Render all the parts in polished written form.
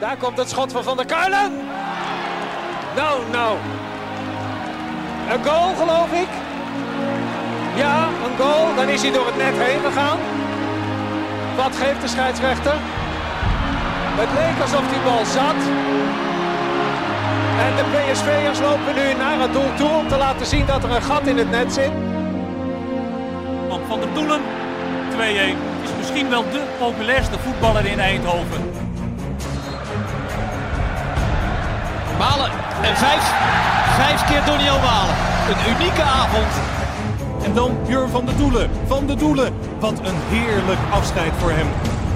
Daar komt het schot van Van der Kuilen. Nou. Een goal, geloof ik. Ja, een goal. Dan is hij door het net heen gegaan. Wat geeft de scheidsrechter? Het leek alsof die bal zat. En de PSV'ers lopen nu naar het doel toe om te laten zien dat er een gat in het net zit. Van der Doelen, 2-1. Is misschien wel de populairste voetballer in Eindhoven. Malen en vijf keer Doniel Malen. Een unieke avond. En dan Björn van der Doelen. Van der Doelen. Wat een heerlijk afscheid voor hem.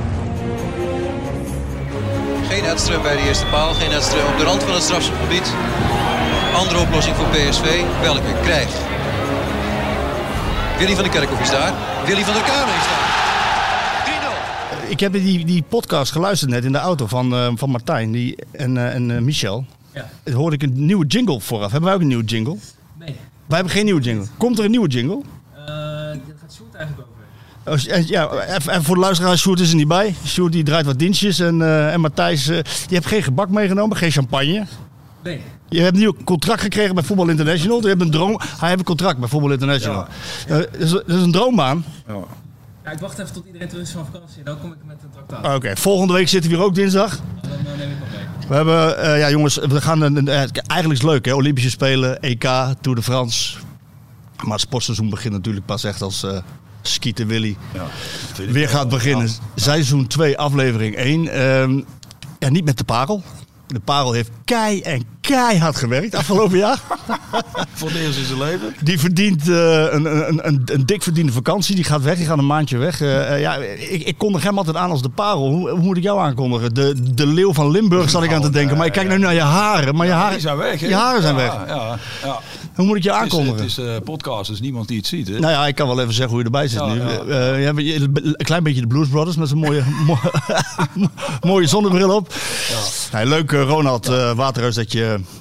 Geen Edström bij de eerste paal. Geen Edström op de rand van het strafschopgebied. Andere oplossing voor PSV. Welke krijgt? Willy van der Kerkhoff is daar. Willy van der Kamer is daar. 3-0. Ik heb die podcast geluisterd net in de auto van Martijn en Michel. Ja. Hoorde ik een nieuwe jingle vooraf. Hebben wij ook een nieuwe jingle? Nee. Wij hebben geen nieuwe jingle. Komt er een nieuwe jingle? Dat gaat Sjoerd eigenlijk over. Ja, even voor de luisteraars, Sjoerd is er niet bij. Sjoerd die draait wat dienstjes en Matthijs, je hebt geen gebak meegenomen, geen champagne. Nee. Je hebt een nieuw contract gekregen bij Voetbal International. Je hebt een droom. Hij heeft een contract bij Voetbal International. Ja. Dat is een droombaan. Ja, ik wacht even tot iedereen terug is van vakantie. Dan kom ik met een traktaat. Oké, volgende week zitten we hier ook dinsdag. Dan neem ik nog mee. We hebben, jongens, we gaan eigenlijk is het leuk, hè? Olympische Spelen, EK, Tour de France. Maar het sportseizoen begint natuurlijk pas echt als Skieten Willy weer gaat beginnen. Seizoen 2, aflevering 1. Niet met de parel. De parel heeft keihard gewerkt afgelopen jaar. Voor het eerst in zijn leven. Die verdient een dik verdiende vakantie. Die gaat weg, die gaat een maandje weg. Ik kondig hem altijd aan als de parel. Hoe moet ik jou aankondigen? De leeuw van Limburg zat ik aan te denken. Maar ik kijk nu naar je haren. Maar je haren zijn weg. Je haren zijn weg. Ja. Hoe moet ik je aankondigen? Het is podcast, dus niemand die het ziet. Hè? Nou ja, ik kan wel even zeggen hoe je erbij zit nu. Je hebt een klein beetje de Blues Brothers met zo'n mooie zonnebril op. Ja. Nee, leuk Ronald Waterhuis dat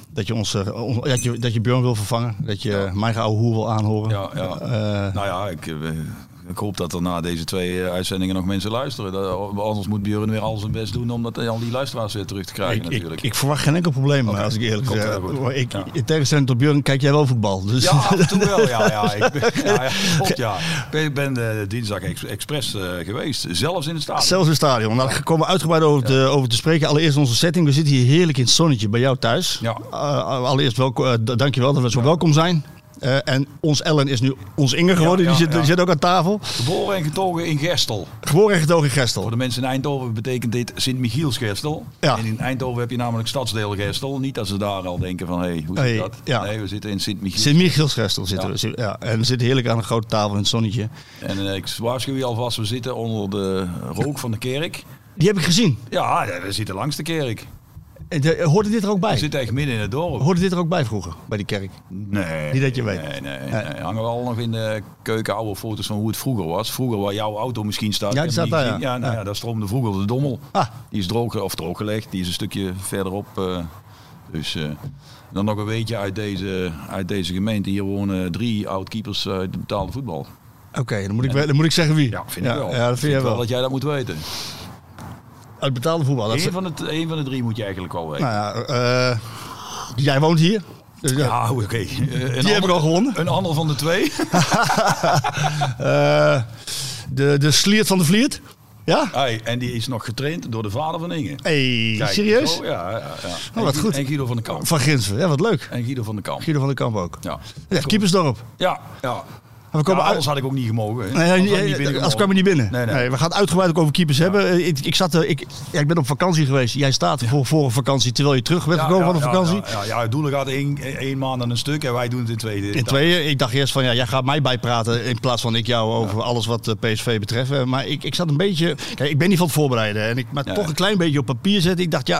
je Björn wil vervangen. Dat je mijn oude hoer wil aanhoren. Ik hoop dat er na deze 2 uitzendingen nog mensen luisteren. Anders moet Björn weer al zijn best doen om al die luisteraars weer terug te krijgen natuurlijk. Ik verwacht geen enkel probleem, als ik eerlijk zeg. In tegenstelling tot Björn kijk jij wel voetbal. Dus. Ja, af en toe wel. Ik ben dinsdag expres geweest. Zelfs in het stadion. Zelfs in het stadion. Daar komen we uitgebreid over te spreken. Allereerst onze setting. We zitten hier heerlijk in het zonnetje bij jou thuis. Ja. Allereerst dankjewel dat we zo welkom zijn. En ons Ellen is nu ons Inge geworden. Die zit ook aan tafel. Geboren en getogen in Gerstel. Voor de mensen in Eindhoven betekent dit Sint-Michiels-Gerstel. Ja. En in Eindhoven heb je namelijk stadsdeel Gerstel. Niet dat ze daar al denken van, hoe zit dat? Ja. Nee, we zitten in Sint-Michiels. Sint-Michiels-Gerstel zitten we. Ja. En we zitten heerlijk aan een grote tafel in het zonnetje. En ik waarschuw je alvast, we zitten onder de rook van de kerk. Die heb ik gezien. Ja, we zitten langs de kerk. Hoorde dit er ook bij? We zitten echt midden in het dorp. Hoorde dit er ook bij vroeger, bij die kerk? Nee. Niet dat je weet? Nee. Hangen we al nog in de keuken oude foto's van hoe het vroeger was. Vroeger waar jouw auto misschien staat. Ja, die staat daar, ja. Daar stroomde vroeger de Dommel. Die is drooggelegd. Die is een stukje verderop. Dan nog een weetje uit deze gemeente. Hier wonen 3 oud-keepers uit de betaalde voetbal. Oké, dan moet ik zeggen wie. Ja, vind ik wel. Ja, dat vind jij wel. Dat jij dat moet weten. Uit betaalde voetbal. Eén van de 3 moet je eigenlijk wel weten. Nou ja, jij woont hier. Dus oké. Die heb ik al gewonnen. Een ander van de 2. De Sliert van de Vliert. Ja? En die is nog getraind door de vader van Inge. Kijk, serieus? Zo, ja. Oh, wat goed. En Guido van den Kamp. Van Grinsven, ja, wat leuk. En Guido van den Kamp. Guido van den Kamp ook. Ja. Keepersdorp. Ja. Anders had ik ook niet gemogen. Anders kwam je niet binnen. Nee, we gaan het uitgebreid ook over keepers hebben. Ik ben op vakantie geweest. Jij staat voor een vakantie terwijl je terug bent gekomen van de vakantie. Het doel gaat 1 maand aan een stuk en wij doen het in 2. In 2. Ik dacht eerst van jij gaat mij bijpraten in plaats van ik jou over alles wat PSV betreft. Maar ik zat een beetje... Kijk, ik ben niet van het voorbereiden. Maar toch een klein beetje op papier zetten. Ik dacht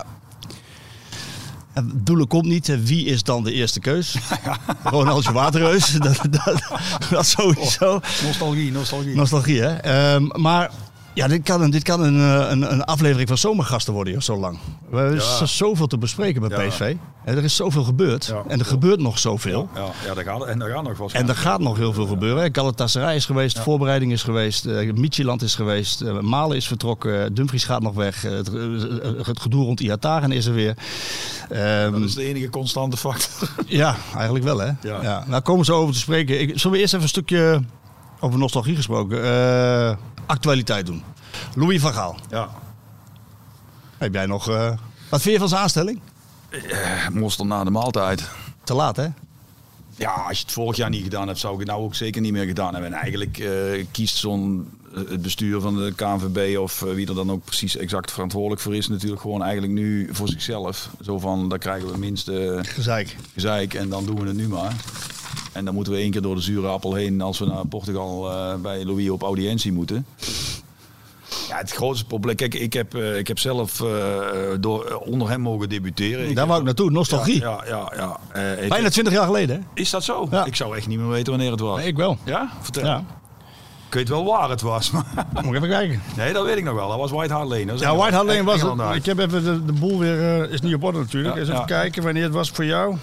Doelen komt niet. Wie is dan de eerste keus? Ronald Waterhuis. Dat sowieso. Nostalgie. Nostalgie, hè? Maar Ja, dit kan een aflevering van Zomergasten worden, joh, zo lang. We hebben zoveel te bespreken bij PSV. En er is zoveel gebeurd. Ja, en er gebeurt nog zoveel. Daar gaat nog wat. En er gaat nog heel veel gebeuren. Galatasaray is geweest, voorbereiding is geweest, Midtjylland is geweest, Malen is vertrokken, Dumfries gaat nog weg. Het gedoe rond Ihataren is er weer. Dat is de enige constante factor. Ja, eigenlijk wel, hè. Ja. Nou, komen ze over te spreken. Zullen we eerst even een stukje over nostalgie gesproken actualiteit doen. Louis van Gaal. Ja. Heb jij nog... wat vind je van zijn aanstelling? Moest na de maaltijd. Te laat, hè? Ja, als je het vorig jaar niet gedaan hebt, zou ik het nou ook zeker niet meer gedaan hebben. En eigenlijk kiest het bestuur van de KNVB of wie er dan ook precies exact verantwoordelijk voor is, natuurlijk gewoon eigenlijk nu voor zichzelf. Zo van, daar krijgen we minste gezeik en dan doen we het nu maar. En dan moeten we 1 keer door de zure appel heen als we naar Portugal bij Louis op audiëntie moeten. Ja, het grootste probleem... Kijk, ik heb zelf onder hem mogen debuteren. Daar wou ik naartoe, nostalgie. Ja. Bijna 20 jaar geleden, hè? Is dat zo? Ja. Ik zou echt niet meer weten wanneer het was. Nee, ik wel. Ja? Vertel. Ja. Ik weet wel waar het was. Maar... Moet ik even kijken. Nee, dat weet ik nog wel. Dat was White Hart Lane. Ja, White Hart Lane was het. Ik heb even de boel weer... is niet op orde natuurlijk. Eens even kijken wanneer het was voor jou.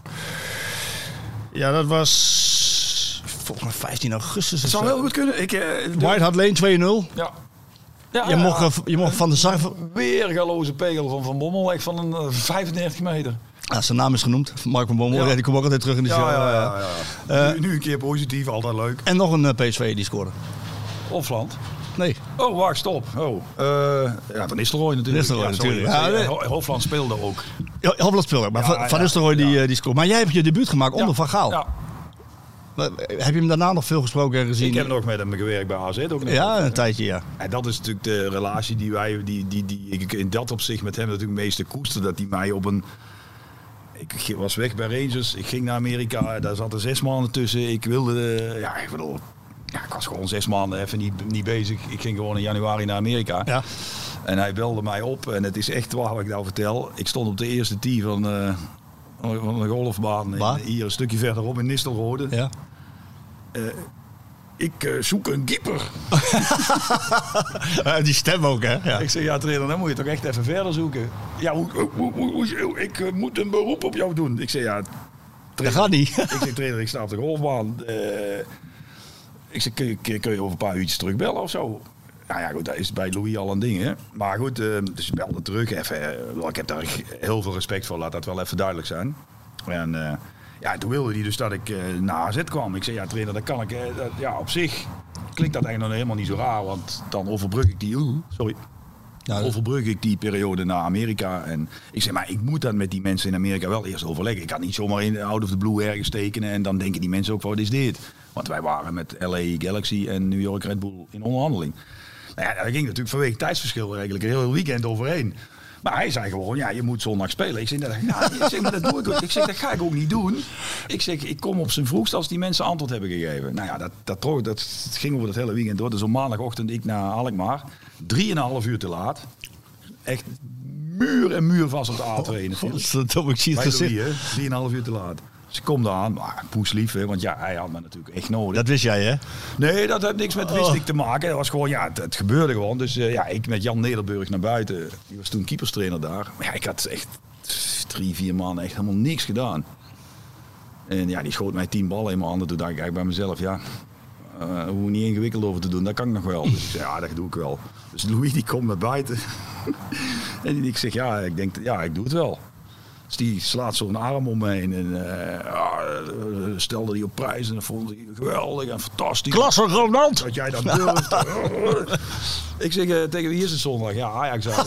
Ja, dat was volgens mij 15 augustus. Het zou heel goed kunnen. White Hart Lane 2-0. Ja. Je mocht Van de Sar... Weergaloze pegel van Bommel. Echt van een 35 meter. Ja, zijn naam is genoemd. Mark van Bommel. Ja. Die komt ook altijd terug in de show. Ja. Nu een keer positief. Altijd leuk. En nog een PSV die scoorde. Hofland? Nee. Oh, wacht, stop. Van Nistelrooy natuurlijk. Hofland speelde ook. Ja, Hofland speelde ook. Maar Van Nistelrooy die scoorde. Maar jij hebt je debuut gemaakt onder Van Gaal. Ja. Heb je hem daarna nog veel gesproken en gezien? Ik heb nog met hem gewerkt bij AZ ook. Ja, een tijdje, ja. En dat is natuurlijk de relatie die ik in dat opzicht met hem natuurlijk het meeste koester. Dat hij mij op een... Ik was weg bij Rangers, ik ging naar Amerika, daar zaten 6 maanden tussen. Ik wilde... ik was gewoon 6 maanden even niet bezig. Ik ging gewoon in januari naar Amerika. Ja. En hij belde mij op en het is echt waar wat ik nou vertel. Ik stond op de eerste tee van de golfbaan. Hier een stukje verderop in Nistelrode. Ja. Ik zoek een keeper. Die stem ook, hè? Ja. Ik zeg, ja trainer, dan moet je toch echt even verder zoeken. Ja, ik moet een beroep op jou doen. Ik zeg, ja... Trainer, dat gaat niet. Ik zeg, trainer, ik sta op de golfbaan. Ik zeg, kun je over een paar uurtjes terugbellen of zo? Nou ja, goed, dat is bij Louis al een ding, hè. Maar goed, dus ik belde terug even. Ik heb daar heel veel respect voor, laat dat wel even duidelijk zijn. En toen wilde hij dus dat ik naar AZ kwam. Ik zei, ja trainer, dat kan ik. Op zich klinkt dat eigenlijk nog helemaal niet zo raar, want dan overbrug ik die periode naar Amerika. En ik zei, maar ik moet dan met die mensen in Amerika wel eerst overleggen. Ik kan niet zomaar in out of the blue ergens tekenen en dan denken die mensen ook, wat is dit? Want wij waren met LA Galaxy en New York Red Bull in onderhandeling. Nou ja, daar ging natuurlijk vanwege tijdsverschil eigenlijk een heel weekend overheen. Maar hij zei gewoon, ja, je moet zondag spelen. Ik zeg, maar dat doe ik ook. Ik zeg, dat ga ik ook niet doen. Ik zeg, ik kom op zijn vroegst als die mensen antwoord hebben gegeven. Nou ja, dat ging over het hele weekend door. Dus op maandagochtend ik naar Alkmaar. 3,5 uur te laat. Echt muur en muur vast op de A2. Ik zie het gezicht. 3,5 uur te laat. Dus ik kom eraan, maar poeslief, hè, want ja, hij had me natuurlijk echt nodig. Dat wist jij, hè? Nee, dat had niks met wist ik te maken. Dat was gewoon, ja, het gebeurde gewoon. Dus ik met Jan Nederburg naar buiten. Die was toen keeperstrainer daar. Maar ja, ik had echt 3-4 maanden echt helemaal niks gedaan. En ja, die schoot mij 10 ballen in mijn handen. Toen dacht ik eigenlijk bij mezelf, ja, hoe niet ingewikkeld over te doen, dat kan ik nog wel. Dus ik zei, ja, dat doe ik wel. Dus Louis die komt naar buiten. En ik zeg, ja, ik denk, ja, ik doe het wel. Dus die slaat zo'n arm om me heen en stelde die op prijs en dat vond hij geweldig en fantastisch. Klasse Ronald! Dat jij dat durft. Ik zeg tegen wie is het zondag? Ja, Ajax uit.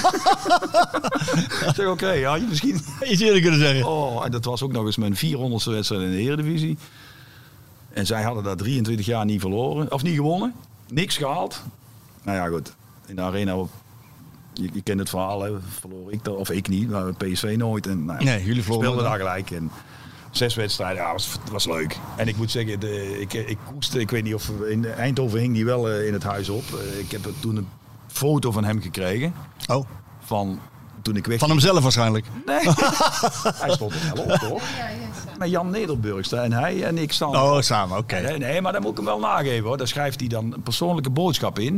Ik zeg oké, had je misschien iets eerder kunnen zeggen. Oh, en dat was ook nog eens mijn 400ste wedstrijd in de Eredivisie. En zij hadden daar 23 jaar niet verloren, of niet gewonnen. Niks gehaald. Nou ja, goed. In de arena... Je kent het verhaal, hè? Verloor ik dat, of ik niet, maar PSV nooit. En, nee, jullie speelden daar gelijk. En 6 wedstrijden, ja, was leuk. En ik moet zeggen, ik koeste, ik weet niet of in Eindhoven hing die wel in het huis op. Ik heb toen een foto van hem gekregen. Oh. Van toen ik weg. Van hemzelf waarschijnlijk. Nee. Hij stond er wel op, toch? Ja, met Jan Nederburg en hij en ik staan. Oh, samen, oké. Nee, maar dat moet ik hem wel nageven, hoor. Daar schrijft hij dan een persoonlijke boodschap in.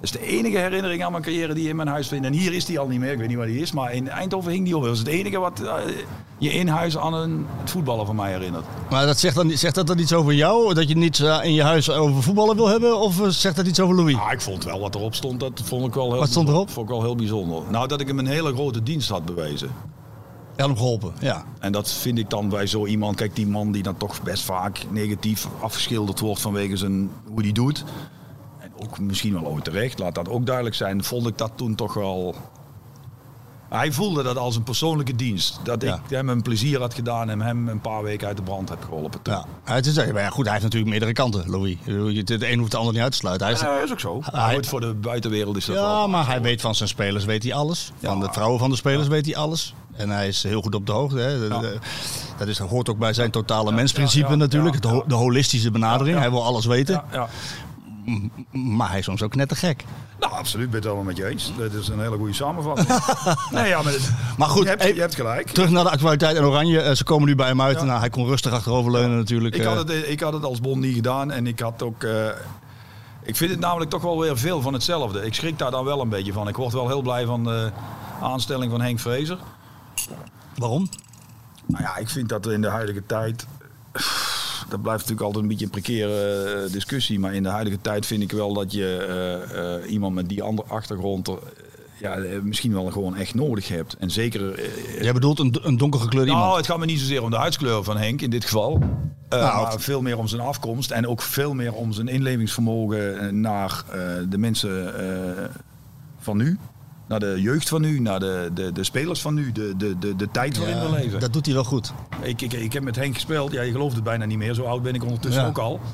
Dat is de enige herinnering aan mijn carrière die je in mijn huis vindt. En hier is die al niet meer, ik weet niet waar die is. Maar in Eindhoven hing die op. Dat is het enige wat je in huis aan het voetballen van mij herinnert. Maar dat zegt dat dan iets over jou? Dat je niet in je huis over voetballen wil hebben? Of zegt dat iets over Louis? Ik vond wel wat erop stond, dat vond ik wel heel, wat stond erop? Vond ik wel heel bijzonder. Nou, dat ik hem een hele grote dienst had bewezen. Je had hem geholpen, ja. En dat vind ik dan bij zo iemand. Kijk, die man die dan toch best vaak negatief afgeschilderd wordt vanwege hoe die doet. En ook misschien wel ooit terecht, laat dat ook duidelijk zijn. Vond ik dat toen toch wel... Hij voelde dat als een persoonlijke dienst. Dat ik hem een plezier had gedaan en hem een paar weken uit de brand heb geholpen. Ja, maar goed, hij heeft natuurlijk meerdere kanten, Louis. De een hoeft de ander niet uit te sluiten. Dat is ook zo. Voor de buitenwereld is dat wel. Ja, maar hij weet van zijn spelers weet hij alles. Van de vrouwen van de spelers weet hij alles. En hij is heel goed op de hoogte. Hè. Dat hoort ook bij zijn totale mensprincipe natuurlijk. De holistische benadering. Hij wil alles weten. Maar hij is soms ook knettergek. Nou, absoluut. Ik ben het wel met je eens. Dat is een hele goede samenvatting. Maar goed, je hebt gelijk. Terug naar de actualiteit en Oranje. Ze komen nu bij hem uit. Ja. Nou, hij kon rustig achteroverleunen natuurlijk. Ik had het als Bond niet gedaan. En ik had ook... ik vind het namelijk toch wel weer veel van hetzelfde. Ik schrik daar dan wel een beetje van. Ik word wel heel blij van de aanstelling van Henk Vrezer. Waarom? Nou ja, ik vind dat in de huidige tijd... Dat blijft natuurlijk altijd een beetje een precaire discussie. Maar in de huidige tijd vind ik wel dat je iemand met die andere achtergrond misschien wel gewoon echt nodig hebt. En zeker... Jij bedoelt een donkergekleurde iemand? Nou, het gaat me niet zozeer om de huidskleur van Henk in dit geval. Maar veel meer om zijn afkomst. En ook veel meer om zijn inlevingsvermogen naar de mensen van nu. Naar de jeugd van nu, naar de spelers van nu, de tijd waarin we leven. Dat doet hij wel goed. Ik heb met Henk gespeeld. Ja, je gelooft het bijna niet meer. Zo oud ben ik ondertussen ook al.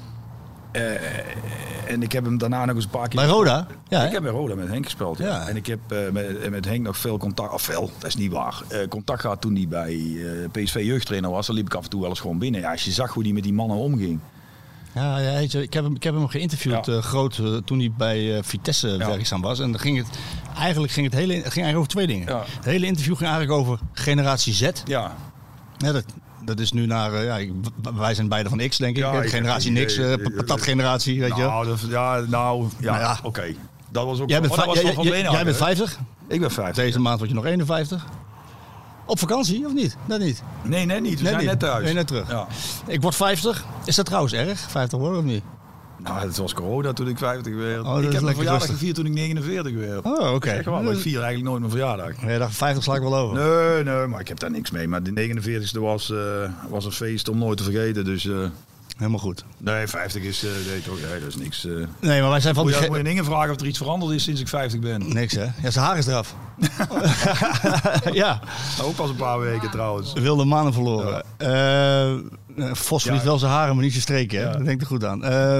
En ik heb hem daarna nog eens een paar keer... Bij Roda? Ja, ik heb bij Roda met Henk gespeeld. Ja. En ik heb met Henk nog veel contact... Of veel, dat is niet waar. Contact gehad toen hij bij PSV jeugdtrainer was. Dan liep ik af en toe wel eens gewoon binnen. Ja, als je zag hoe hij met die mannen omging. Ja, ik heb hem geïnterviewd toen hij bij Vitesse werkzaam was. En dan ging het eigenlijk over twee dingen. Ja. Het hele interview ging eigenlijk over generatie Z. Ja. Dat is nu naar... wij zijn beide van X, denk ik. Generatie niks, patatgeneratie, weet je. Oké. Dat was ook... Jij bent 50? Ik ben 50. Deze maand word je nog 51. Op vakantie, of niet? Dat niet? Nee, niet. We zijn net thuis. Nee, net terug. Ja. Ik word 50. Is dat trouwens erg? 50 worden of niet? Nou, het was corona toen ik 50 werd. Ik heb mijn verjaardag gevierd toen ik 49 werd. Oh, oké. Ik vier eigenlijk nooit mijn verjaardag. Nee, dacht 50 sla ik wel over. Nee, maar ik heb daar niks mee. Maar de 49e was een feest om nooit te vergeten, dus... Helemaal goed. Nee, 50 is... dat is niks... Nee, maar wij zijn van... Moet je Inge vragen of er iets veranderd is sinds ik 50 ben? Niks, hè? Ja, zijn haar is eraf. Ja. Ook pas een paar weken trouwens. Wilde mannen verloren. Ja. Vos verliest wel zijn haren, maar niet zijn streken. Hè? Ja. Dat denk ik er goed aan.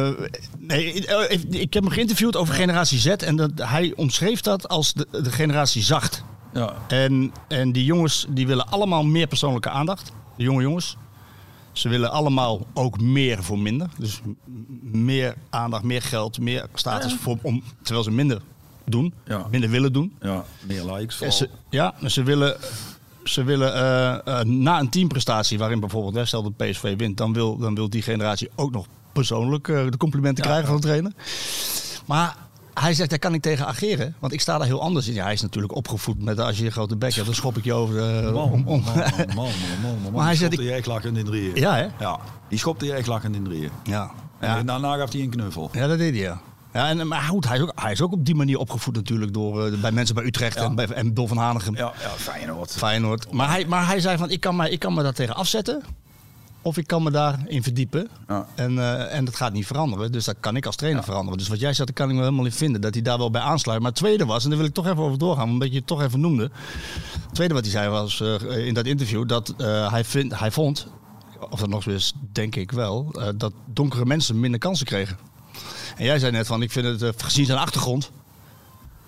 Ik heb hem geïnterviewd over generatie Z. En hij omschreef dat als de generatie zacht. Ja. En die jongens die willen allemaal meer persoonlijke aandacht. De jonge jongens. Ze willen allemaal ook meer voor minder. Dus meer aandacht, meer geld, meer status. Terwijl ze minder doen. Ja. Minder willen doen. Ja, meer likes vooral. Ze willen na een teamprestatie waarin bijvoorbeeld, stel dat PSV wint, dan wil die generatie ook nog persoonlijk de complimenten krijgen van de trainer. Maar hij zegt, daar kan ik tegen ageren, want ik sta daar heel anders in. Ja, hij is natuurlijk opgevoed met als je een grote bek hebt, dan schop ik je over de... Man. Maar hij schopte je echt lachend in drieën. Ja, hè? Ja, die schopte je echt lachend in drieën. Ja. En daarna gaf hij een knuffel. Ja, dat deed hij, ja. Ja, maar goed, hij is ook op die manier opgevoed natuurlijk door bij mensen bij Utrecht en Don van Hanegem. Ja, Feyenoord. Maar hij zei van, ik kan me daar tegen afzetten. Of ik kan me daarin verdiepen. Ja. En dat gaat niet veranderen. Dus dat kan ik als trainer veranderen. Dus wat jij zegt, daar kan ik me helemaal in vinden. Dat hij daar wel bij aansluit. Maar het tweede was, en daar wil ik toch even over doorgaan. Omdat je het toch even noemde. Het tweede wat hij zei was in dat interview. Dat hij vond, of dat nog eens denk ik wel. Dat donkere mensen minder kansen kregen. En jij zei net van, ik vind het gezien zijn achtergrond.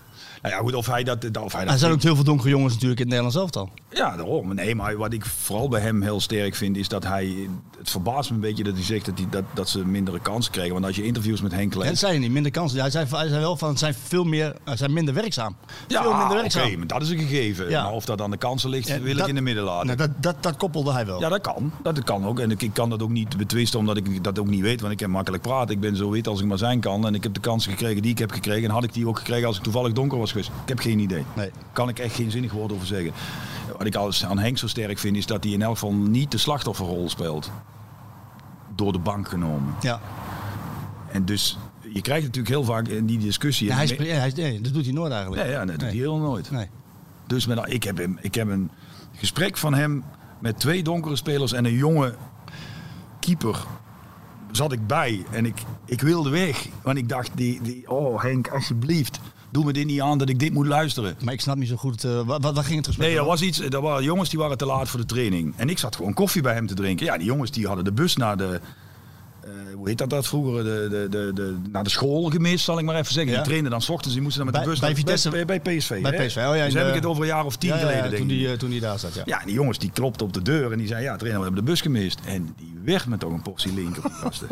Nou ja, goed, of hij dat Er zijn ook heel veel donkere jongens natuurlijk in het Nederlands elftal. Ja, daarom. Nee, maar wat ik vooral bij hem heel sterk vind, is dat hij... Het verbaast me een beetje dat hij zegt dat ze mindere kansen kregen. Want als je interviews met Henk leest... Dat zei hij niet, minder kansen. Hij zei wel van, ze zijn minder werkzaam. Ja, veel minder werkzaam. Oké, maar dat is een gegeven. Ja. Maar of dat aan de kansen ligt, wil ik in de midden laten. Nou, dat koppelde hij wel. Ja, dat kan. Dat kan ook. En ik kan dat ook niet betwisten, omdat ik dat ook niet weet. Want ik kan makkelijk praten. Ik ben zo wit als ik maar zijn kan. En ik heb de kansen gekregen die ik heb gekregen. En had ik die ook gekregen als ik toevallig donker was geweest. Ik heb geen idee. Nee. Kan ik echt geen zinnig woord over zeggen. Wat ik aan Henk zo sterk vind, is dat hij in elk geval niet de slachtofferrol speelt. Door de bank genomen. Ja. En dus, je krijgt natuurlijk heel vaak in die discussie... Ja, dat doet hij nooit eigenlijk. Nee, ja, dat doet hij heel nooit. Nee. Dus ik heb een gesprek van hem met 2 donkere spelers en een jonge keeper. Zat ik bij en ik wilde weg. Want ik dacht, oh Henk, alsjeblieft, doe me dit niet aan dat ik dit moet luisteren. Maar ik snap niet zo goed, wat ging het gesprek? Nee, er waren jongens die waren te laat voor de training. En ik zat gewoon koffie bij hem te drinken. Ja, die jongens die hadden de bus naar de... hoe heet dat vroeger? Naar de school gemist, zal ik maar even zeggen. Ja. Die trainden dan 's ochtends, die moesten dan met de bus bij Vitesse? bij PSV. Bij PSV, oh ja. Dus heb ik het over een jaar of 10 geleden, denk ik. Toen hij daar zat, ja. Ja, die jongens die klopten op de deur en die zeiden, ja, trainer, we hebben de bus gemist. En die werd me toch een portie link op die gasten.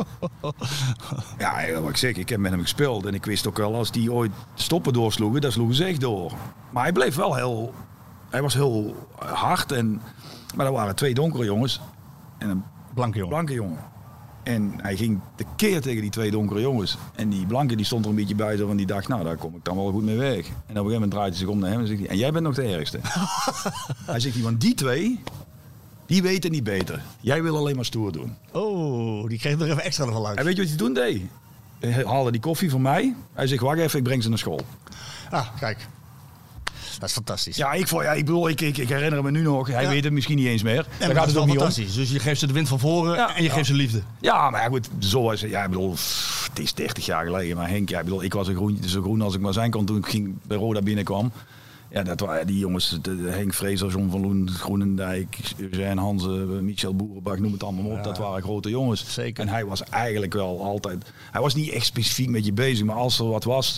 Ja, wat ik zeg, ik heb met hem gespeeld en ik wist ook wel, als die ooit stoppen doorsloegen, dan sloegen ze echt door. Maar hij bleef wel hij was heel hard, maar er waren 2 donkere jongens en een blanke jongen. En hij ging tekeer tegen die 2 donkere jongens. En die blanke die stond er een beetje bij zo van die dacht, nou daar kom ik dan wel goed mee weg. En op een gegeven moment draait hij zich om naar hem en zegt hij, en jij bent nog de ergste. Hij zegt, want die 2, die weten niet beter. Jij wil alleen maar stoer doen. Oh, die kreeg er even extra van uit. En weet je wat hij toen deed? Hij haalde die koffie voor mij. Hij zegt, wacht even, ik breng ze naar school. Ah, kijk. Dat is fantastisch. Ja, ik herinner me nu nog. Hij weet het misschien niet eens meer. En daar gaat het ook niet fantastisch. Dus je geeft ze de wind van voren en je geeft ze liefde. Ja, maar goed, zoals ik bedoel, het is 30 jaar geleden. Maar Henk, ik was zo groen als ik maar zijn kon toen ik bij Roda binnenkwam. Ja, dat waren die jongens, Henk Vrezer, John van Loen, Groenendijk, Eugène Hansen, Michel Boerenbach, noem het allemaal op. Ja. Dat waren grote jongens. Zeker. En hij was eigenlijk wel altijd, hij was niet echt specifiek met je bezig, maar als er wat was,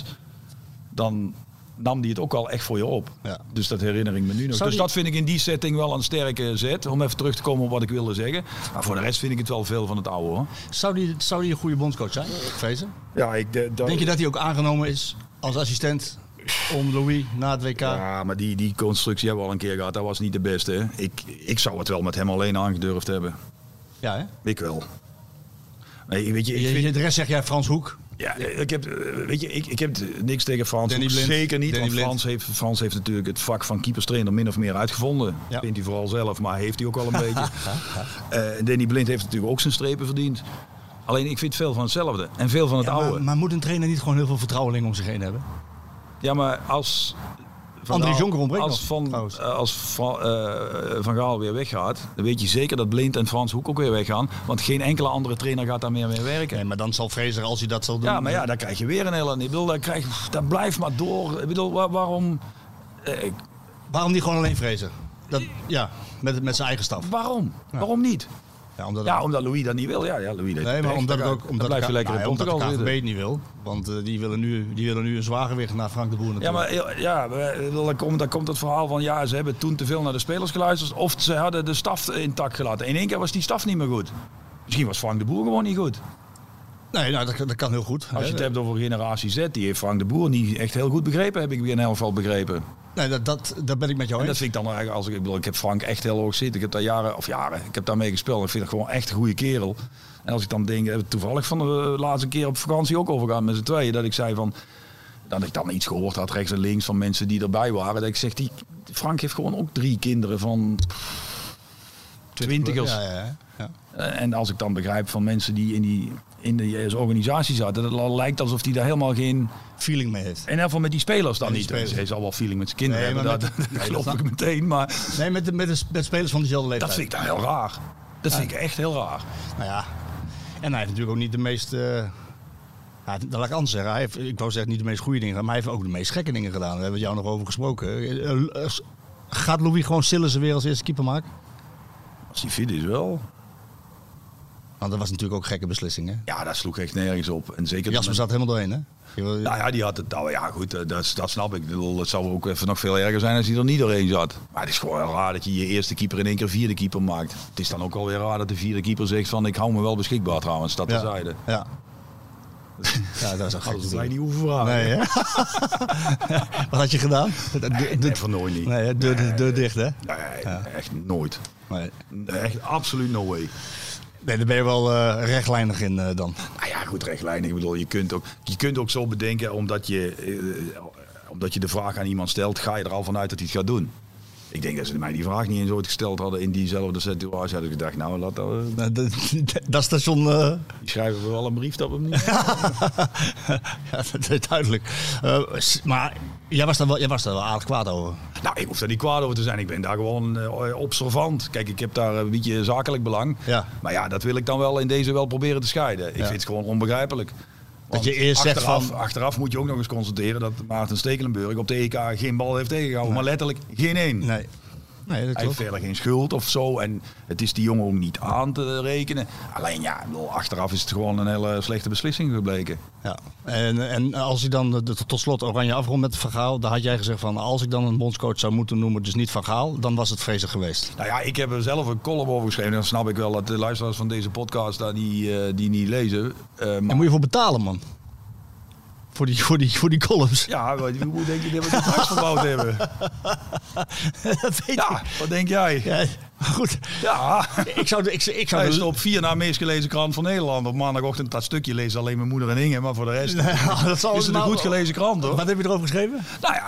dan nam die het ook al echt voor je op. Ja. Dus dat herinner ik me nu nog. Dus dat vind ik in die setting wel een sterke zet. Om even terug te komen op wat ik wilde zeggen. Maar voor de rest vind ik het wel veel van het oude, hoor. Zou die een goede bondscoach zijn, Vrezen? Ja, denk je dat hij ook aangenomen is als assistent om Louis na het WK? Ja, maar die constructie hebben we al een keer gehad. Dat was niet de beste. Hè? Ik zou het wel met hem alleen aangedurfd hebben. Ja, hè? Ik wel. Nee, weet je, de rest zeg jij Frans Hoek. Ja, ik heb niks tegen Frans. Zeker niet, want Frans heeft natuurlijk het vak van keeperstrainer min of meer uitgevonden. Ja. Vindt hij vooral zelf, maar heeft hij ook wel een beetje. Danny Blind heeft natuurlijk ook zijn strepen verdiend. Alleen ik vind veel van hetzelfde en veel van het oude. Maar moet een trainer niet gewoon heel veel vertrouwelingen om zich heen hebben? Ja, maar als Andries Jonker ontbreekt als Van Gaal weer weggaat, dan weet je zeker dat Blind en Frans Hoek ook weer weggaan. Want geen enkele andere trainer gaat daar meer mee werken. Nee, maar dan zal Vrezer, als hij dat zal doen... Ja, maar ja, dan krijg je weer een hele... Ik bedoel, dat blijft maar door. Ik bedoel, waarom... Waarom niet gewoon alleen Vrezer? Met zijn eigen staf. Waarom? Ja. Waarom niet? Ja, omdat Louis dat niet wil. Ja, Louis dat nee, maar omdat blijft je lekker in Portugal zitten. Omdat de KVB het niet wil. Want die willen nu een zwaargewicht naar Frank de Boer natuurlijk. Ja, maar dan komt het verhaal van... Ja, ze hebben toen te veel naar de spelers geluisterd. Of ze hadden de staf intact gelaten. In één keer was die staf niet meer goed. Misschien was Frank de Boer gewoon niet goed. Nee, nou, dat kan heel goed. Als je het hebt over generatie Z, die heeft Frank de Boer niet echt heel goed begrepen, heb ik weer in elk geval begrepen. Nee, dat ben ik met jou eens. En dat vind ik dan eigenlijk, ik heb Frank echt heel hoog zitten. Ik heb daar jaren, ik heb daarmee gespeeld. Ik vind het gewoon echt een goede kerel. En als ik dan denk, toevallig van de laatste keer op vakantie ook overgaan met z'n tweeën, dat ik zei van, dat ik dan iets gehoord had rechts en links van mensen die erbij waren. Dat ik zeg, Frank heeft gewoon ook 3 kinderen van 20ers. Ja. En als ik dan begrijp van mensen die in die organisatie zaten, dat het lijkt alsof hij daar helemaal geen feeling mee heeft. In ieder geval met die spelers dan niet. Hij zal wel feeling met zijn kinderen hebben, dat geloof ik meteen. Maar nee, met spelers van diezelfde leeftijd. Dat vind ik dan heel raar. Dat vind ik echt heel raar. Nou ja, en hij heeft natuurlijk ook niet de meest... dat laat ik anders zeggen. Ik wou zeggen niet de meest goede dingen, maar hij heeft ook de meest gekke dingen gedaan. Daar hebben we het jou nog over gesproken. Gaat Louis gewoon Sillissen weer als eerste keeper maken? Als hij fit is wel. Want dat was natuurlijk ook een gekke beslissing, hè? Ja, dat sloeg echt nergens op. En zeker Jasper zat helemaal doorheen, hè? Nou ja, die had het. Nou ja, goed, dat snap ik. Ik bedoel, het zou ook even nog veel erger zijn als hij er niet doorheen zat. Maar het is gewoon wel raar dat je je eerste keeper in één keer vierde keeper maakt. Het is dan ook alweer raar dat de vierde keeper zegt van ik hou me wel beschikbaar trouwens. Dat terzijde. Ja. Ja, dat is een gek. Dat wij niet hoeven vragen. Nee, hè? Wat had je gedaan? Van nooit niet. Nee, deur dicht, hè? Nee, echt nooit. Nee. Echt absoluut no way. Nee, daar ben je wel rechtlijnig in dan. Nou ja, goed, rechtlijnig. Ik bedoel, je kunt ook zo bedenken, omdat je de vraag aan iemand stelt, ga je er al vanuit dat hij het gaat doen. Ik denk dat ze mij die vraag niet eens ooit gesteld hadden in diezelfde situatie. Had ik gedacht, nou, laat dat... Dat station... Die schrijven we wel een brief dat we hem niet... Ja, dat is duidelijk. Maar jij was daar wel aardig kwaad over. Nou, ik hoef daar niet kwaad over te zijn. Ik ben daar gewoon observant. Kijk, ik heb daar een beetje zakelijk belang. Ja. Maar ja, dat wil ik dan wel in deze wel proberen te scheiden. Ik vind het gewoon onbegrijpelijk. Dat je eerst zegt van... Achteraf moet je ook nog eens constateren dat Maarten Stekelenburg op de EK geen bal heeft tegengehouden. Nee. Maar letterlijk geen één. Nee, dat hij heeft verder geen schuld of zo. En het is die jongen ook niet aan te rekenen. Alleen ja, achteraf is het gewoon een hele slechte beslissing gebleken. Ja. En als hij dan tot slot Oranje afrondt met Van Gaal, dan had jij gezegd van als ik dan een bondscoach zou moeten noemen, dus niet Van Gaal, dan was het vreselijk geweest. Nou ja, ik heb er zelf een column over geschreven. Dan snap ik wel dat de luisteraars van deze podcast daar die niet lezen. Daar moet je voor betalen, man. Voor die columns. Ja, hoe denk je dat we dit huis verbouwd hebben? Dat weet ja, wat denk jij? Ja, goed. Ja. Ik zou hij is op 4 na meest gelezen krant van Nederland. Op maandagochtend dat stukje lezen alleen mijn moeder en Inge. Maar voor de rest dat zal is het een goed gelezen krant, hoor. Wat heb je erover geschreven? Nou ja,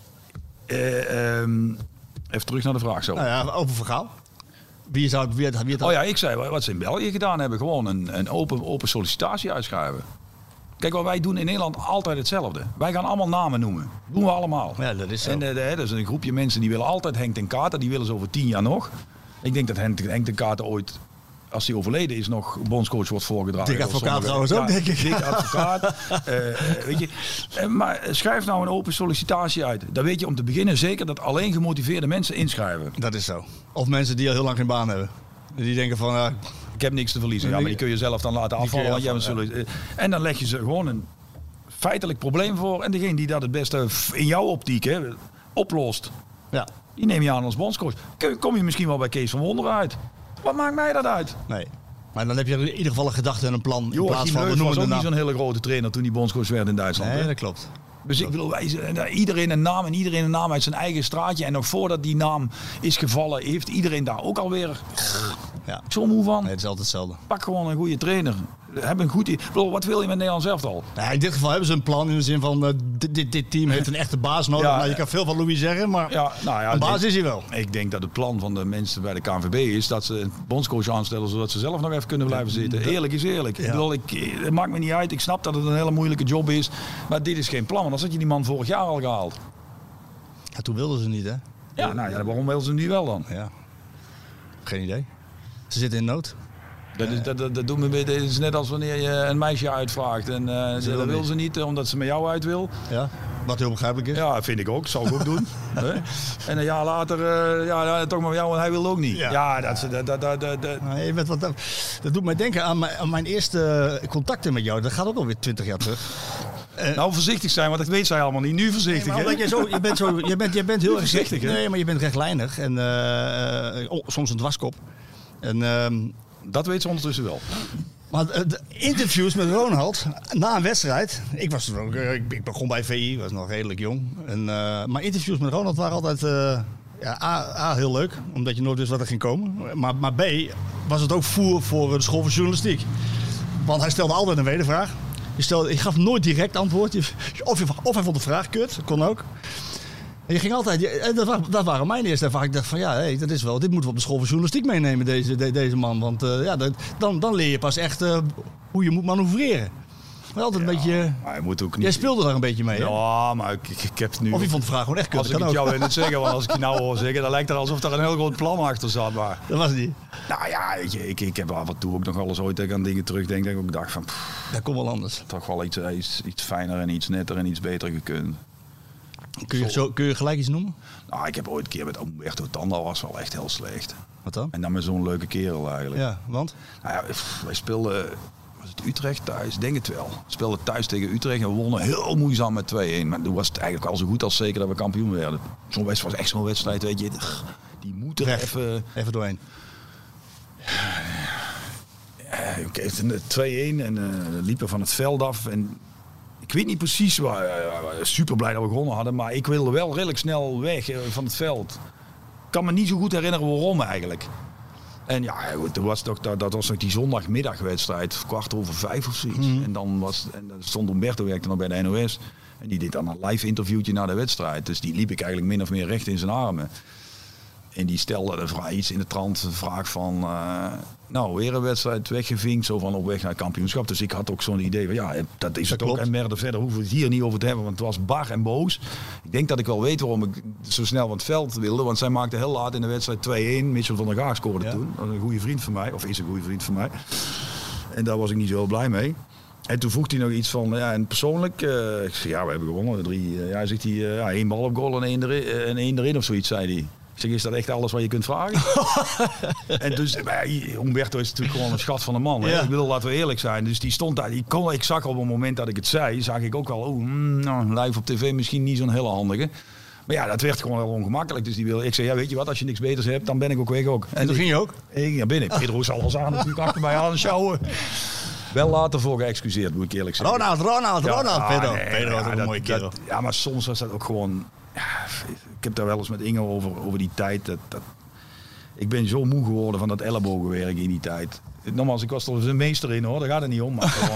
even terug naar de vraag zo. Nou ja, over Van Gaal. Wie het oh ja, ik zei wat ze in België gedaan hebben. Gewoon een open sollicitatie uitschrijven. Kijk, wat wij doen in Nederland altijd hetzelfde. Wij gaan allemaal namen noemen. Dat doen we allemaal. Ja, dat is zo. En er is een groepje mensen die willen altijd Henk ten Katen. Die willen ze over 10 jaar nog. Ik denk dat Henk ten Katen ooit, als hij overleden is, nog bondscoach wordt voorgedragen. Dik advocaat trouwens ook, denk ik. Dik advocaat. Weet je. Maar schrijf nou een open sollicitatie uit. Dan weet je om te beginnen zeker dat alleen gemotiveerde mensen inschrijven. Dat is zo. Of mensen die al heel lang geen baan hebben. Die denken van... ik heb niks te verliezen. Ja, maar die kun je zelf dan laten afvallen. En dan leg je ze gewoon een feitelijk probleem voor. En degene die dat het beste in jouw optiek oplost, ja. Die neem je aan als bondscoach. Kom je misschien wel bij Kees van Wonderen uit. Wat maakt mij dat uit? Nee. Maar dan heb je in ieder geval een gedachte en een plan. In plaats van we was ook niet zo'n hele grote trainer toen hij bondscoach werd in Duitsland. Nee, dat klopt. Dus ik bedoel, iedereen een naam en iedereen een naam uit zijn eigen straatje. En nog voordat die naam is gevallen, heeft iedereen daar ook alweer zo moe van. Nee, het is altijd hetzelfde. Pak gewoon een goede trainer. Heb een goed... Wat wil je met Nederland zelf al? Nou, in dit geval hebben ze een plan in de zin van dit team heeft een echte baas nodig. Ja, je kan veel van Louis zeggen, maar een baas is hij wel. Ik denk dat het plan van de mensen bij de KNVB is dat ze een bondscoach aanstellen zodat ze zelf nog even kunnen blijven zitten. Eerlijk is eerlijk. Ja. Ik bedoel, het maakt me niet uit. Ik snap dat het een hele moeilijke job is. Maar dit is geen plan. Want dan had je die man vorig jaar al gehaald. Ja, toen wilden ze niet, hè? Ja, nou ja, waarom wilden ze nu wel dan? Ja. Geen idee. Ze zitten in nood. Dat doet me weer. Het is net als wanneer je een meisje uitvraagt en dat wil ze niet omdat ze met jou uit wil. Ja, wat heel begrijpelijk is. Ja, vind ik ook. Zou ik ook doen. En een jaar later, toch maar met jou en hij wil ook niet. Ja, dat doet mij denken aan mijn eerste contacten met jou. Dat gaat ook alweer 20 jaar terug. Nou, voorzichtig zijn, want dat weet zij allemaal niet. Nu voorzichtig, nee, je bent heel erg voorzichtig. Nee, maar je bent rechtlijnig en soms een dwarskop. En dat weet ze ondertussen wel. Maar de interviews met Ronald na een wedstrijd. Ik begon bij VI, was nog redelijk jong. Maar interviews met Ronald waren altijd A, heel leuk, omdat je nooit wist wat er ging komen. Maar B, was het ook voer voor de school van journalistiek. Want hij stelde altijd een wedervraag. Ik gaf nooit direct antwoord. Of hij vond de vraag kut, dat kon ook. En je ging altijd, dat waren mijn eerste ervaringen. Ik dacht van dat is wel, dit moeten we op de school van journalistiek meenemen, deze man. Want dan leer je pas echt hoe je moet manoeuvreren. Maar altijd een beetje. Maar je moet ook niet... Jij speelde daar een beetje mee, hè? Ja, maar ik heb het nu. Of je vond de vraag gewoon echt kut. Als ik het jou net zeggen, want als ik je nou hoor zeggen, dan lijkt het alsof er een heel groot plan achter zat. Maar dat was het niet. Nou ja, ik heb af en toe ook nog wel eens ooit aan dingen terugdenken. Dat ik ook dacht van. Dat komt wel anders. Toch wel iets fijner en iets netter en iets beter gekund. Kun je gelijk iets noemen? Nou, ik heb ooit een keer met Umberto Tanda was wel echt heel slecht. Wat dan? En dan met zo'n leuke kerel eigenlijk. Ja, want? Nou ja, wij speelden, was het Utrecht thuis? Denk het wel. We speelden thuis tegen Utrecht en we wonnen heel moeizaam met 2-1. Maar toen was het eigenlijk al zo goed als zeker dat we kampioen werden. Zo'n wedstrijd was echt zo'n wedstrijd, weet je. Die moet er even doorheen. Oké, 2-1 en liepen van het veld af. En ik weet niet precies waar. Super blij dat we gewonnen hadden. Maar ik wilde wel redelijk snel weg van het veld. Ik kan me niet zo goed herinneren waarom eigenlijk. En ja, dat was nog die zondagmiddagwedstrijd, 4:15 of zoiets. En dan stond Umberto, werkte nog bij de NOS. En die deed dan een live interviewtje na de wedstrijd. Dus die liep ik eigenlijk min of meer recht in zijn armen. En die stelde iets in de trant, een vraag van... weer een wedstrijd weggevinkt, zo van op weg naar het kampioenschap. Dus ik had ook zo'n idee van, ja, dat is het ook. En verder hoeven we het hier niet over te hebben, want het was bar en boos. Ik denk dat ik wel weet waarom ik zo snel van het veld wilde. Want zij maakte heel laat in de wedstrijd 2-1. Mitchell van der Gaag scoorde toen. Dat was een goede vriend van mij, of is een goede vriend van mij. En daar was ik niet zo heel blij mee. En toen vroeg hij nog iets van, en persoonlijk... ik zei, ja, we hebben gewonnen. 3. Zegt hij, 1 bal op goal en 1 erin of zoiets, zei hij. Ik zeg, is dat echt alles wat je kunt vragen? En dus, Umberto is natuurlijk gewoon een schat van een man. Ja. Ik bedoel, laten we eerlijk zijn. Dus die stond daar. Ik zag op het moment dat ik het zei, zag ik ook al, live op tv misschien niet zo'n hele handige. Maar ja, dat werd gewoon heel ongemakkelijk. Dus ik zei, ja, weet je wat, als je niks beters hebt, dan ben ik ook weg ook. En toen ging je ook? Ik ging naar binnen. Pedro zal alles aan natuurlijk achter mij aan sjouwen. Wel later voor geëxcuseerd, moet ik eerlijk zeggen. Ronald. Pedro was een mooie kerel. Ja, maar soms was dat ook gewoon... Ja, ik heb daar wel eens met Inge over die tijd. Ik ben zo moe geworden van dat ellebogenwerk in die tijd. Nogmaals, ik was er een meester in hoor, daar gaat het niet om. Maar gewoon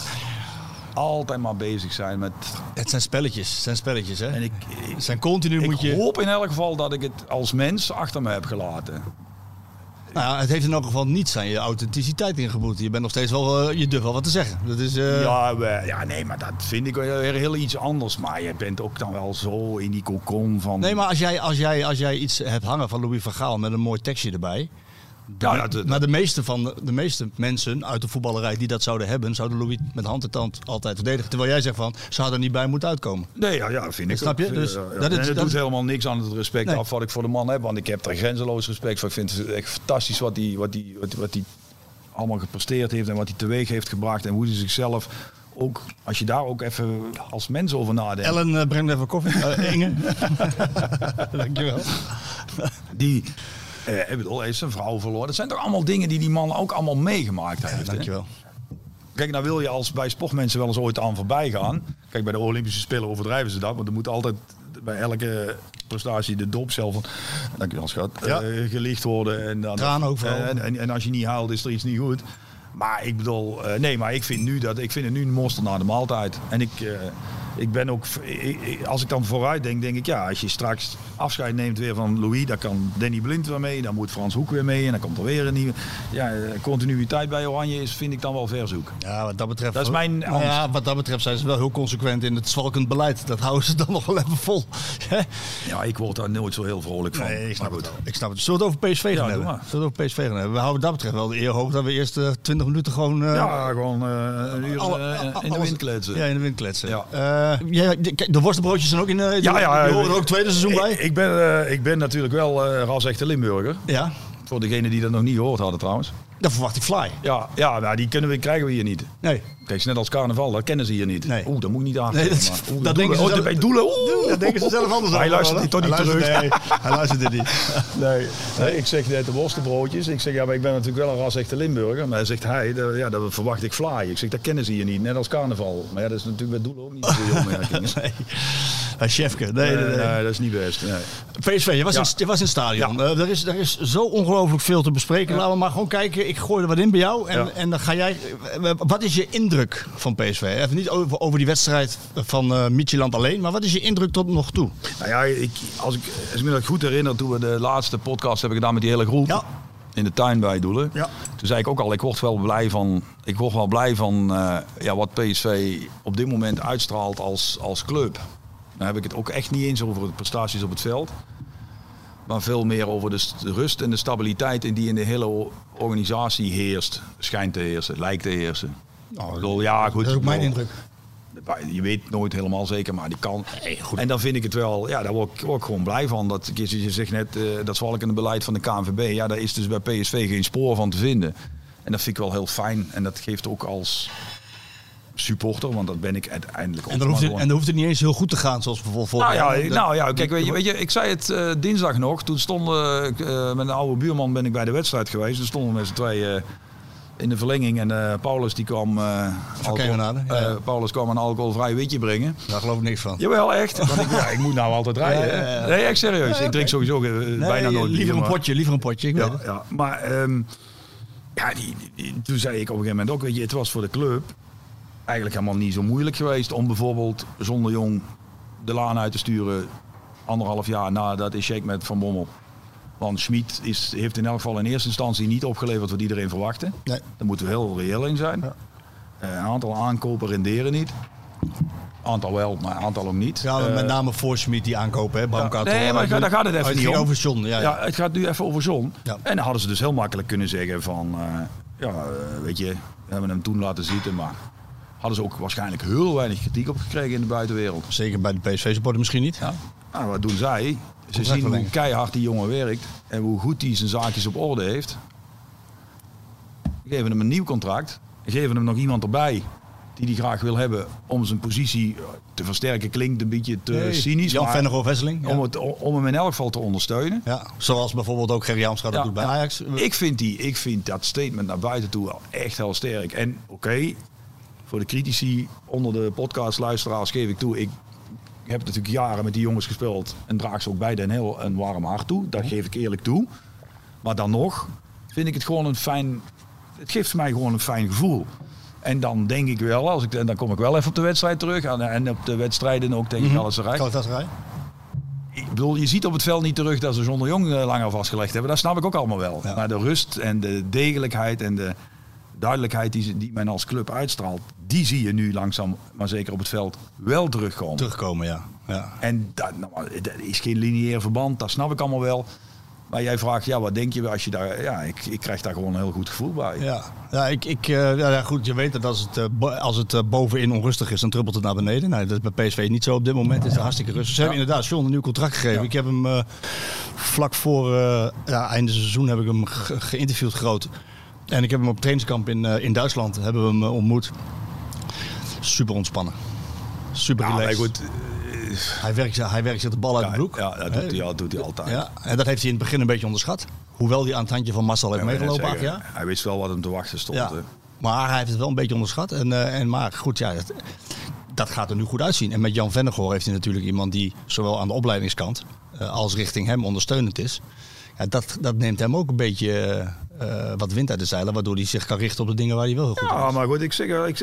altijd maar bezig zijn met... Het zijn spelletjes hè? En het zijn continu moet je... Ik hoop in elk geval dat ik het als mens achter me heb gelaten. Nou ja, het heeft in elk geval niets aan je authenticiteit ingeboet. Je bent nog steeds wel, je durft wel wat te zeggen. Dat is, nee, maar dat vind ik weer heel iets anders. Maar je bent ook dan wel zo in die cocon van... Nee, maar als jij iets hebt hangen van Louis van Gaal met een mooi tekstje erbij... Maar de meeste mensen uit de voetballerij die dat zouden hebben, zouden Louis met hand en tand altijd verdedigen. Terwijl jij zegt van, ze hadden er niet bij moeten uitkomen. Nee, vind ik. Snap je? Dus dat doet helemaal niks aan het respect af wat ik voor de man heb. Want ik heb er grenzeloos respect voor. Ik vind het echt fantastisch wat hij allemaal gepresteerd heeft en wat hij teweeg heeft gebracht. En hoe hij zichzelf ook, als je daar ook even als mens over nadenkt. Ellen, breng even koffie. Inge. Dankjewel. Hij is zijn vrouw verloren. Dat zijn toch allemaal dingen die man ook allemaal meegemaakt heeft. Dankjewel. Kijk, nou wil je als bij sportmensen wel eens ooit aan voorbij gaan. Kijk, bij de Olympische Spelen overdrijven ze dat. Want er moet altijd bij elke prestatie de doopcel van... Dankjewel, schat. Gelicht worden. En dan, Traan ook wel. En als je niet haalt, is er iets niet goed. Maar ik bedoel... maar ik vind het nu een monster na de maaltijd. En ik ben ook... als ik dan vooruit denk ik... Ja, als je straks afscheid neemt weer van Louis... dan kan Danny Blind weer mee. Dan moet Frans Hoek weer mee. En dan komt er weer een nieuwe... Ja, continuïteit bij Oranje vind ik dan wel verzoek. Ja, wat dat betreft... Dat is mijn angst. Ja, wat dat betreft zijn ze wel heel consequent in het zwalkend beleid. Dat houden ze dan nog wel even vol. Ja, ik word daar nooit zo heel vrolijk van. Nee, ik snap het. Zullen we het over PSV gaan hebben? We houden dat betreft wel de eer hoog dat we eerst 20 minuten gewoon... gewoon een uur in de wind kletsen. Ja, in de wind kletsen. Ja. De worstenbroodjes zijn ook in... Je hoort er ook tweede seizoen bij? Ik ben natuurlijk wel ras-echte Limburger. Ja. Voor degenen die dat nog niet gehoord hadden trouwens. Dan verwacht ik Fly. Ja, nou, die krijgen we hier niet. Nee. Kijk, net als carnaval, dat kennen ze hier niet. Nee. Dat moet ik niet aangeven. Nee, dat denken ze zelf, bij Doelen. Dat denken ze zelf anders. Hij luistert toch niet terug. Nee, hij luisterde niet. Nee, ik zeg net de worstenbroodjes. Ik zeg, maar ik ben natuurlijk wel een ras-echte Limburger. Maar zegt hij, dat verwacht ik Fly. Ik zeg, dat kennen ze hier niet. Net als carnaval. Maar dat is natuurlijk bij Doelen ook niet zo goede opmerkingen. Nee, chefke. Nee, dat is niet best. Nee. PSV, je was in het stadion. Ja. Er is zo ongelooflijk veel te bespreken. Laten we maar gewoon kijken. Ik gooi er wat in bij jou. En dan ga jij... Wat is je indruk van PSV? Even niet over die wedstrijd van Midtjylland alleen. Maar wat is je indruk tot nog toe? Nou ja, als ik me dat goed herinner. Toen we de laatste podcast hebben gedaan met die hele groep. Ja. In de tuin bij Doelen. Ja. Toen zei ik ook al, ik word wel blij van wat PSV op dit moment uitstraalt als club. Dan heb ik het ook echt niet eens over de prestaties op het veld. Maar veel meer over de rust en de stabiliteit die in de hele organisatie heerst. Schijnt te heersen, lijkt te heersen. Ja, goed. Dat is ook mijn indruk. Je weet nooit helemaal zeker, maar die kan. Nee, goed. En dan vind ik het wel, ja, daar word ik gewoon blij van. Dat, je zegt net, dat zwalkende beleid van de KNVB. Ja, daar is dus bij PSV geen spoor van te vinden. En dat vind ik wel heel fijn. En dat geeft ook als supporter, want dat ben ik uiteindelijk ook. En dan hoeft het niet eens heel goed te gaan, zoals bijvoorbeeld. Kijk, weet je, ik zei het dinsdag nog. Toen stonden met een oude buurman ben ik bij de wedstrijd geweest. Toen stonden we met z'n tweeën in de verlenging en Paulus die kwam. Paulus kwam een alcoholvrij witje brengen. Daar geloof ik niks van. Jawel, echt. Want ik moet nou altijd rijden. Ja. Nee, echt serieus. Ik drink sowieso bijna nooit liever bier. Liever een potje. Ik weet het. Ja, maar toen zei ik op een gegeven moment ook, weet je, het was voor de club eigenlijk helemaal niet zo moeilijk geweest om bijvoorbeeld zonder Jong de laan uit te sturen 1,5 jaar nadat is Sheikh met Van Bommel. Want Schmid heeft in elk geval in eerste instantie niet opgeleverd wat iedereen verwachtte. Nee. Daar moeten we heel reëel in zijn. Ja. Een aantal aankopen renderen niet. Aantal wel, maar een aantal ook niet. Ja, met name voor Schmid die aankopen, hè? Nee, maar daar gaat het even niet om. Over John, ja, het gaat nu even over John. Ja. En dan hadden ze dus heel makkelijk kunnen zeggen van, weet je, we hebben hem toen laten zitten, maar hadden ze ook waarschijnlijk heel weinig kritiek op gekregen in de buitenwereld. Zeker bij de PSV-supporter misschien niet. Ja. Nou, wat doen zij? Ze zien hoe keihard die jongen werkt en hoe goed hij zijn zaakjes op orde heeft. Geven hem een nieuw contract. Geven hem nog iemand erbij die graag wil hebben om zijn positie te versterken. Klinkt een beetje te cynisch. Jan Vennegoor-Wesseling. Ja. Om hem in elk geval te ondersteunen. Ja, zoals bijvoorbeeld ook Gerry Hamstra dat doet bij Ajax. Ik vind dat statement naar buiten toe wel echt heel sterk. En oké, voor de critici onder de podcastluisteraars geef ik toe. Ik heb natuurlijk jaren met die jongens gespeeld en draag ze ook beide een warm hart toe. Dat geef ik eerlijk toe. Maar dan nog vind ik het gewoon het geeft mij gewoon een fijn gevoel. En dan denk ik wel, dan kom ik wel even op de wedstrijd terug. En op de wedstrijden ook tegen Galatasaray. Ik bedoel, je ziet op het veld niet terug dat ze John de Jong langer vastgelegd hebben. Dat snap ik ook allemaal wel. Ja. Maar de rust en de degelijkheid en de duidelijkheid die men als club uitstraalt, die zie je nu langzaam, maar zeker op het veld, wel terugkomen. Ja. En dat is geen lineair verband, dat snap ik allemaal wel. Maar jij vraagt, wat denk je als je daar... Ja, ik krijg daar gewoon een heel goed gevoel bij. Goed, je weet dat als het bovenin onrustig is, dan druppelt het naar beneden. Nou, dat is bij PSV niet zo op dit moment. Het is hartstikke rustig. Ze hebben inderdaad John een nieuw contract gegeven. Ja. Ik heb hem vlak voor einde seizoen heb ik hem geïnterviewd groot. En ik heb hem op trainingskamp in Duitsland hebben we hem ontmoet. Super ontspannen. Super relaxed. Goed. Hij werkt zich de bal uit de broek. Ja, dat doet hij altijd. Ja, en dat heeft hij in het begin een beetje onderschat. Hoewel hij aan het handje van Marcel heeft meegelopen. Hij wist wel wat hem te wachten stond. Ja. Maar hij heeft het wel een beetje onderschat. Maar goed, dat gaat er nu goed uitzien. En met Jan Vennegoor heeft hij natuurlijk iemand die zowel aan de opleidingskant als richting hem ondersteunend is. Ja, dat neemt hem ook een beetje wat wind uit de zeilen. Waardoor hij zich kan richten op de dingen waar hij wel heel goed is. Ja, maar goed, ik zeg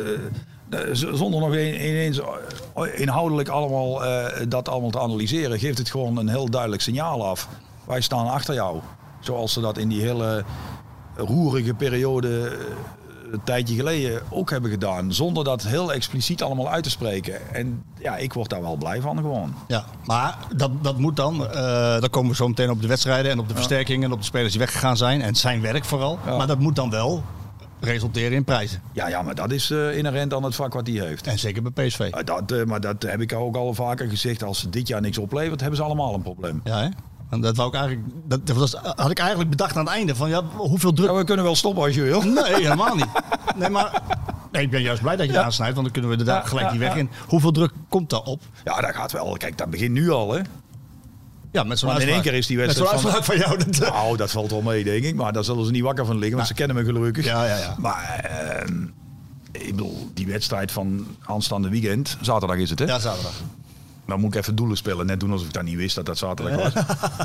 zonder nog ineens inhoudelijk dat allemaal te analyseren, geeft het gewoon een heel duidelijk signaal af. Wij staan achter jou. Zoals ze dat in die hele roerige periode een tijdje geleden ook hebben gedaan. Zonder dat heel expliciet allemaal uit te spreken. En ja, ik word daar wel blij van gewoon. Ja, maar dat moet dan. Dan komen we zo meteen op de wedstrijden en op de versterkingen en op de spelers die weggegaan zijn. En zijn werk vooral. Ja. Maar dat moet dan wel resulteren in prijzen. Ja, maar dat is inherent aan het vak wat hij heeft. En zeker bij PSV. Maar dat heb ik ook al vaker gezegd. Als ze dit jaar niks oplevert, hebben ze allemaal een probleem. Ja, hè? En dat had ik eigenlijk bedacht aan het einde. Van hoeveel druk... Ja, we kunnen wel stoppen als je wil. Nee, helemaal niet. Nee, ik ben juist blij dat je het aansnijdt. Want dan kunnen we er gelijk die weg in. Hoeveel druk komt daar op? Ja, dat gaat wel. Kijk, dat begint nu al, hè. Ja, met zo'n in één keer is die wedstrijd met zo'n uitspraak van jou. Nou, dat valt wel mee, denk ik. Maar daar zullen ze niet wakker van liggen. Want ze kennen me gelukkig. Ja. Maar ik bedoel, die wedstrijd van aanstaande weekend. Zaterdag is het, hè? Ja, zaterdag. Dan moet ik even doelen spelen. Net doen alsof ik dat niet wist dat dat zaterdag was.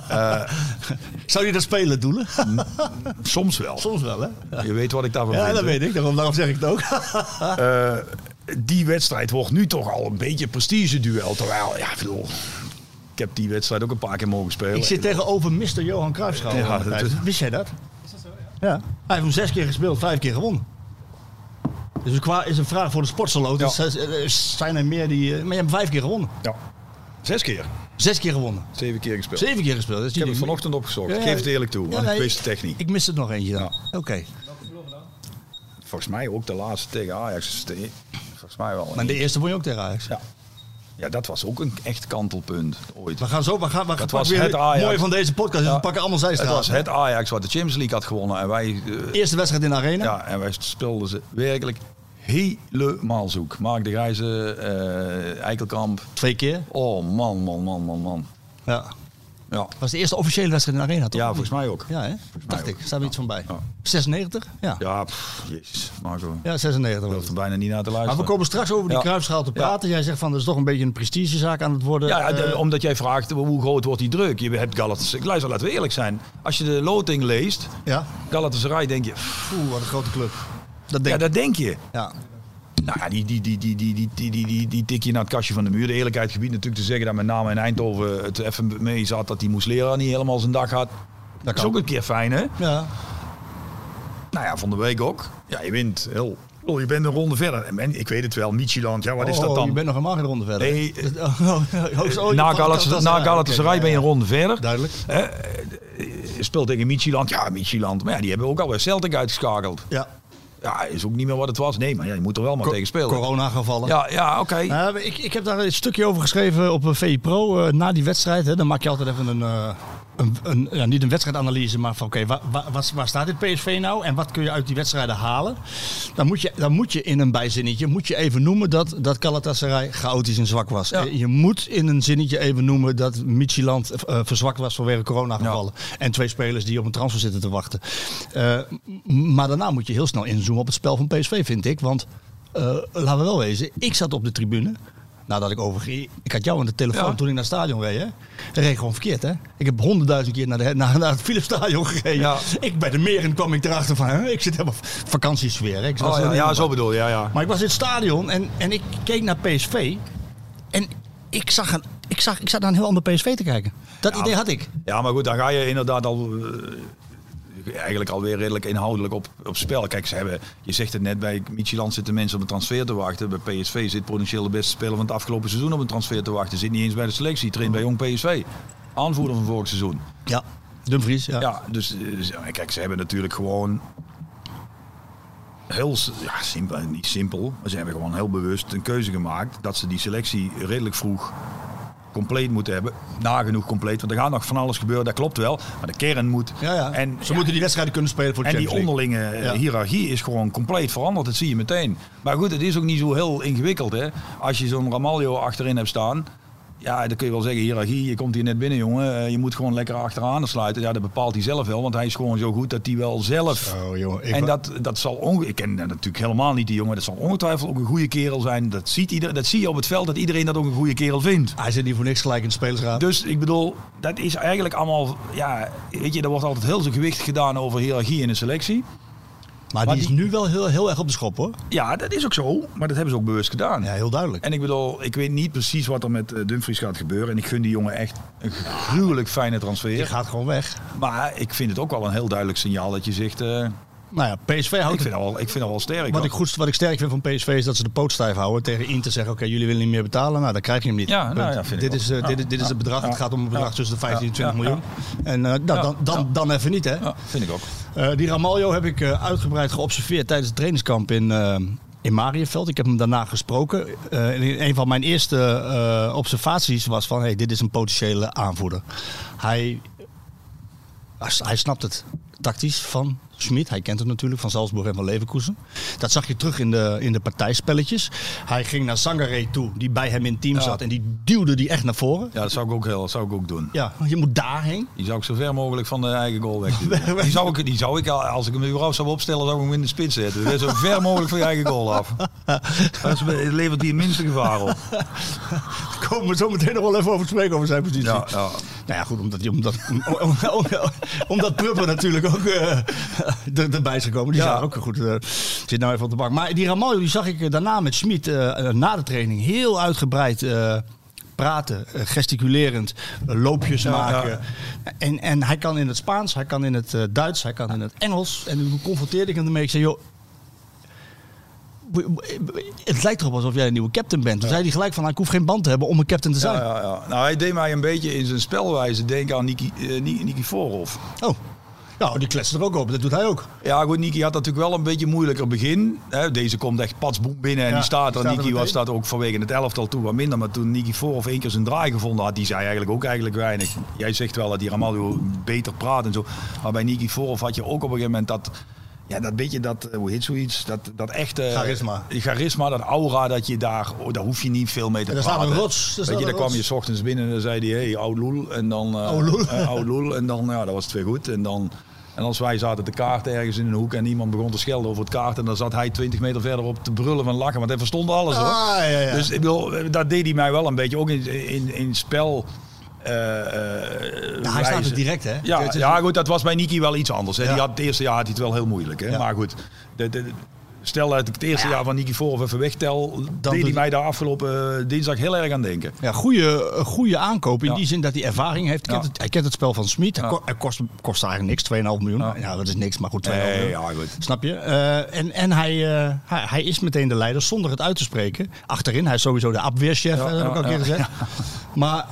Zou je dat spelen, doelen? Soms wel. Soms wel, hè? Ja. Je weet wat ik daarvan vind. Ja, dat weet ik. Daarom zeg ik het ook. Die wedstrijd wordt nu toch al een beetje prestige-duel. Terwijl, ik bedoel... Ik heb die wedstrijd ook een paar keer mogen spelen. Ik zit tegenover Mr. Johan Cruijffschaal. Ja, wist jij dat? Is dat zo, ja? Ja. Hij heeft hem 6 keer gespeeld, 5 keer gewonnen. Dus is een vraag voor de sportsalo. Ja. Dus zijn er meer die... Maar je hebt 5 keer gewonnen. Ja. 6 keer. 6 keer gewonnen. 7 keer gespeeld. 7 keer gespeeld. Ik heb het vanochtend opgezocht. Ik geef het eerlijk toe. Ik wist de techniek. Ik mis het nog eentje dan. Ja. Oké. Welke verloren dan? Volgens mij ook de laatste tegen Ajax. volgens mij wel. Maar de eerste won je ook tegen Ajax. Ja, dat was ook een echt kantelpunt ooit. We gaan dat was het Ajax. Mooi van deze podcast. We pakken allemaal zijstraat. Het was het Ajax wat de Champions League had gewonnen. En wij, eerste wedstrijd in de arena. Ja, en wij speelden ze werkelijk helemaal zoek. Mark de Grijze, Eikelkamp. 2 keer. Oh, man. Ja. Ja. Was de eerste officiële wedstrijd in de arena, toch? Ja, volgens mij ook. Ja, hè? Dacht ik. Staat er iets van bij. Ja. 96? Ja. Ja, jezus, Marco. Ja, 96. Ik hoef er bijna niet naar te luisteren. Maar we komen straks over die Cruijffschaal te praten. Jij zegt van, dat is toch een beetje een prestigezaak aan het worden. Ja, omdat jij vraagt, hoe groot wordt die druk? Je hebt Galatasaray. Luister, laten we eerlijk zijn. Als je de loting leest, Galatasaray, denk je... wat een grote club. Dat denk je. Ja. Nou ja, die tik je naar het kastje van de muur. De eerlijkheid gebied natuurlijk te zeggen dat met name in Eindhoven het even mee zat dat die Muslera niet helemaal zijn dag had. Dat is ook een keer fijn, hè? Ja. Nou ja, van de week ook. Ja, je wint heel... je bent een ronde verder. En ik weet het wel, Midtjylland, ja, wat is dat dan? Je bent nog helemaal geen ronde verder. Nee. Na Galatasaray ben je een ronde verder. Duidelijk. Je speelt tegen Midtjylland. Ja, Midtjylland. Maar ja, die hebben ook alweer Celtic uitgeschakeld. Ja. Ja, is ook niet meer wat het was. Nee, maar ja, je moet er wel maar tegen spelen. Corona gevallen. Ja, oké. Ik heb daar een stukje over geschreven op VI Pro na die wedstrijd. Hè. Dan maak je altijd even niet een wedstrijdanalyse, maar van waar staat dit PSV nou? En wat kun je uit die wedstrijden halen? Dan moet je in een bijzinnetje even noemen dat Galatasaray chaotisch en zwak was. Ja. Je moet in een zinnetje even noemen dat Midtjylland verzwakt was vanwege coronagevallen. Ja. En 2 spelers die op een transfer zitten te wachten. Maar daarna moet je heel snel inzoomen op het spel van PSV, vind ik. Want laten we wel wezen, ik zat op de tribune. Nadat ik overging. Ik had jou aan de telefoon toen ik naar het stadion reed. Hè? Dat reed gewoon verkeerd. Hè? Ik heb 100.000 keer naar het Philipsstadion gereden. Ja. Ik bij de meren kwam ik erachter van... Ik zit helemaal vakantiesfeer. Hè? Zo bedoel je. Ja. Maar ik was in het stadion en ik keek naar PSV. En ik zat naar een heel ander PSV te kijken. Dat idee had ik. Ja, maar goed, dan ga je inderdaad al... eigenlijk alweer redelijk inhoudelijk op spel. Kijk, je zegt het net, bij Midtjylland zitten mensen op een transfer te wachten. Bij PSV zit potentieel de beste speler van het afgelopen seizoen op een transfer te wachten. Zit niet eens bij de selectie, traint bij Jong PSV. Aanvoerder van vorig seizoen. Ja, Dumfries. Ja, dus kijk, ze hebben natuurlijk gewoon heel simpel, niet simpel, maar ze hebben gewoon heel bewust een keuze gemaakt dat ze die selectie redelijk vroeg compleet moeten hebben. Nagenoeg compleet. Want er gaat nog van alles gebeuren. Dat klopt wel. Maar de kern moet... Ja. En ze moeten die wedstrijden kunnen spelen voor de Champions League. En die onderlinge hiërarchie is gewoon compleet veranderd. Dat zie je meteen. Maar goed, het is ook niet zo heel ingewikkeld. Hè? Als je zo'n Ramaljo achterin hebt staan... Ja, dan kun je wel zeggen, hiërarchie, je komt hier net binnen, jongen. Je moet gewoon lekker achteraan sluiten. Ja, dat bepaalt hij zelf wel, want hij is gewoon zo goed dat hij wel zelf... Zo, jongen, en dat zal ik ken natuurlijk helemaal niet die jongen. Dat zal ongetwijfeld ook een goede kerel zijn. Dat zie je op het veld, dat iedereen dat ook een goede kerel vindt. Hij zit niet voor niks gelijk in de spelersraad. Dus ik bedoel, dat is eigenlijk allemaal... Ja, weet je, er wordt altijd heel veel gewicht gedaan over hiërarchie in een selectie. Maar die is nu wel heel erg op de schop, hoor. Ja, dat is ook zo. Maar dat hebben ze ook bewust gedaan. Ja, heel duidelijk. En ik bedoel, ik weet niet precies wat er met Dumfries gaat gebeuren. En ik gun die jongen echt een gruwelijk fijne transfer. Die gaat gewoon weg. Maar ik vind het ook wel een heel duidelijk signaal dat je zegt... nou ja, PSV houdt... Ik vind dat wel sterk. Wat ik sterk vind van PSV is dat ze de poot stijf houden. Tegen Inter zeggen, oké, jullie willen niet meer betalen. Nou, dan krijg je hem niet. Ja, dit is het bedrag. Het gaat om een bedrag tussen de 15 en 20 miljoen. En dan even niet, hè. Ja, vind ik ook. Die Ramaljo heb ik uitgebreid geobserveerd tijdens het trainingskamp in Mariënveld. Ik heb hem daarna gesproken. Een van mijn eerste observaties was van... dit is een potentiële aanvoerder. Hij snapt het tactisch van Schmid. Hij kent het natuurlijk van Salzburg en van Leverkusen. Dat zag je terug in de partijspelletjes. Hij ging naar Sangaré toe, die bij hem in het team zat. En die duwde die echt naar voren. Ja, dat zou ik ook doen. Ja, je moet daarheen. Die zou ik zo ver mogelijk van de eigen goal wegduwen. die zou ik, als ik hem überhaupt zou opstellen, zou ik hem in de spits zetten. Dus zo ver mogelijk van je eigen goal af. Dat levert die het minste gevaar op. Daar komen we zo meteen nog wel even over te spreken over zijn positie. Ja. Nou ja, goed, omdat Prupper natuurlijk ook erbij is gekomen. Die zag ook goed. Zit nou even op de bank. Maar die Ramaljo, die zag ik daarna met Schmid na de training heel uitgebreid praten, gesticulerend, loopjes maken. Ja. En hij kan in het Spaans, hij kan in het Duits, hij kan in het Engels. En toen confronteerde ik hem ermee. Ik zei, joh, het lijkt erop alsof jij een nieuwe captain bent. Toen zei hij gelijk van, ik hoef geen band te hebben om een captain te zijn. Ja. Nou, hij deed mij een beetje in zijn spelwijze denken aan Nikiforov. Oh. Ja, die kletst er ook op. Dat doet hij ook. Ja, goed, Niki had natuurlijk wel een beetje moeilijker begin. Deze komt echt patsboem binnen en die staat er. Niki was dat ook vanwege het elftal toen wat minder. Maar toen Niki Voorhof 1 keer zijn draai gevonden had, die zei eigenlijk weinig. Jij zegt wel dat die Ramalho beter praat en zo. Maar bij Niki Voorhof had je ook op een gegeven moment dat... Ja, dat beetje dat, hoe heet zoiets? Dat echte... Charisma, dat aura, dat je daar hoef je niet veel mee te praten. Daar staat een rots. Dan kwam je 's ochtends binnen en dan zei hij, hey, oud loel. En dan... oud loel. En dan, ja, dat was het weer goed. En als wij zaten te kaarten ergens in een hoek en iemand begon te schelden over het kaart. En dan zat hij 20 meter verderop te brullen van lachen. Want hij verstond alles, hoor. Ja. Dus ik bedoel, dat deed hij mij wel een beetje. Ook in spel... hij staat er direct, hè? Ja, goed, dat was bij Niki wel iets anders. Hè. Die had het eerste jaar had hij het wel heel moeilijk. Hè. Ja. Maar goed, stel dat ik het eerste jaar van Niki Voorhof even wegtel, deed hij mij daar afgelopen dinsdag heel erg aan denken. Ja, goede aankoop in die zin dat hij ervaring heeft. Hij kent het spel van Smit. Hij kost eigenlijk niks, 2,5 miljoen. Ja, dat is niks, maar goed, 2,5 miljoen. Ja, goed. Snap je? En hij is meteen de leider zonder het uit te spreken. Achterin, hij is sowieso de abweerchef, dat heb ik al een keer gezegd. Ja. Maar...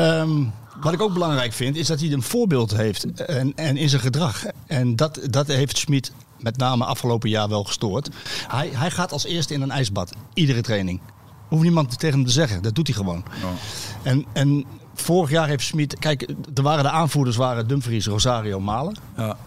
wat ik ook belangrijk vind, is dat hij een voorbeeld heeft en in zijn gedrag. En dat heeft Smit met name afgelopen jaar wel gestoord. Hij gaat als eerste in een ijsbad. Iedere training. Hoeft niemand tegen hem te zeggen. Dat doet hij gewoon. Oh. En vorig jaar heeft Smit... Kijk, de aanvoerders waren Dumfries, Rosario, Malen. Ja.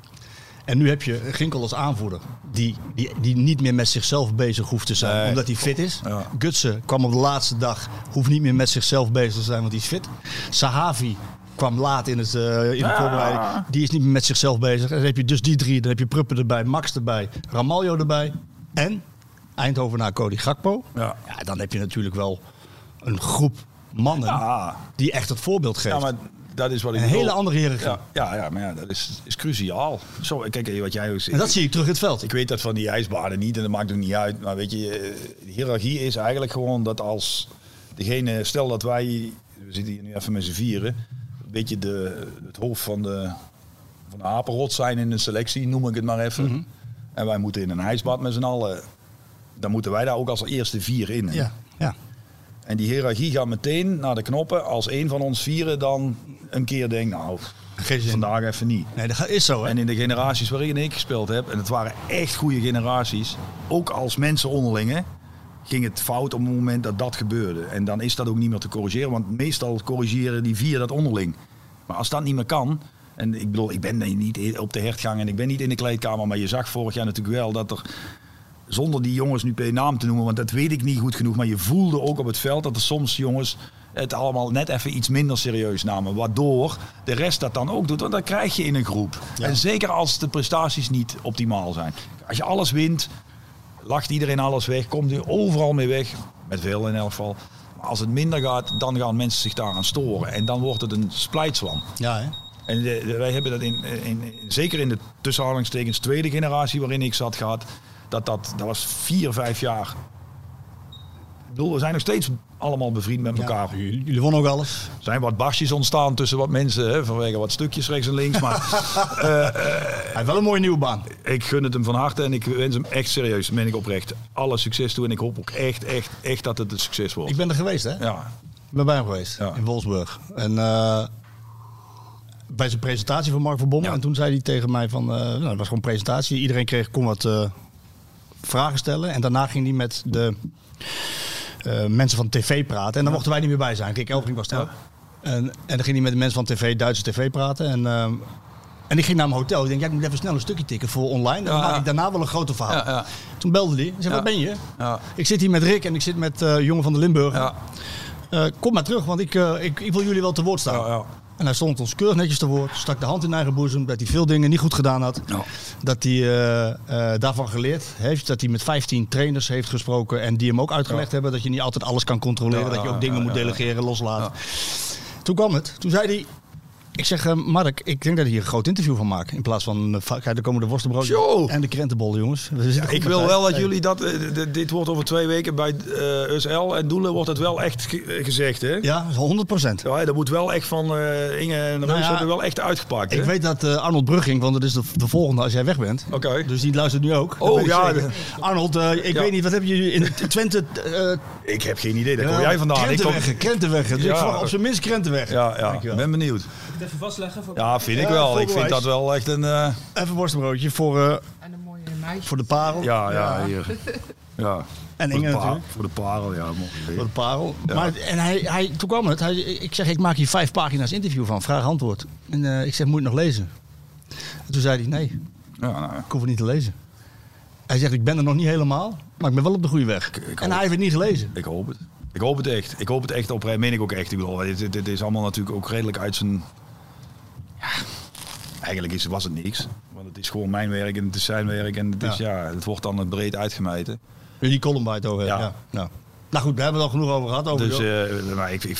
En nu heb je Ginkel als aanvoerder. Die niet meer met zichzelf bezig hoeft te zijn. Omdat hij fit is. Ja. Gutsen kwam op de laatste dag. Hoeft niet meer met zichzelf bezig te zijn, want hij is fit. Sahavi kwam laat in de voorbereiding. Die is niet meer met zichzelf bezig. En dan heb je dus die drie. Dan heb je Pruppen erbij, Max erbij, Ramalho erbij. En Eindhovenaar Cody Gakpo. Ja, dan heb je natuurlijk wel een groep mannen die echt het voorbeeld geeft. Ja, maar dat is wat ik een hele andere hiërarchie. Ja, maar dat is cruciaal. Zo, kijk, wat jij ook zegt. En dat zie ik terug in het veld. Ik weet dat van die ijsbaden niet en dat maakt ook niet uit. Maar weet je, de hiërarchie is eigenlijk gewoon dat als degene... Stel dat we zitten hier nu even met z'n vieren. Een beetje het hoofd van de apenrot zijn in een selectie, noem ik het maar even. Mm-hmm. En wij moeten in een ijsbad met z'n allen. Dan moeten wij daar ook als eerste 4 in. Ja. En die hiërarchie gaat meteen naar de knoppen als een van ons 4 dan een keer denkt, nou, vandaag even niet. Nee, dat is zo, hè? En in de generaties waarin ik gespeeld heb, en het waren echt goede generaties, ook als mensen onderling, ging het fout op het moment dat gebeurde. En dan is dat ook niet meer te corrigeren, want meestal corrigeren die 4 dat onderling. Maar als dat niet meer kan, en ik bedoel, ik ben niet op de hertgang en ik ben niet in de kleedkamer, maar je zag vorig jaar natuurlijk wel dat er... Zonder die jongens nu per naam te noemen, want dat weet ik niet goed genoeg. Maar je voelde ook op het veld dat er soms jongens het allemaal net even iets minder serieus namen. Waardoor de rest dat dan ook doet. Want dat krijg je in een groep. Ja. En zeker als de prestaties niet optimaal zijn. Als je alles wint, lacht iedereen alles weg. Komt er overal mee weg. Met veel in elk geval. Maar als het minder gaat, dan gaan mensen zich daaraan storen. En dan wordt het een splijtswam. Ja, hè? En wij hebben dat zeker in de tussenhalingstekens tweede generatie waarin ik zat gehad. Dat was 4-5 jaar. Ik bedoel, we zijn nog steeds allemaal bevriend met elkaar. Jullie wonnen ook alles. Er zijn wat barstjes ontstaan tussen wat mensen, vanwege wat stukjes rechts en links. Maar hij heeft wel een mooie nieuwe baan. Ik gun het hem van harte en ik wens hem echt serieus, dat meen ik oprecht, alle succes toe. En ik hoop ook echt dat het een succes wordt. Ik ben er geweest, hè? Ja. Ik ben bij hem geweest, in Wolfsburg. En bij zijn presentatie van Mark van Bommel. Ja. En toen zei hij tegen mij van, het was gewoon een presentatie. Iedereen kon wat... vragen stellen. En daarna ging hij met de mensen van tv praten. En dan mochten wij niet meer bij zijn. Kijk, Elfrink was er. En dan ging hij met de mensen van tv, Duitse tv praten. En ik ging naar mijn hotel. Ik denk, ik moet even snel een stukje tikken voor online. Dan maak ik daarna wel een groter verhaal. Ja. Toen belde hij. Hij zei, waar ben je? Ja. Ik zit hier met Rick en ik zit met jongen van de Limburger. Ja. Kom maar terug, want ik wil jullie wel te woord staan. Ja. En hij stond ons keurig netjes te woord, stak de hand in eigen boezem, dat hij veel dingen niet goed gedaan had. Ja. Dat hij daarvan geleerd heeft, dat hij met 15 trainers heeft gesproken en die hem ook uitgelegd hebben dat je niet altijd alles kan controleren, dat je ook dingen moet delegeren, loslaten. Ja. Toen kwam het, toen zei hij... Ik zeg, Mark, ik denk dat ik hier een groot interview van maak. In plaats van, kijk, er komen de worstenbroodjes en de krentenbollen, jongens. Ik wil wel dat jullie dat, dit wordt over 2 weken bij USL en Doelen wordt het wel echt gezegd, hè? Ja, 100%. Ja, dat moet wel echt van Inge en Reus worden wel echt uitgepakt, hè? Ik weet dat Arnold Brugging, want dat is de volgende als jij weg bent. Oké. Dus die luistert nu ook. Oh ja. Arnold, ik weet niet, wat hebben jullie in Twente... ik heb geen idee, daar kom jij vandaan. Krentenweg. Dus op zijn minst Krentenweg. Ja, ben benieuwd. even vastleggen? Ja, vind ik wel. Ik vind dat wel echt een... Even worstenbroodje voor, En een mooie meisje. voor de parel. Ja, hier. Ja. En Inge natuurlijk. Voor de parel, ja. Mooi. Voor de parel. Ja. Maar, en hij, toen kwam het. Ik zeg, ik maak hier 5 pagina's interview van. Vraag-antwoord. En ik zeg, moet je het nog lezen? En toen zei hij, nee. Ja, nou ja. Ik hoef het niet te lezen. Hij zegt, ik ben er nog niet helemaal. Maar ik ben wel op de goede weg. En hij heeft het niet gelezen. Ik hoop het. Ik hoop het echt. Ik hoop het echt oprecht. Meen ik ook echt. Ik bedoel, dit is allemaal natuurlijk ook redelijk uit zijn... Ja, eigenlijk was het niks. Want het is gewoon mijn werk en het is zijn werk. En het, is, het wordt dan breed uitgemeten. Die column waar je het over hebt. Ja. Ja. Nou goed, we hebben het al genoeg over gehad. Over Dus maar ik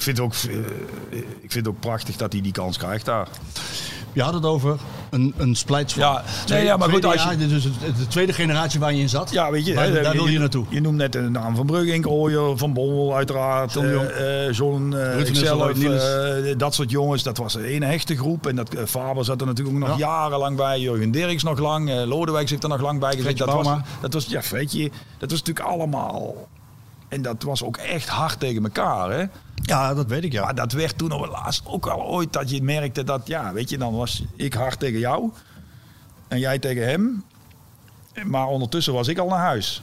vind het ook prachtig dat hij die kans krijgt daar. Je had het over een splijt. Ja, maar goed, als je... Dus de tweede generatie waar je in zat. Ja, weet je, daar wil je naartoe. Je noemt net de naam van Brugging, Ooyer, Van Bommel uiteraard, John, ikzelf, dat soort jongens. Dat was een hechte groep. En dat Faber zat er natuurlijk ook nog jarenlang bij. Jurgen Dirks nog lang. Lodewijks heeft er nog lang bij gezeten. Dat was natuurlijk allemaal... En dat was ook echt hard tegen elkaar, hè? Ja, dat weet ik, ja. Maar dat werd toen op het laatst ook al ooit dat je merkte dat, ja, weet je, dan was ik hard tegen jou en jij tegen hem. Maar ondertussen was ik al naar huis.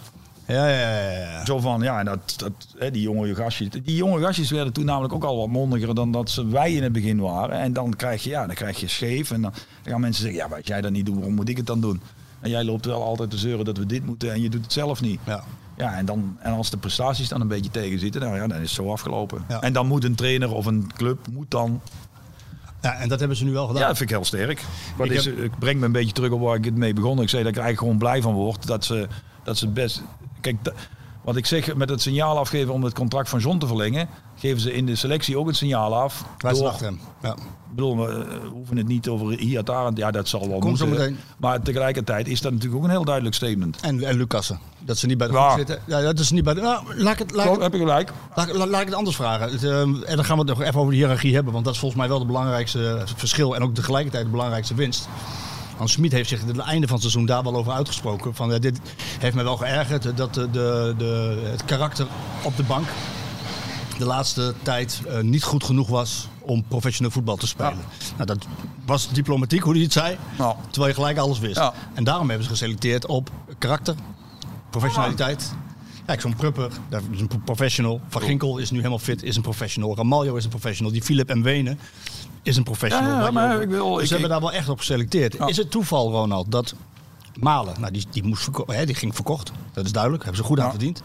Ja. Zo van, ja, en die jonge gastjes werden toen namelijk ook al wat mondiger dan dat wij in het begin waren. En dan krijg je scheef en dan gaan mensen zeggen, ja, maar als jij dat niet doet, waarom moet ik het dan doen? En jij loopt wel altijd te zeuren dat we dit moeten en je doet het zelf niet. Ja. Ja, en als de prestaties dan een beetje tegen zitten, dan is het zo afgelopen. Ja. En dan moet een trainer of een club dan... Ja, en dat hebben ze nu wel gedaan. Ja, dat vind ik heel sterk. Ik breng me een beetje terug op waar ik het mee begon. Ik zei dat ik er eigenlijk gewoon blij van word. Dat ze best... Kijk, wat ik zeg met het signaal afgeven om het contract van John te verlengen, geven ze in de selectie ook het signaal af. Wij zijn achter hem. Ja. Ik bedoel, we hoeven het niet over Iataren. Ja, dat zal wel Komt zo moeten. meteen. Maar tegelijkertijd is dat natuurlijk ook een heel duidelijk statement. En Lucassen. Dat ze niet bij de groep zitten. Ja, dat is niet bij de... Nou, Heb je gelijk. Laat ik het anders vragen. En dan gaan we het nog even over de hiërarchie hebben. Want dat is volgens mij wel het belangrijkste verschil. En ook tegelijkertijd de belangrijkste winst. Want Smit heeft zich aan het einde van het seizoen daar wel over uitgesproken. Van, dit heeft mij wel geërgerd. Dat het karakter op de bank de laatste tijd niet goed genoeg was om professioneel voetbal te spelen. Ja. Nou, dat was diplomatiek, hoe hij het zei. Ja. Terwijl je gelijk alles wist. Ja. En daarom hebben ze geselecteerd op karakter, professionaliteit. Kijk, zo'n Prupper, dat is een professional. Van Ginkel is nu helemaal fit, is een professional. Ramaljo is een professional. Die Philip en Wenen is een professional. Ja, maar ze hebben daar wel echt op geselecteerd. Ja. Is het toeval, Ronald, dat Malen, nou, die ging verkocht. Dat is duidelijk, hebben ze goed aan verdiend.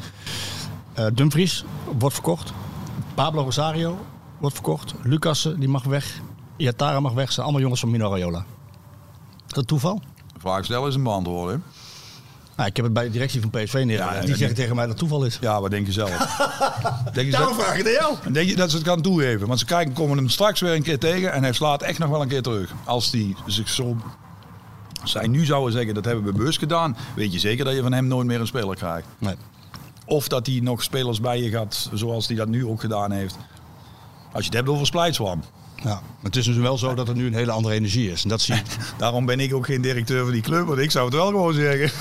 Dumfries wordt verkocht. Pablo Rosario wordt verkocht. Lucassen, die mag weg. Iatara mag weg. Ze zijn allemaal jongens van Mino Raiola. Is dat toeval? De vraag stellen is een beantwoorden. Nou, ik heb het bij de directie van PSV neergelegd. Ja, die zeggen tegen mij dat het toeval is. Ja, wat denk je zelf? Daarom vraag ik het aan jou. Denk je dat ze het kan toegeven? Want ze komen hem straks weer een keer tegen en hij slaat echt nog wel een keer terug. Als die zich zo... Zij nu zouden zeggen, dat hebben we bewust gedaan, weet je zeker dat je van hem nooit meer een speler krijgt. Nee. Of dat hij nog spelers bij je gaat, zoals hij dat nu ook gedaan heeft. Als je het hebt over Splijtswam. Ja, maar het is dus wel zo dat er nu een hele andere energie is. En dat zie je. Daarom ben ik ook geen directeur van die club, want ik zou het wel gewoon zeggen.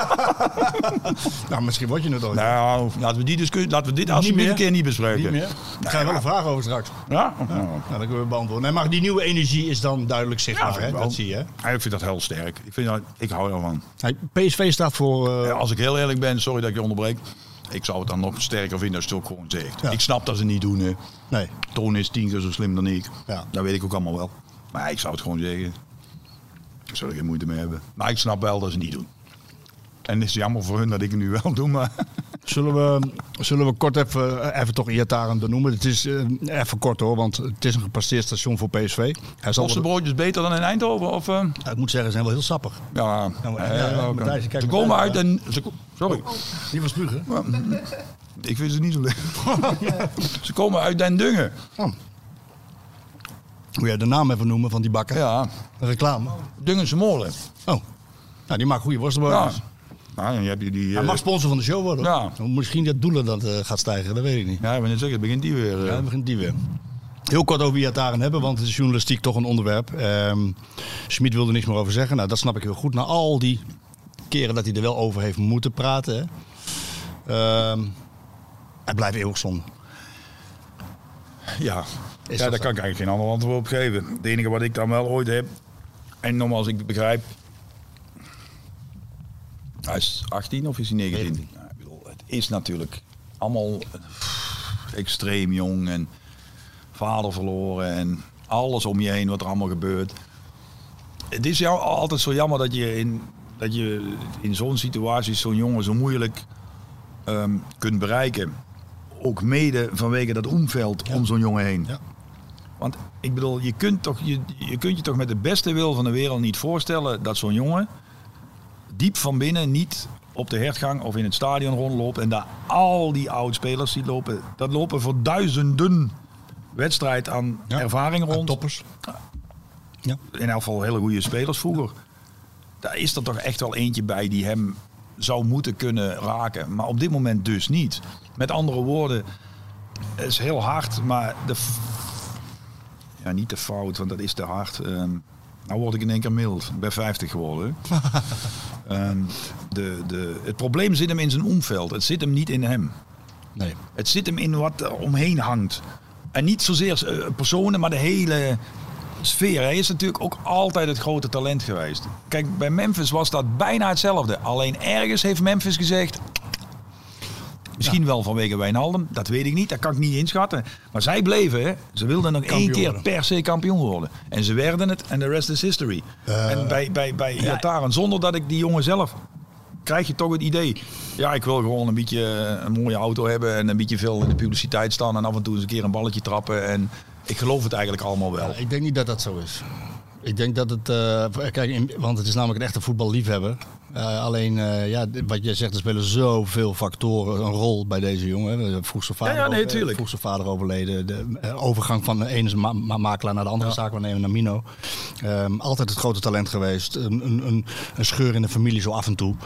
Nou, misschien word je het ooit. Nou, laten we dit alsjeblieft een keer niet bespreken. Niet meer? Daar ga je wel een vraag over straks. Ja? Nou, dat kunnen we beantwoorden. Nee, maar die nieuwe energie is dan duidelijk zichtbaar. Hè? Dat zie je. Ja, ik vind dat heel sterk. Ik hou ervan. PSV staat voor... Als ik heel eerlijk ben, sorry dat ik je onderbreek. Ik zou het dan nog sterker vinden als je het ook gewoon zegt. Ja. Ik snap dat ze het niet doen. Hè. Nee. Toon is 10 keer zo slim dan ik. Ja. Dat weet ik ook allemaal wel. Maar ik zou het gewoon zeggen. Ik zou er geen moeite mee hebben. Maar ik snap wel dat ze het niet doen. En het is jammer voor hun dat ik het nu wel doe. Maar... Zullen we kort even toch Iataren benoemen? Het is even kort hoor, want het is een gepasseerd station voor PSV. Broodjes beter dan in Eindhoven? Of, ik moet zeggen, ze zijn wel heel sappig. Ja. Matthijs, ze komen uit en... Sorry. Die van Spugen? Ik vind ze niet zo leuk. Ze komen uit Den Dungen. Oh. Moet jij de naam even noemen van die bakker? Ja. De reclame. Dungense Molen. Oh. Nou, die maakt goede worstenbroodjes. Ja. Nou, en heb je die, hij mag sponsor van de show worden. Ja. Misschien dat Doelen dat gaat stijgen, dat weet ik niet. Ja, ik ben net zeggen, begint die weer. Ja, begint die weer. Heel kort over Iataren hebben, want het is journalistiek toch een onderwerp. Smit wilde niks meer over zeggen. Nou, dat snap ik heel goed. Na al die keren dat hij er wel over heeft moeten praten. Hij blijft eeuwig zonde. Ja. Ja, daar kan ik eigenlijk geen ander antwoord op geven. Het enige wat ik dan wel ooit heb, en nogmaals, ik begrijp, hij is 18 of is hij 19? Nou, ik bedoel, het is natuurlijk allemaal extreem jong en vader verloren en alles om je heen wat er allemaal gebeurt. Het is altijd zo jammer dat je in zo'n situatie zo'n jongen zo moeilijk kunt bereiken. Ook mede vanwege dat omveld om zo'n jongen heen. Ja. Want ik bedoel, je kunt je toch met de beste wil van de wereld niet voorstellen dat zo'n jongen diep van binnen niet op de hertgang of in het stadion rondloopt en daar al die oud-spelers ziet lopen. Dat lopen voor duizenden wedstrijd aan ervaring rond. Toppers. Ja. In elk geval hele goede spelers vroeger. Daar is er toch echt wel eentje bij die hem zou moeten kunnen raken. Maar op dit moment dus niet. Met andere woorden, het is heel hard, maar niet de fout, want dat is te hard. Nou word ik in één keer mild. Ik ben 50 geworden. Het probleem zit hem in zijn omveld. Het zit hem niet in hem. Nee. Het zit hem in wat er omheen hangt. En niet zozeer personen, maar de hele sfeer. Hij is natuurlijk ook altijd het grote talent geweest. Kijk, bij Memphis was dat bijna hetzelfde. Alleen ergens heeft Memphis gezegd, misschien wel vanwege Wijnaldum, dat weet ik niet, dat kan ik niet inschatten. Maar zij bleven, hè. Ze wilden nog één keer per se kampioen worden. En ze werden het en the rest is history. En bij Iataren, zonder dat ik die jongen zelf, krijg je toch het idee, ja, ik wil gewoon een beetje een mooie auto hebben en een beetje veel in de publiciteit staan en af en toe eens een keer een balletje trappen. En ik geloof het eigenlijk allemaal wel. Ja, ik denk niet dat dat zo is. Ik denk dat het, want het is namelijk een echte voetballiefhebber. Alleen, wat jij zegt, er spelen zoveel factoren een rol bij deze jongen. Vroeg zijn vader overleden. De overgang van de ene makelaar naar de andere zaakwaarnemer naar Mino. Altijd het grote talent geweest. Een scheur in de familie zo af en toe.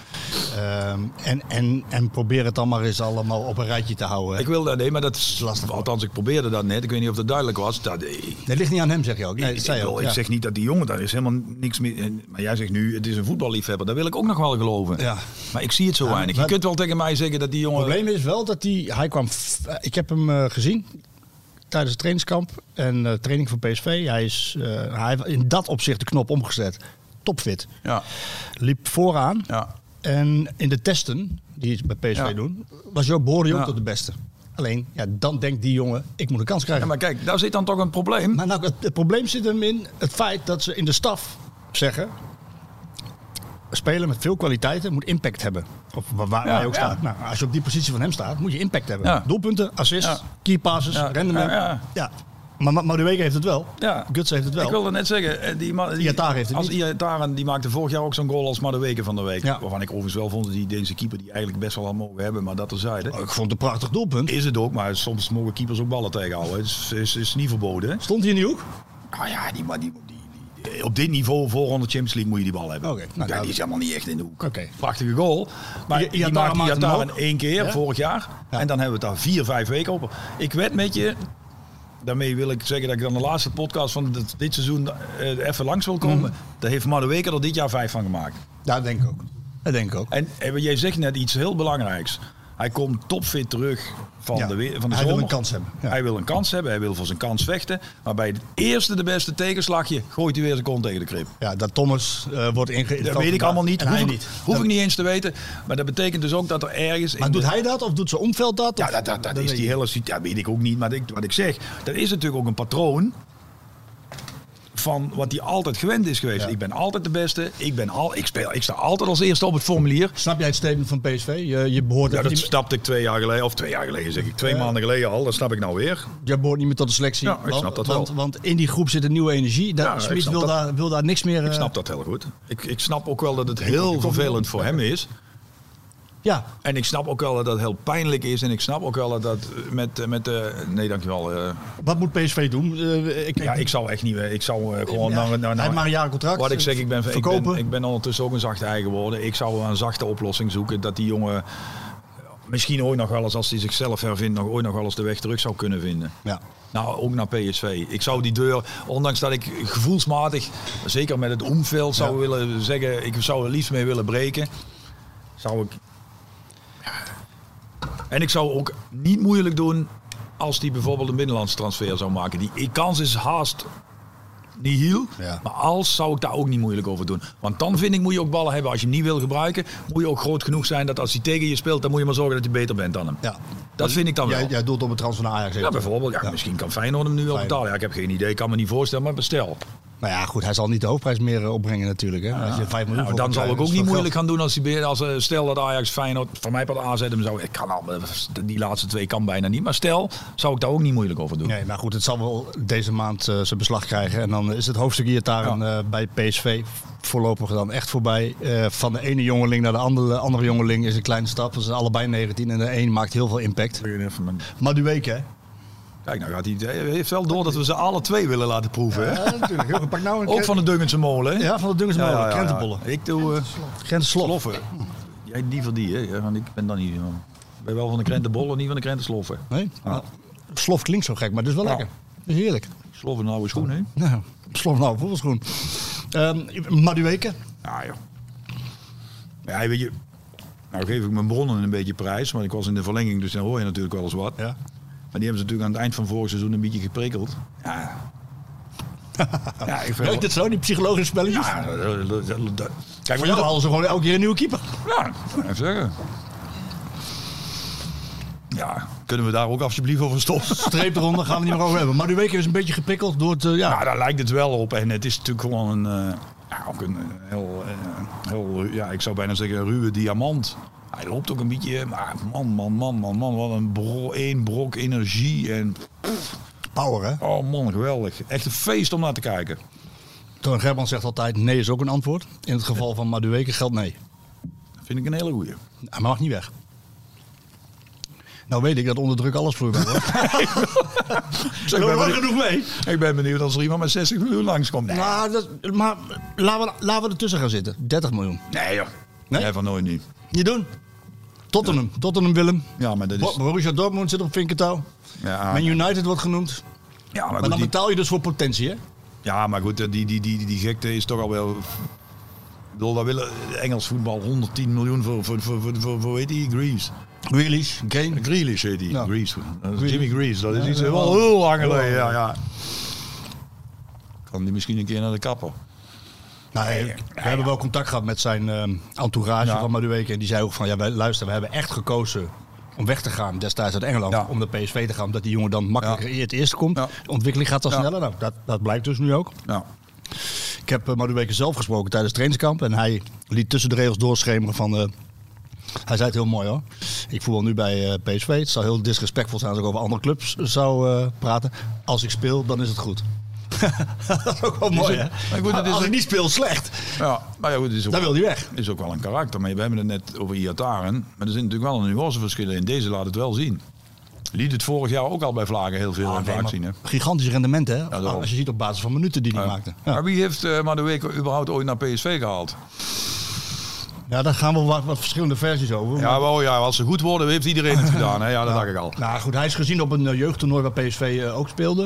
En probeer het dan maar eens allemaal op een rijtje te houden. Ik wil dat, nee, maar dat is lastig. Althans, ik probeerde dat net. Ik weet niet of dat duidelijk was. Dat ligt niet aan hem, zeg je ook. Nee, ik zeg niet dat die jongen, daar is helemaal niks meer. Maar jij zegt nu, het is een voetballiefhebber. Dat wil ik ook nog wel geloven. Ja. Maar ik zie het zo weinig. Je kunt wel tegen mij zeggen dat die jongen... Het probleem is wel dat hij kwam... Ik heb hem gezien tijdens het trainingskamp en training van PSV. Hij heeft in dat opzicht de knop omgezet. Topfit. Ja. Liep vooraan. Ja. En in de testen die ze bij PSV doen, behoorde hij ook tot de beste. Alleen, dan denkt die jongen, ik moet een kans krijgen. Ja, maar kijk, daar zit dan toch een probleem. Maar nou, het probleem zit hem in het feit dat ze in de staf zeggen, een speler met veel kwaliteiten moet impact hebben. Of waar hij ook staat. Nou, als je op die positie van hem staat, moet je impact hebben. Ja. Doelpunten, assists, key passes, rendement. Ja. Maar Madueke heeft het wel. Ja. Guts heeft het wel. Ik wilde net zeggen, Iataren heeft het niet. Iataren die maakte vorig jaar ook zo'n goal als Madueke van de week. Ja. Waarvan ik overigens wel vond dat die deze keeper die eigenlijk best wel had mogen hebben, maar dat terzijde. Ik vond het een prachtig doelpunt. Is het ook, maar soms mogen keepers ook ballen tegenhouden. Het is niet verboden. Hè? Stond hij in die hoek? Nou ja, die op dit niveau voor 100 Champions League moet je die bal hebben. Okay. Die is helemaal niet echt in de hoek. Okay. Prachtige goal. Maar die maakte Iataren 1 keer vorig jaar. Ja. En dan hebben we het daar 4-5 weken op. Ik wed met je. Daarmee wil ik zeggen dat ik dan de laatste podcast van dit seizoen even langs wil komen. Daar heeft Madueke er dit jaar 5 van gemaakt. Ja, dat denk ik ook. En jij zegt net iets heel belangrijks. Hij komt topfit terug van de zomer. Hij wil een kans hebben. Ja. Hij wil een kans hebben. Hij wil voor zijn kans vechten. Maar bij het eerste de beste tegenslagje gooit hij weer zijn kont tegen de krip. Ja, dat Thomas wordt ingezet. Dat weet ik allemaal niet. Hoef ik niet eens te weten. Maar dat betekent dus ook dat er ergens... Maar doet hij dat of doet zijn omveld dat? Ja, dat is die hele... Ja, weet ik ook niet. Maar wat ik zeg, dat is natuurlijk ook een patroon van wat hij altijd gewend is geweest. Ja. Ik ben altijd de beste. Ik sta altijd als eerste op het formulier. Snap jij het statement van PSV? Je behoort... Ja, dat snapte ik 2 jaar geleden. Of 2 jaar geleden zeg ik. 2 maanden geleden al. Dat snap ik nou weer. Je behoort niet meer tot de selectie. Ja, ik snap dat wel. Want in die groep zit een nieuwe energie. Smit wil daar niks meer... Ik snap dat heel goed. Ik snap ook wel dat het heel vervelend voor hem is. Ja. En ik snap ook wel dat dat heel pijnlijk is. En ik snap ook wel dat met de... Nee, dankjewel. Wat moet PSV doen? Ik zou echt niet... Ik zou gewoon... Hij heeft maar een jaar contract. Wat ik zeg, ik ben ondertussen ook een zachte ei geworden. Ik zou een zachte oplossing zoeken. Dat die jongen misschien ooit nog wel eens, als hij zichzelf hervindt, ooit nog wel eens de weg terug zou kunnen vinden. Ja. Nou, ook naar PSV. Ik zou die deur, ondanks dat ik gevoelsmatig, zeker met het omveld, zou willen zeggen, ik zou er liefst mee willen breken. Zou ik... En ik zou ook niet moeilijk doen als die bijvoorbeeld een binnenlandse transfer zou maken. Die kans is haast nihil. Ja. Maar als zou ik daar ook niet moeilijk over doen. Want dan vind ik moet je ook ballen hebben. Als je hem niet wil gebruiken, moet je ook groot genoeg zijn dat als hij tegen je speelt, dan moet je maar zorgen dat je beter bent dan hem. Ja. Dat vind ik dan wel. Jij doelt op het transfer naar Ajax. Ja, bijvoorbeeld. Ja, misschien kan Feyenoord hem nu wel betalen. Ja, ik heb geen idee. Ik kan me niet voorstellen, maar bestel. Nou ja, goed, hij zal niet de hoofdprijs meer opbrengen natuurlijk. Hè? Als je 5 miljoen voor dan zal krijgt, ik ook is niet veel moeilijk geld. gaan doen als stel dat Ajax Feyenoord voor mij per AZ hem zou. Ik kan al, die laatste 2 kan bijna niet. Maar stel, zou ik daar ook niet moeilijk over doen. Nee, maar goed, het zal wel deze maand zijn beslag krijgen. En dan is het hoofdstuk hier bij PSV voorlopig dan echt voorbij. Van de ene jongeling naar de andere jongeling is een kleine stap. Ze zijn allebei 19 en de een maakt heel veel impact. Madueke, hè? Kijk, nou gaat hij heeft wel door dat we ze alle 2 willen laten proeven. Hè? Ja, natuurlijk. Pak nou ook van de Dungense molen. Hè? Ja, van de Dungense molen. Krentenbollen. Ik doe Krentensloffen. Jij die van die, hè? Ja, want ik ben dan niet. Ik ben wel van de krentenbollen, niet van de krentensloffen. Nee? Nou, slof klinkt zo gek, maar dat is wel lekker. Dat is heerlijk. Slof een oude schoen, hè? Nou, slof een oude voetbalschoen. Madueke? Ja, joh. Ja, weet je. Nou geef ik mijn bronnen een beetje prijs, want ik was in de verlenging, dus dan hoor je natuurlijk wel eens wat. Ja. Maar die hebben ze natuurlijk aan het eind van vorig seizoen een beetje geprikkeld. Ja. Ja, ik Werkt het zo, die psychologische spelletjes? Ja, kijk, voor jou hadden ze gewoon elke keer een nieuwe keeper. Ja, even zeggen. Ja, kunnen we daar ook alsjeblieft over stoppen? Streep eronder, gaan we niet meer over hebben. Maar die week is een beetje geprikkeld door het... Ja, daar lijkt het wel op. En het is natuurlijk gewoon ook een heel, ik zou bijna zeggen, een ruwe diamant. Hij loopt ook een beetje, maar man, wat een brok energie en... Power, hè? Oh man, geweldig. Echt een feest om naar te kijken. Toon Gerbrand zegt altijd, nee is ook een antwoord. In het geval van Madueke geldt nee. Dat vind ik een hele goeie. Hij mag niet weg. Nou weet ik dat onder druk alles vloeibaar wordt. Ik ben er genoeg mee. Ik ben benieuwd als er iemand met 60 miljoen langskomt. Nee. Nou, maar laten we ertussen gaan zitten. 30 miljoen. Nee joh. Nee? Nee, van nooit niet. Niet doen. Tottenham Willem. Ja, maar dat is... Borussia Dortmund zit op vinkentouw. Ja, Man United wordt genoemd. Ja, maar dan betaal je dus voor potentie, hè? Ja, maar goed, die gekte is toch al wel... Ik bedoel, daar willen Engels voetbal 110 miljoen voor weet je, Greaves. Grealish heet hij. Ja. Jimmy Greaves, dat is iets wel heel lang geleden. Ja. Kan die misschien een keer naar de kapper? We hebben wel contact gehad met zijn entourage van Madueke. En die zei ook van, we hebben echt gekozen om weg te gaan destijds uit Engeland. Ja. Om naar PSV te gaan, omdat die jongen dan makkelijker het eerst komt. Ja. De ontwikkeling gaat dan sneller. Nou, dat blijkt dus nu ook. Ja. Ik heb Madueke zelf gesproken tijdens het trainingskamp. En hij liet tussen de regels doorschemeren van... hij zei het heel mooi hoor. Ik voetbal nu bij PSV. Het zou heel disrespectvol zijn als ik over andere clubs zou praten. Als ik speel, dan is het goed. Dat is ook wel mooi, hè? Als ik niet speel, slecht. Ja, maar ja, goed, is ook, dan wil hij weg. Is ook wel een karakter. Maar we hebben het net over Iataren. Maar er zijn natuurlijk wel een nuanceverschillen in. Deze laat het wel zien. Liet het vorig jaar ook al bij Vlagen heel veel en vaak zien. Hè? Gigantisch rendement, hè? Ja, als je ziet op basis van minuten die hij maakte. Ja. Maar wie heeft Madueke überhaupt ooit naar PSV gehaald? Ja, daar gaan we wat verschillende versies over. Ja, als ze goed worden, heeft iedereen het gedaan. Hè? Ja, dat dacht ik al. Nou goed, hij is gezien op een jeugdtoernooi waar PSV ook speelde.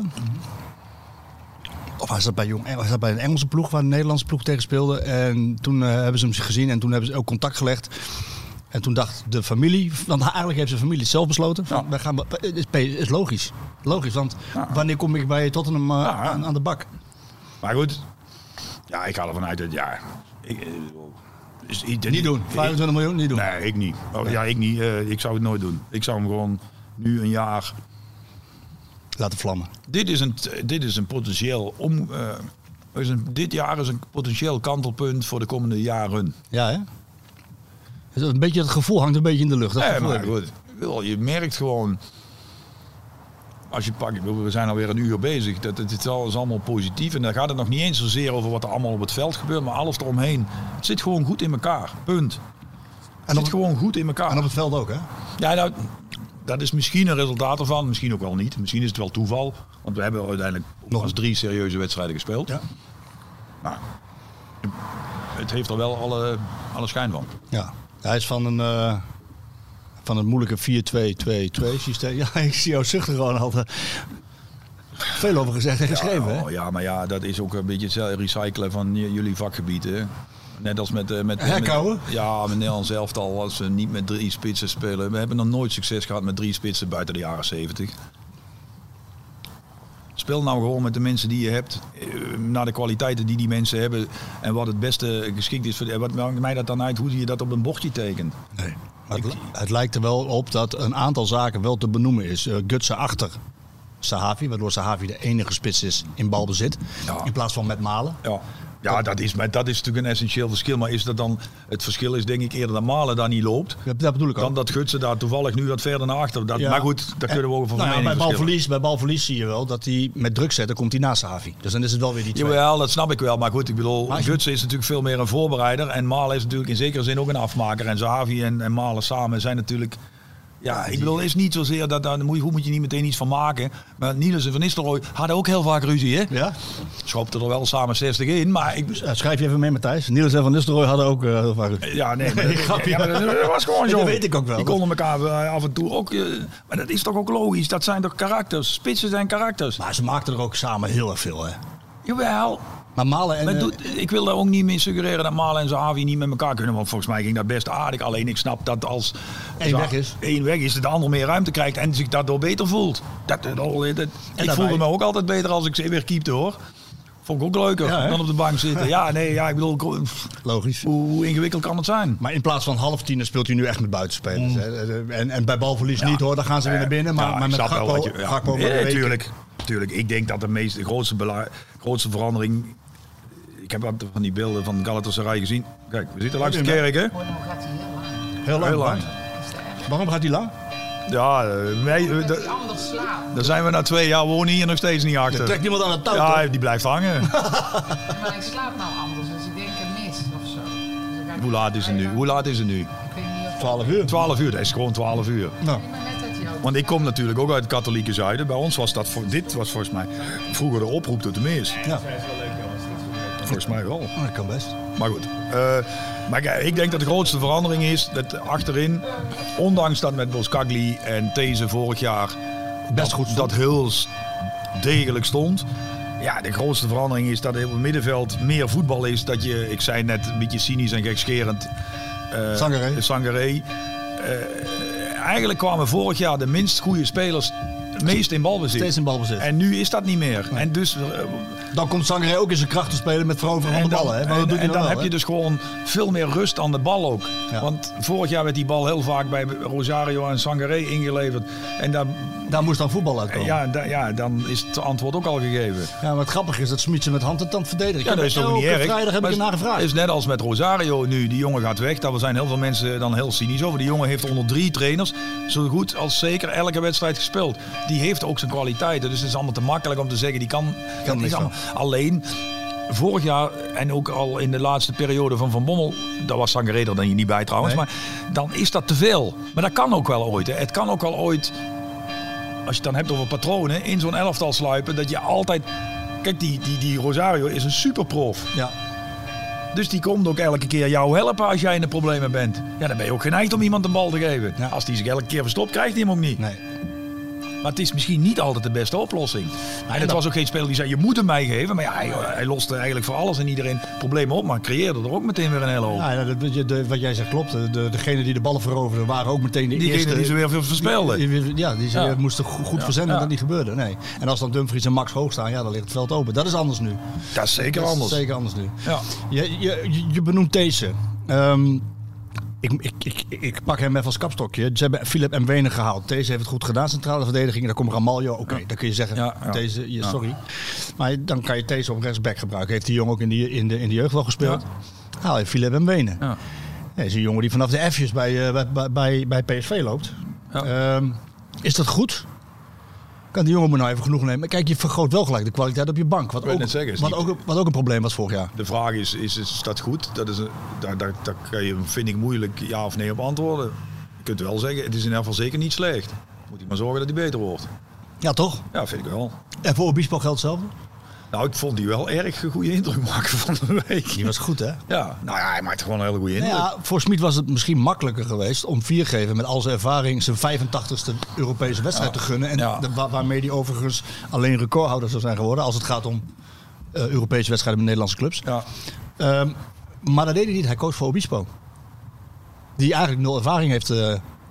Of hij zat bij een Engelse ploeg waar een Nederlandse ploeg tegen speelde. En toen hebben ze hem gezien en toen hebben ze ook contact gelegd. En toen dacht de familie, want eigenlijk heeft zijn familie het zelf besloten. Van, het is logisch. Logisch, want wanneer kom ik bij Tottenham aan de bak? Maar goed, ja, ik ga ervan uit dat niet doen. 25 miljoen, niet doen. Nee, ik niet. Ja, ik niet. Ik zou het nooit doen. Ik zou hem gewoon nu een jaar... laten vlammen. Dit is een potentieel dit jaar is een potentieel kantelpunt voor de komende jaren. Ja, hè? Een beetje, het gevoel hangt een beetje in de lucht. Nee, maar goed. Je merkt gewoon... Als je pakt, we zijn alweer een uur bezig. Het is allemaal positief. En dan gaat het nog niet eens zozeer over wat er allemaal op het veld gebeurt. Maar alles eromheen. Het zit gewoon goed in elkaar. Punt. Het zit gewoon goed in elkaar. En op het veld ook, hè? Ja, nou... Dat is misschien een resultaat ervan, misschien ook wel niet. Misschien is het wel toeval. Want we hebben uiteindelijk nog eens 3 serieuze wedstrijden gespeeld. Ja. Maar het heeft er wel alle schijn van. Ja, hij is van een moeilijke 4-2-2-2 systeem. Ja, ik zie jou zuchten gewoon altijd. Veel over gezegd en geschreven, hè? Ja, maar ja, dat is ook een beetje het recyclen van jullie vakgebieden. Net als met herkauwen? Met Nederland zelf als we niet met 3 spitsen spelen. We hebben nog nooit succes gehad met 3 spitsen buiten de jaren 70. Speel nou gewoon met de mensen die je hebt. Naar de kwaliteiten die mensen hebben. En wat het beste geschikt is. Wat maakt mij dat dan uit hoe je dat op een bordje tekent? Nee. Het lijkt er wel op dat een aantal zaken wel te benoemen is. Gutsen achter Sahavi, waardoor Sahavi de enige spits is in balbezit. Ja. In plaats van met Malen. Ja, dat is natuurlijk een essentieel verschil. Maar is dat dan het verschil is denk ik eerder dat Malen daar niet loopt. Ja, dat bedoel ik ook. Dan dat Gutsen daar toevallig nu wat verder naar achter. Maar goed, daar kunnen we over van mening verschillen. Bij balverlies zie je wel dat hij met druk zetten komt hij naast Sahavi. Dus dan is het wel weer die twee. Jawel, dat snap ik wel. Maar goed, ik bedoel, Gutsen is natuurlijk veel meer een voorbereider. En Malen is natuurlijk in zekere zin ook een afmaker. En Sahavi en Malen samen zijn natuurlijk... Ja, ik bedoel, het is niet zozeer hoe moet je niet meteen iets van maken. Maar Niels en Van Nistelrooy hadden ook heel vaak ruzie, hè? Ja. Schopten er wel samen 60 in, maar... Schrijf je even mee, Matthijs. Niels en Van Nistelrooy hadden ook heel vaak ruzie. Ja, nee, maar dat was gewoon zo. Dat weet ik ook wel. Die konden elkaar af en toe ook... maar dat is toch ook logisch? Dat zijn toch karakters? Spitsen zijn karakters. Maar ze maakten er ook samen heel erg veel, hè? Jawel. Maar Malen en... ik wil daar ook niet mee suggereren dat Malen en Sahavi niet met elkaar kunnen. Want volgens mij ging dat best aardig. Alleen ik snap dat als één weg is, de ander meer ruimte krijgt en zich daardoor beter voelt. Ik voelde me ook altijd beter als ik weer keepte, hoor. Vond ik ook leuker dan op de bank zitten. Ik bedoel... Logisch. Hoe ingewikkeld kan het zijn? Maar in plaats van halftienen speelt hij nu echt met buitenspelers. En bij balverlies niet, hoor. Dan gaan ze weer naar binnen. Maar met Gakpo... Tuurlijk, ik denk dat de grootste verandering... Ik heb van die beelden van Galatasaray gezien. Kijk, we zitten langs de kerk, hè? Heel lang. Waarom gaat hij lang? Ja, daar zijn we na 2 jaar wonen hier nog steeds niet achter. Er trekt niemand aan het touw. Ja, die blijft hangen. Maar ik slaap nou anders, dus ik denk een mis of zo. Dus Hoe laat is het nu? 12 uur. 12 uur, dat is gewoon 12 uur. Nou. Want ik kom natuurlijk ook uit het katholieke zuiden. Bij ons was dit was volgens mij vroeger de oproep tot de mis. Ja. Volgens mij wel. Dat kan best. Maar goed. Maar kijk, ik denk dat de grootste verandering is dat achterin, ondanks dat met Boskagli en These vorig jaar best goed dat heel degelijk stond. Ja, de grootste verandering is dat op het middenveld meer voetbal is. Dat je, ik zei net een beetje cynisch en gekscherend, Sangaré. Eigenlijk kwamen vorig jaar de minst goede spelers meest in balbezit. Steeds in balbezit. En nu is dat niet meer. Nee. En dus... dan komt Sangaré ook in zijn kracht te spelen met veroveren van de ballen. Hè? En dan heb je dus gewoon veel meer rust aan de bal ook. Ja. Want vorig jaar werd die bal heel vaak bij Rosario en Sangaré ingeleverd. En daar moest dan voetbal uitkomen. Ja, dan is het antwoord ook al gegeven. Ja, maar het grappige is dat Smits met hand en tand verdedigt. Ja, dat is toch niet erg. Vrijdag heb ik ernaar gevraagd. Het is net als met Rosario nu. Die jongen gaat weg. Daar zijn heel veel mensen dan heel cynisch over. Die jongen heeft onder 3 trainers zo goed als zeker elke wedstrijd gespeeld. Die heeft ook zijn kwaliteiten. Dus het is allemaal te makkelijk om te zeggen die kan niks aan. Alleen vorig jaar en ook al in de laatste periode van Bommel, daar was Sangaré er dan niet bij trouwens, maar dan is dat te veel. Maar dat kan ook wel ooit. Hè. Het kan ook wel ooit, als je het dan hebt over patronen, in zo'n elftal sluipen, dat je altijd... Kijk, die Rosario is een superprof. Ja. Dus die komt ook elke keer jou helpen als jij in de problemen bent. Ja, dan ben je ook geneigd om iemand een bal te geven. Ja. Als die zich elke keer verstopt, krijgt hij hem ook niet. Nee. Maar het is misschien niet altijd de beste oplossing. En het was ook geen speler die zei, je moet hem mij geven. Maar ja, hij loste eigenlijk voor alles en iedereen problemen op. Maar creëerde er ook meteen weer een hele hoop. Ja, wat jij zegt klopt. Degenen die de ballen veroverden waren ook meteen de eerste. Die ze weer veel verspeelden. Die ze moesten goed verzenden en dat niet gebeurde. Nee. En als dan Dumfries en Max hoog staan, dan ligt het veld open. Dat is anders nu. Dat is zeker anders. Zeker anders nu. Ja. Je benoemt deze. Ik pak hem even als kapstokje. Ze hebben Philip en Wenen gehaald. Deze heeft het goed gedaan, centrale verdediging. En dan komt Ramaljo. Oké, dan kun je zeggen, sorry. Maar dan kan je deze op rechtsback gebruiken. Heeft die jongen ook in de jeugd wel gespeeld. Ja. Haal je Philip en Wenen. Ja. Dat is een jongen die vanaf de F'jes bij PSV loopt. Ja. Is dat goed? Kan die jongen maar nou even genoeg nemen. Kijk, je vergroot wel gelijk de kwaliteit op je bank. Wat ook een probleem was vorig jaar. De vraag is dat goed? Daar kan je, vind ik, moeilijk ja of nee op antwoorden. Je kunt wel zeggen, het is in ieder geval zeker niet slecht. Moet hij maar zorgen dat hij beter wordt. Ja, toch? Ja, vind ik wel. En voor Obispo geldt hetzelfde? Nou, ik vond die wel erg een goede indruk maken van de week. Die was goed, hè? Ja, nou ja, hij maakte gewoon een hele goede indruk. Ja, voor Smit was het misschien makkelijker geweest om Viergever met al zijn ervaring zijn 85ste Europese wedstrijd te gunnen. En waarmee hij overigens alleen recordhouder zou zijn geworden als het gaat om Europese wedstrijden met Nederlandse clubs. Ja. Maar dat deed hij niet. Hij koos voor Obispo. Die eigenlijk 0 ervaring heeft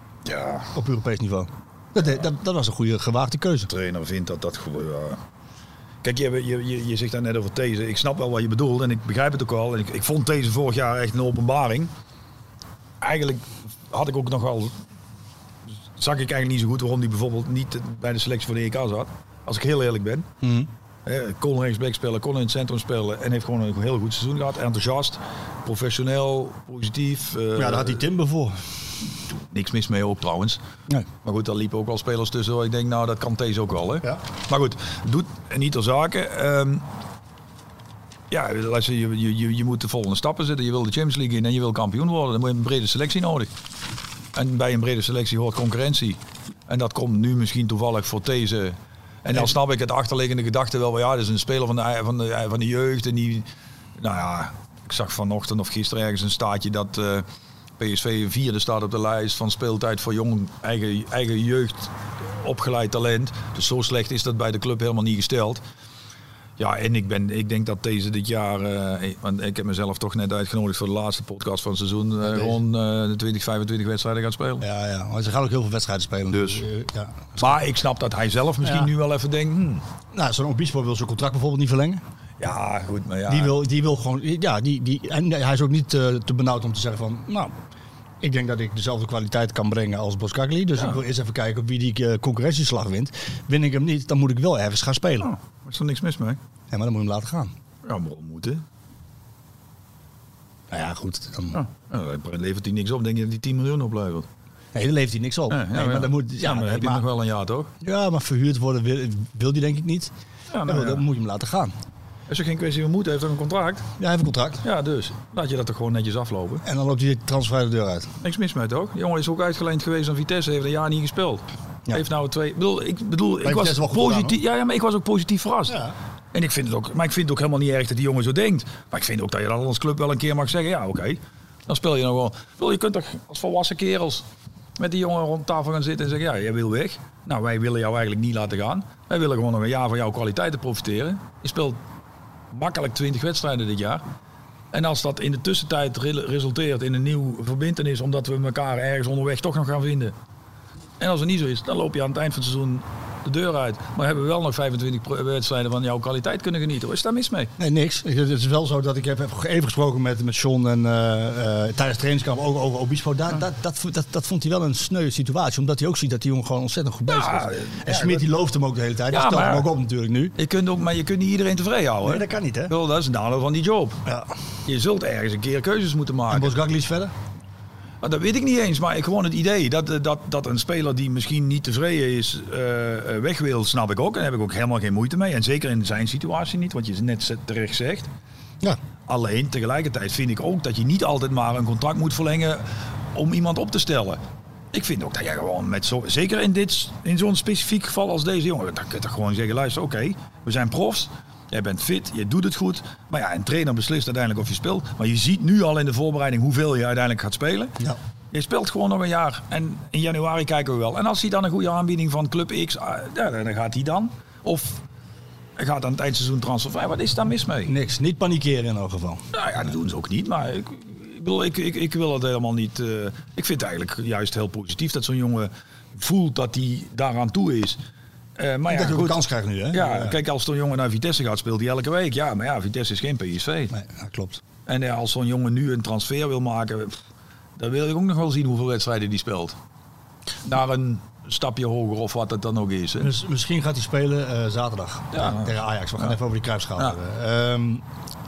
op Europees niveau. Dat was een goede gewaagde keuze. De trainer vindt dat gewoon... Kijk, je zegt daar net over These. Ik snap wel wat je bedoelt en ik begrijp het ook wel. En ik vond These vorig jaar echt een openbaring. Eigenlijk had ik ook nog wel... Zag ik eigenlijk niet zo goed waarom hij bijvoorbeeld niet bij de selectie voor de EK zat. Als ik heel eerlijk ben. Kon rechtsback spelen, kon in het centrum spelen en heeft gewoon een heel goed seizoen gehad. Enthousiast, professioneel, positief. Ja, daar had hij Timber voor. Niks mis mee ook trouwens. Nee. Maar goed, daar liepen ook wel spelers tussen. Ik denk, nou dat kan These ook wel. Hè? Ja. Maar goed, doet niet ter zake. Je moet de volgende stappen zetten. Je wil de Champions League in en je wil kampioen worden. Dan moet je een brede selectie nodig. En bij een brede selectie hoort concurrentie. En dat komt nu misschien toevallig voor These. En dan snap ik het achterliggende gedachte wel. Ja, dat is een speler van de jeugd. En die, nou ja, ik zag vanochtend of gisteren ergens een staatje dat PSV 4e staat op de lijst van speeltijd voor jong eigen jeugd opgeleid talent. Dus zo slecht is dat bij de club helemaal niet gesteld. Ja, en ik denk dat deze dit jaar, want ik heb mezelf toch net uitgenodigd voor de laatste podcast van het seizoen, gewoon 25 wedstrijden gaat spelen. Ja, maar ze gaan ook heel veel wedstrijden spelen. Dus. Ja. Maar ik snap dat hij zelf misschien nu wel even denkt. Nou, zo'n Obispo wil zijn contract bijvoorbeeld niet verlengen. Ja, goed, maar ja. Die wil gewoon, en hij is ook niet te benauwd om te zeggen van, nou, ik denk dat ik dezelfde kwaliteit kan brengen als Boskakli. Dus ik wil eerst even kijken op wie die concurrentieslag wint. Win ik hem niet, dan moet ik wel ergens gaan spelen. Er is er niks mis mee. Ja, maar dan moet je hem laten gaan. Ja, maar moeten. Nou ja, goed. Dan levert hij niks op. Denk je dat hij 10 miljoen oplevert? Nee, dan levert hij niks op. Maar dan moet, maar heb je nog wel een jaar, toch? Ja, maar verhuurd worden wil die denk ik niet. Ja, dan moet je hem laten gaan. Is er geen kwestie van moeten? Hij heeft toch een contract? Ja, hij heeft een contract. Ja, dus. Laat je dat toch gewoon netjes aflopen. En dan loopt hij transfervrij de deur uit. Niks mis mee, toch? De jongen is ook uitgeleend geweest aan Vitesse. Heeft een jaar niet gespeeld. Ja. Heeft nou 2... Ik was positief. Ja, maar ik was ook positief verrast. Ja. En ik vind het ook helemaal niet erg dat die jongen zo denkt. Maar ik vind ook dat je dat als club wel een keer mag zeggen. Ja, oké. Dan speel je nog wel. Je kunt toch als volwassen kerels met die jongen rond tafel gaan zitten en zeggen, ja, jij wil weg. Nou, wij willen jou eigenlijk niet laten gaan. Wij willen gewoon nog een jaar van jouw kwaliteiten profiteren. Je speelt makkelijk 20 wedstrijden dit jaar. En als dat in de tussentijd resulteert in een nieuw verbintenis, omdat we elkaar ergens onderweg toch nog gaan vinden. En als het niet zo is, dan loop je aan het eind van het seizoen de deur uit. Maar hebben we wel nog 25 wedstrijden van jouw kwaliteit kunnen genieten. Wat is daar mis mee? Nee, niks. Het is wel zo dat ik heb even gesproken met John en tijdens trainingskamp ook over Obispo. Dat vond hij wel een sneu situatie. Omdat hij ook ziet dat die jongen gewoon ontzettend goed bezig is. En Smit die looft hem ook de hele tijd. Dat stelt hem ook op natuurlijk nu. Maar je kunt niet iedereen tevreden houden. Nee, dat kan niet, hè? Dat is een nadeel van die job. Ja. Je zult ergens een keer keuzes moeten maken. En Boskakli is verder? Dat weet ik niet eens, maar gewoon het idee dat een speler die misschien niet tevreden is weg wil, snap ik ook. En daar heb ik ook helemaal geen moeite mee. En zeker in zijn situatie niet, wat je net terecht zegt. Ja. Alleen, tegelijkertijd vind ik ook dat je niet altijd maar een contract moet verlengen om iemand op te stellen. Ik vind ook dat jij gewoon zeker in zo'n specifiek geval als deze jongen, dan kun je gewoon zeggen, luister, oké, we zijn profs. Jij bent fit, je doet het goed. Maar ja, een trainer beslist uiteindelijk of je speelt. Maar je ziet nu al in de voorbereiding hoeveel je uiteindelijk gaat spelen. Ja. Je speelt gewoon nog een jaar. En in januari kijken we wel. En als hij dan een goede aanbieding van Club X, dan gaat hij dan. Of hij gaat aan het eindseizoen transfervrij. Wat is daar mis mee? Niks. Niet panikeren in elk geval. Nou ja, dat doen ze ook niet. Maar ik wil het helemaal niet. Ik vind het eigenlijk juist heel positief dat zo'n jongen voelt dat hij daaraan toe is. Maar dat je ook een kans krijgt nu, hè? Ja, kijk, als zo'n jongen naar Vitesse gaat, speelt hij elke week. Ja, maar ja, Vitesse is geen PSV. Nee, dat klopt. En als zo'n jongen nu een transfer wil maken, dan wil ik ook nog wel zien hoeveel wedstrijden die speelt. Naar een stapje hoger of wat het dan ook is. Hè? Dus misschien gaat hij spelen zaterdag tegen Ajax. We gaan even over die Cruijffschaal hebben.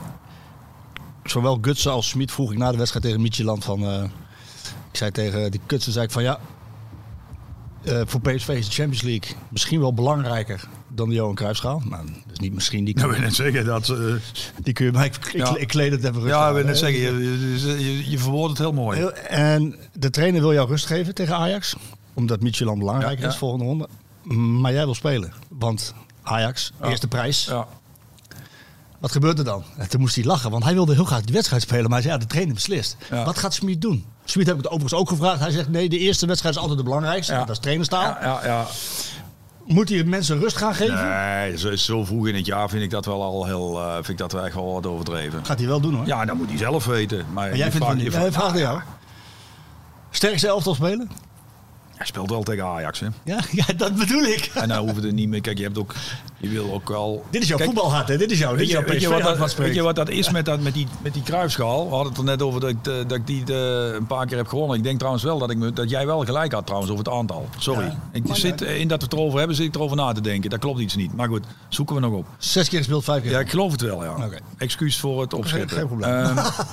Zowel Gutsen als Smit vroeg ik na de wedstrijd tegen Midtjylland van... ik zei tegen die Gutsen, zei ik van ja... voor PSV is de Champions League misschien wel belangrijker dan de Johan Cruijffschaal. Nou, dus niet misschien. Die kun je net zeggen dat... die kun je mij... Ik kleed het even rustig. Ja, ik wil net zeggen. Je verwoordt het heel mooi. En de trainer wil jou rust geven tegen Ajax. Omdat Midtjylland belangrijker is volgende ronde. Maar jij wil spelen. Want Ajax, eerste prijs. Ja. Wat gebeurt er dan? En toen moest hij lachen, want hij wilde heel graag die wedstrijd spelen. Maar hij zei, de trainer beslist. Ja. Wat gaat Smit doen? Smit heb ik het overigens ook gevraagd. Hij zegt, nee, de eerste wedstrijd is altijd de belangrijkste. Ja. Dat is trainerstaal. Ja. Moet hij mensen rust gaan geven? Nee, zo vroeg in het jaar vind ik dat wel al heel... vind ik dat echt wel wat overdreven. Gaat hij wel doen, hoor. Ja, dat moet hij zelf weten. Maar jij vindt het niet. Hij vraagt jou. Sterkste elftal spelen? Hij speelt wel tegen Ajax, hè? Ja, dat bedoel ik. En nou hoeven we er niet meer. Kijk, je wil ook wel. Dit is jouw voetbalhart, hè? Dit is jouw PSV-hart. Weet je wat dat is met die Cruijffschaal? We hadden het er net over dat ik die een paar keer heb gewonnen. Ik denk trouwens wel dat jij wel gelijk had trouwens over het aantal. Sorry. Ja, in dat we het erover hebben, zit ik erover na te denken. Dat klopt iets niet. Maar goed, zoeken we nog op. 6 keer gespeeld, 5 keer. Ja, ik geloof het wel, ja. Okay. Excuus voor het opschippen. Geen probleem.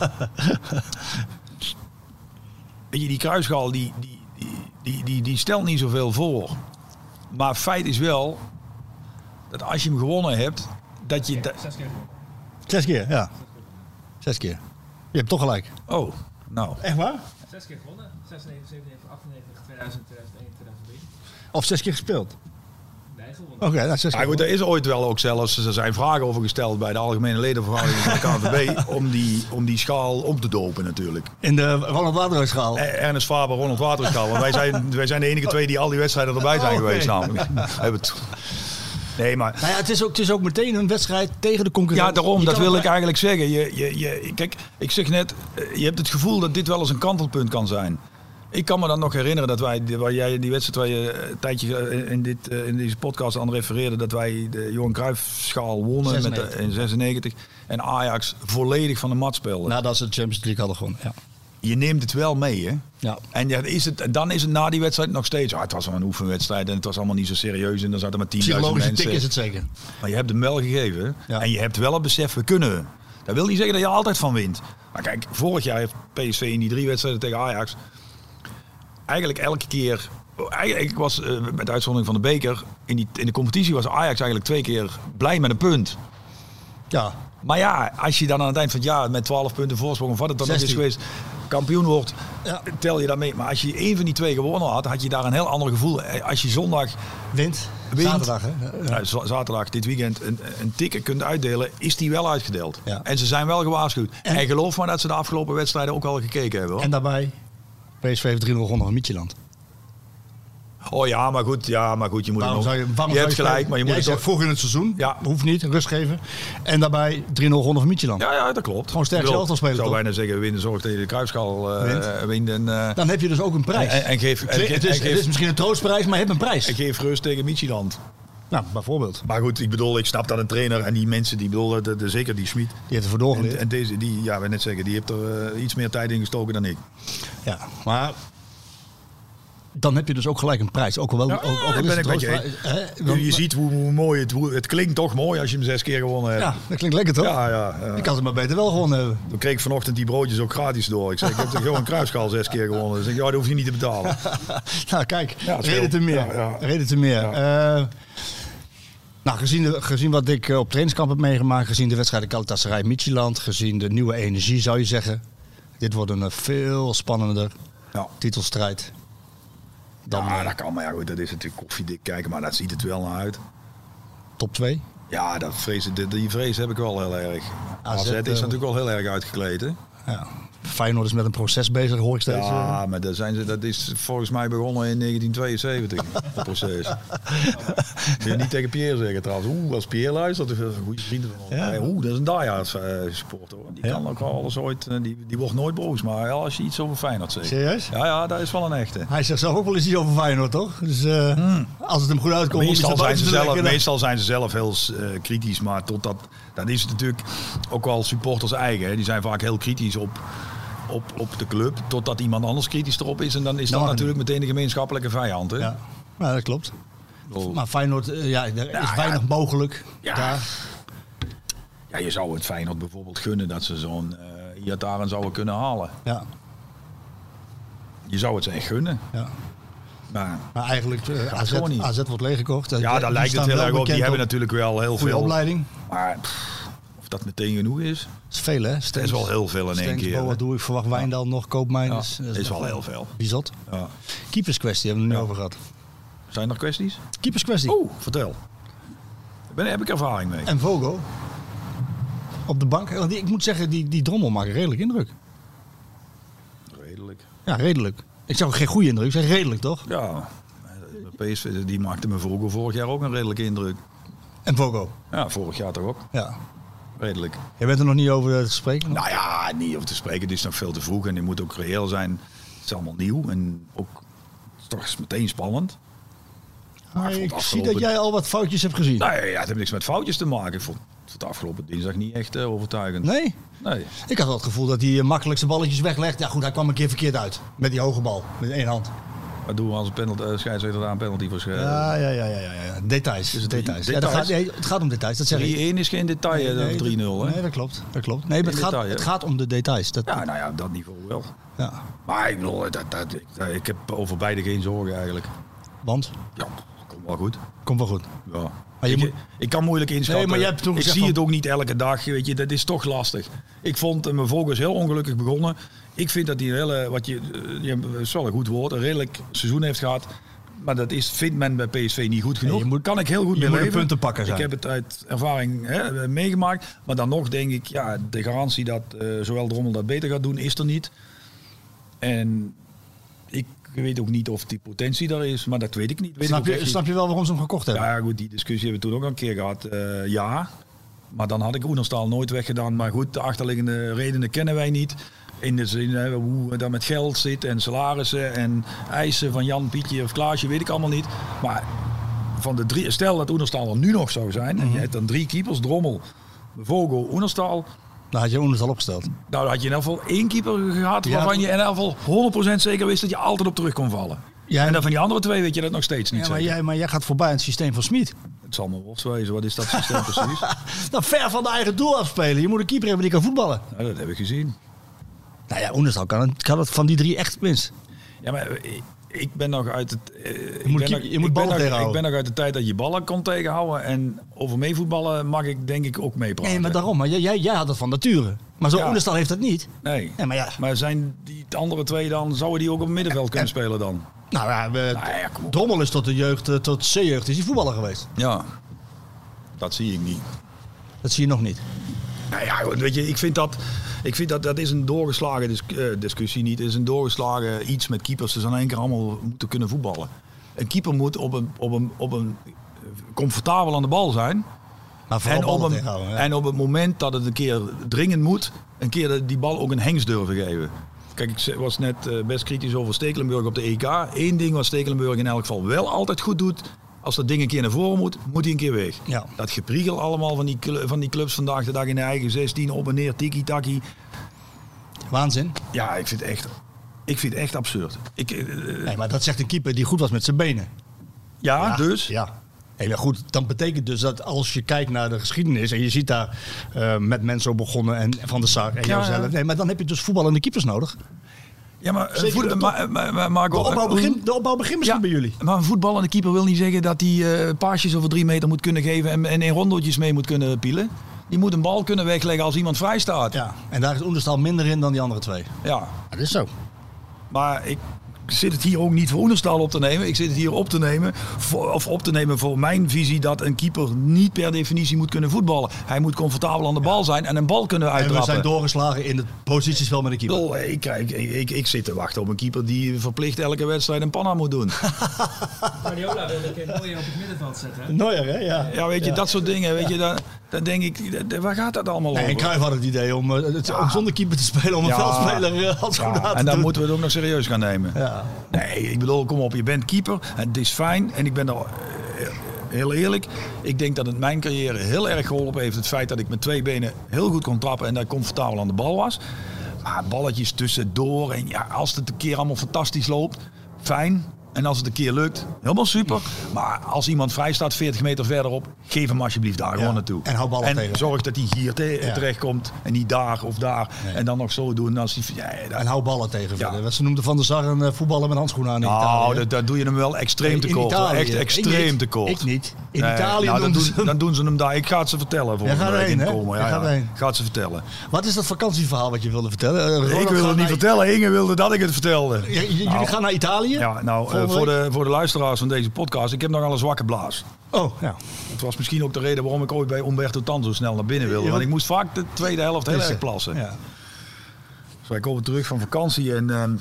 Weet je, die Cruijffschaal die stelt niet zoveel voor. Maar feit is wel dat als je hem gewonnen hebt, dat je... 6 keer. 6 keer, ja. 6 keer. Je hebt toch gelijk. Oh, nou. Echt waar? 6 keer gewonnen. 96, 97, 98, 2000, 2001, 2003. Of 6 keer gespeeld? Nee, gewonnen. Oké, nou 6 keer. Ja, goed, er is ooit wel ook zelfs, er zijn vragen over gesteld bij de algemene ledenvergadering van de KNVB om die schaal om te dopen natuurlijk. In de Ronald Waterhuisschaal. Ernest Faber, Ronald Waterhuisschaal. Want wij zijn de enige twee die al die wedstrijden erbij zijn geweest namelijk. Nee, maar... Nou ja, het is ook meteen een wedstrijd tegen de concurrent. Ja, daarom, dat wil ik eigenlijk zeggen. Kijk, ik zeg net, je hebt het gevoel dat dit wel eens een kantelpunt kan zijn. Ik kan me dan nog herinneren dat waar jij die wedstrijd waar je een tijdje in deze podcast aan refereerde, dat wij de Johan Cruijffschaal wonnen in 96 en Ajax volledig van de mat speelde. Nadat ze de Champions League hadden gewonnen, ja. Je neemt het wel mee, hè? Ja. En dan is het na die wedstrijd nog steeds... het was wel een oefenwedstrijd en het was allemaal niet zo serieus. En dan zaten maar 10.000 mensen. Psychologische tik is het zeker. Maar je hebt hem wel gegeven. Ja. En je hebt wel het besef, we kunnen. Dat wil niet zeggen dat je altijd van wint. Maar kijk, vorig jaar heeft PSV in die 3 wedstrijden tegen Ajax... eigenlijk elke keer... Eigenlijk was, met uitzondering van de beker... In de competitie was Ajax eigenlijk 2 keer blij met een punt. Ja. Maar ja, als je dan aan het eind van het jaar met 12 punten voorsprong... of wat het dan ook is geweest... kampioen wordt, tel je dat mee. Maar als je 1 van die 2 gewonnen had je daar een heel ander gevoel. Als je zondag wint. Zaterdag, hè? Ja, zaterdag, dit weekend, een ticket kunt uitdelen, is die wel uitgedeeld. Ja. En ze zijn wel gewaarschuwd. En geloof maar dat ze de afgelopen wedstrijden ook al gekeken hebben. Hoor. En daarbij, PSV heeft 3-0 gewonnen van Midtjylland. Oh ja, maar goed, je moet je hebt gelijk, maar je moet het toch vroeg in het seizoen. Ja, hoeft niet, rust geven. En daarbij 3-0 gewonnen van Midtjylland. Ja, dat klopt. Gewoon sterk zelf spelen. Ik zou bijna zeggen, winnen zorgt dat je de Cruijffschaal wint. Dan heb je dus ook een prijs. Het is misschien een troostprijs, maar je hebt een prijs. En geef rust tegen Midtjylland. Nou, bijvoorbeeld. Maar goed, ik snap dat een trainer en die mensen, zeker die Schmid. Die heeft ervoor doorgeleerd. En deze, die net zeggen, die heeft er iets meer tijd in gestoken dan ik. Ja, maar... Dan heb je dus ook gelijk een prijs. Ook wel, je ziet hoe mooi het klinkt toch mooi als je hem 6 keer gewonnen hebt. Ja, dat klinkt lekker toch? Ja. Ik kan het maar beter wel gewonnen hebben. Dan kreeg ik vanochtend die broodjes ook gratis door. Ik zeg, ik heb toch gewoon een Cruijffschaal 6 keer gewonnen. Dus ik dat hoef je niet te betalen. Nou kijk, reden te meer. Reden te meer. Nou, gezien wat ik op trainingskamp heb meegemaakt, gezien de wedstrijden Galatasaray Midtjylland, gezien de nieuwe energie zou je zeggen. Dit wordt een veel spannender titelstrijd. Dat kan, maar ja goed, dat is natuurlijk koffiedik kijken, maar dat ziet het wel naar uit. Top 2? Ja, die vrees heb ik wel heel erg. AZ is natuurlijk wel heel erg uitgekleed, hè? Ja. Feyenoord is met een proces bezig, hoor ik steeds. Ja, maar dat is volgens mij begonnen in 1972, het proces. Wil je niet tegen Pierre zeggen trouwens. Als Pierre luistert, dat is een goede vrienden van ons. Ja. Dat is een diehard supporter. Die kan ook alles ooit, die wordt nooit boos. Maar als je iets over Feyenoord zegt. Serieus? Ja, dat is wel een echte. Hij zegt zelf ook wel eens iets over Feyenoord, toch? Dus als het hem goed uitkomt... Meestal zijn ze zelf heel kritisch, maar dat is het natuurlijk ook wel supporters eigen. Hè. Die zijn vaak heel kritisch op de club, totdat iemand anders kritisch erop is. En dan is dat natuurlijk meteen de gemeenschappelijke vijand. Hè? Ja, dat klopt. Maar Feyenoord, er is weinig mogelijk daar. Ja, je zou het Feyenoord bijvoorbeeld gunnen dat ze zo'n Iataren zouden kunnen halen. Ja. Je zou het ze echt gunnen. Ja. Maar eigenlijk, AZ wordt leeggekocht. Ja, daar lijkt het heel erg op. Die hebben natuurlijk wel heel veel opleiding. Maar of dat meteen genoeg is? Dat is veel, hè? Dat is wel heel veel in één keer. Wat doe ik? Verwacht Wijndal nog, Koopmeiners. Dat is wel heel veel. Bizot. Ja. Keeperskwestie hebben we het nu over gehad. Zijn er kwesties? Keeperskwestie. Vertel. Daar heb ik ervaring mee. En Vogo. Op de bank. Ik moet zeggen, die Drommel maakt redelijk indruk. Redelijk. Ja, redelijk. Ik zag ook geen goede indruk. Ik zeg redelijk, toch? Ja. PSV die maakte me vorig jaar ook een redelijke indruk. En Vogo? Ja, vorig jaar toch ook. Ja. Redelijk. Jij bent er nog niet over te spreken? Nou ja, niet over te spreken. Het is nog veel te vroeg en die moet ook reëel zijn. Het is allemaal nieuw en ook is toch meteen spannend. Maar Ik zie dat jij al wat foutjes hebt gezien. Nee, het heeft niks met foutjes te maken. Ik vond het afgelopen dinsdag niet echt overtuigend. Nee? Nee. Ik had wel het gevoel dat hij makkelijk zijn balletjes weglegt. Ja goed, hij kwam een keer verkeerd uit. Met die hoge bal. Met één hand. Wat doen we als een scheidsrechter daar een penalty voor schrijven? Ja. Details. Is het details. details? Ja, het gaat om details, dat zeg ik. 3-1 is geen detail, of 3-0. Nee, dat klopt. Nee, maar het gaat om de details. Ja, nou ja, dat niveau wel. Ja. Maar ik bedoel, ik heb over beide geen zorgen eigenlijk. Want? Ja, komt wel goed. Komt wel goed. Ja. Maar ik kan moeilijk inschatten. Nee, maar jij hebt toen gezegd zie het ook niet elke dag. Weet je, dat is toch lastig. Ik vond mijn Vogels heel ongelukkig begonnen. Ik vind dat hij is wel een goed woord, een redelijk seizoen heeft gehad. Maar vindt men bij PSV niet goed genoeg. Nee, kan ik heel goed mee leven. Punten pakken zijn. Ik heb het uit ervaring meegemaakt. Maar dan nog denk ik, ja, de garantie dat zowel Drommel dat beter gaat doen, is er niet. En ik weet ook niet of die potentie daar is, maar dat weet ik niet. Snap je wel waarom ze hem gekocht hebben? Ja, goed, die discussie hebben we toen ook al een keer gehad. Ja, maar dan had ik Oenerstal nooit weggedaan. Maar goed, de achterliggende redenen kennen wij niet. In de zin hoe dat met geld zit en salarissen en eisen van Jan, Pietje of Klaasje, weet ik allemaal niet. Maar van de drie, stel dat Oenerstal er nu nog zou zijn, en je hebt dan 3 keepers, Drommel, Vogel, Oenerstal. Dan had je Oenerstal opgesteld. Nou, dan had je in ieder geval 1 keeper gehad waarvan je in ieder geval 100% zeker wist dat je altijd op terug kon vallen. En dan van die andere 2 weet je dat nog steeds niet zeker. Maar jij gaat voorbij aan het systeem van Smit. Het zal me worst wezen, wat is dat systeem precies? Nou, ver van de eigen doel afspelen. Je moet een keeper hebben die kan voetballen. Nou, dat heb ik gezien. Nou ja, Oenerstal kan het van die 3 echt minst. Ja, maar ik ben nog uit het... Je moet ballen tegenhouden. Ik ben nog uit de tijd dat je ballen kon tegenhouden. En over meevoetballen mag ik denk ik ook meepraten. Nee, maar daarom. Maar jij had het van nature. Maar zo'n Oenerstal heeft dat niet. Nee. Ja, maar zijn die andere 2 dan... Zouden die ook op het middenveld kunnen spelen dan? Nou ja, Drommel is tot de jeugd, tot C-jeugd is hij voetballer geweest. Ja. Dat zie ik niet. Dat zie je nog niet. Nou ja, weet je, ik vind dat is een doorgeslagen discussie niet. Het is een doorgeslagen iets met keepers. Ze zijn in één keer allemaal moeten kunnen voetballen. Een keeper moet op een comfortabel aan de bal zijn. Maar en op het moment dat het een keer dringend moet, een keer die bal ook een hengst durven geven. Kijk, ik was net best kritisch over Stekelenburg op de EK. Eén ding wat Stekelenburg in elk geval wel altijd goed doet. Als dat ding een keer naar voren moet hij een keer weg. Ja. Dat gepriegel allemaal van die clubs vandaag de dag in de eigen 16 op en neer, tiki-taki. Waanzin. Ja, ik vind het echt absurd. Nee, maar dat zegt een keeper die goed was met zijn benen. Ja, dus? Ja. Heel goed, dan betekent dus dat als je kijkt naar de geschiedenis en je ziet daar met Menzo begonnen en Van der Sar en jouzelf. Ja. Nee, maar dan heb je dus voetballende keepers nodig. Ja, maar de opbouw begint misschien bij jullie. Maar een voetballende keeper wil niet zeggen dat hij paasjes over 3 meter moet kunnen geven en in rondeltjes mee moet kunnen pielen. Die moet een bal kunnen wegleggen als iemand vrij staat. Ja, en daar is Oenerstal minder in dan die andere 2. Ja. Dat is zo. Maar ik zit het hier ook niet voor Oenerstal op te nemen. Ik zit het hier op te nemen voor mijn visie dat een keeper niet per definitie moet kunnen voetballen. Hij moet comfortabel aan de bal zijn en een bal kunnen uittrappen. En we zijn doorgeslagen in het positiespel met een keeper. Ik zit te wachten op een keeper die verplicht elke wedstrijd een panna moet doen. Guardiola wilde een keer Neuer op het middenveld zetten. Neuer, hè? Ja. Ja, weet je, dat soort dingen. Weet je, dan denk ik, waar gaat dat allemaal over? En Cruijff had het idee om zonder keeper te spelen, om een veldspeler handschoenen aan te doen. En dan moeten we het ook nog serieus gaan nemen. Ja. Nee, ik bedoel, kom op, je bent keeper. Het is fijn en ik ben er heel eerlijk. Ik denk dat het mijn carrière heel erg geholpen heeft. Het feit dat ik met 2 benen heel goed kon trappen en dat ik comfortabel aan de bal was. Maar balletjes tussendoor en ja, als het een keer allemaal fantastisch loopt, fijn. En als het een keer lukt, helemaal super. Maar als iemand vrij staat 40 meter verderop, geef hem alsjeblieft daar gewoon naartoe. En hou ballen tegen. En zorg dat hij hier terecht komt en niet daar of daar. Nee. En dan nog zo doen. Als en hou ballen tegen verder. Wat ze noemden Van der Sar een voetballen met handschoenen aan in Italië. Nou, daar doe je hem wel extreem te kort. Echt extreem te kort. Ik niet. In Italië dan doen ze hem daar. Ik ga het ze vertellen. Jij gaat erheen, hè? Ik ga het ze vertellen. Wat is dat vakantieverhaal wat je wilde vertellen? Ik wilde het niet vertellen. Inge wilde dat ik het vertelde. Jullie gaan naar Italië? Ja, nou, voor de luisteraars van deze podcast, ik heb nogal een zwakke blaas. Oh, ja. Het was misschien ook de reden waarom ik ooit bij Umberto Tan zo snel naar binnen wilde. Want ik moest vaak de tweede helft heel erg plassen. Ja. Dus wij komen terug van vakantie en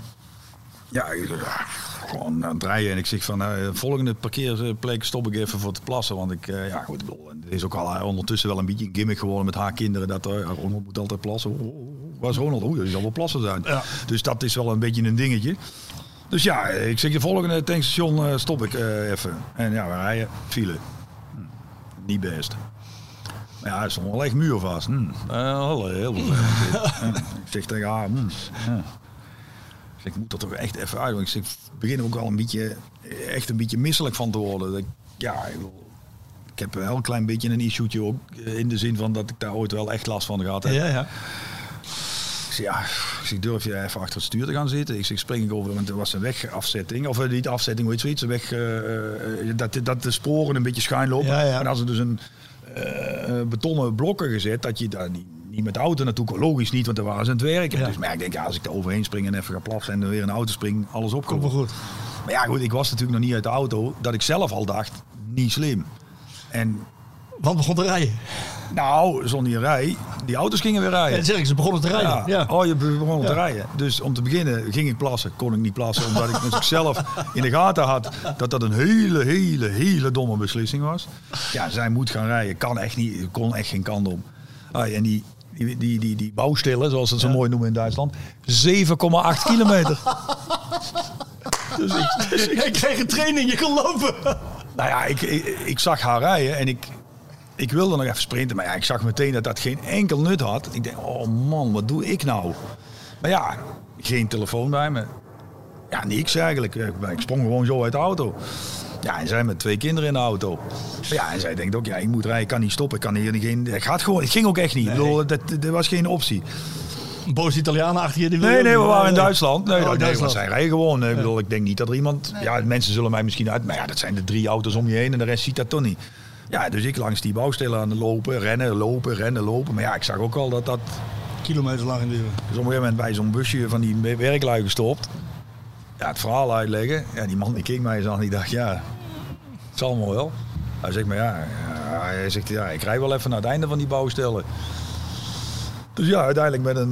gewoon aan het rijden. En ik zeg van, volgende parkeerplek stop ik even voor te plassen. Want ik, goed, ik bedoel, het is ook al ondertussen wel een beetje een gimmick geworden met haar kinderen. Dat Ronald moet altijd plassen. Waar is Ronald? Die zal wel plassen zijn. Ja. Dus dat is wel een beetje een dingetje. Dus ja, ik zeg de volgende tankstation stop ik even. En ja, we rijden, file. Niet best. Maar ja, er stond wel echt muurvast. Heel vervelend. Ik zeg tegen haar, ik moet er toch echt even uit. Want ik begin ook wel een beetje misselijk van te worden. Ik heb wel een klein beetje een issue'tje ook. In de zin van dat ik daar ooit wel echt last van gehad heb. Ja. Ik zeg, durf je even achter het stuur te gaan zitten? Ik zeg, spring ik over, want er was een wegafzetting. Of niet afzetting, hoe heet zoiets? Dat de sporen een beetje schuin lopen. Ja. En als er dus een betonnen blokken gezet, dat je daar niet met de auto naartoe kon. Logisch niet, want daar waren ze aan het werken. Ja. Dus, maar ik denk, als ik er overheen spring en even ga plassen en er weer een auto spring, alles opkomt. Komt wel goed. Maar ja, goed, ik was natuurlijk nog niet uit de auto, dat ik zelf al dacht, niet slim. En Want begon te rijden. nou, zonder die rij, die auto's gingen weer rijden. Ja, zeg ik, ze begonnen te rijden. Ja. Oh, je begon te rijden. Dus om te beginnen ging ik plassen. Kon ik niet plassen, omdat ik natuurlijk zelf in de gaten had dat een hele domme beslissing was. Ja, zij moet gaan rijden. Kan echt niet, kon echt geen kant op. En die bouwstellen, zoals ze het zo mooi noemen in Duitsland, 7,8 kilometer. Dus ik kreeg een training, je kon lopen. Nou ja, ik zag haar rijden en ik wilde nog even sprinten. Maar ja, ik zag meteen dat geen enkel nut had. Ik denk, oh man, wat doe ik nou? Maar ja, geen telefoon bij me. Ja, niks eigenlijk. Ik sprong gewoon zo uit de auto. Ja, en zij met 2 kinderen in de auto. Ja, en zij denkt ook, ja, ik moet rijden, ik kan niet stoppen. Ik kan hier geen. Het ging ook echt niet. Nee. Ik bedoel, dat was geen optie. Boze Italianen achter je. Die Nee, we waren in Duitsland. Nee, Duitsland. want zij rijden gewoon. Ik bedoel, ik denk niet dat er iemand... Nee. Ja, mensen zullen mij misschien uit... Maar ja, dat zijn de 3 auto's om je heen en de rest ziet dat toch niet. Ja, dus ik langs die bouwstellen aan het lopen, rennen. Maar ja, ik zag ook al dat... Kilometers lang in duren. Dus op een gegeven moment bij zo'n busje van die werklui gestopt. Ja, het verhaal uitleggen. Ja, die man die keek mij eens aan en die dacht, ja, het zal allemaal wel. Hij zegt, maar hij zegt, ik rij wel even naar het einde van die bouwstellen. Dus ja, uiteindelijk met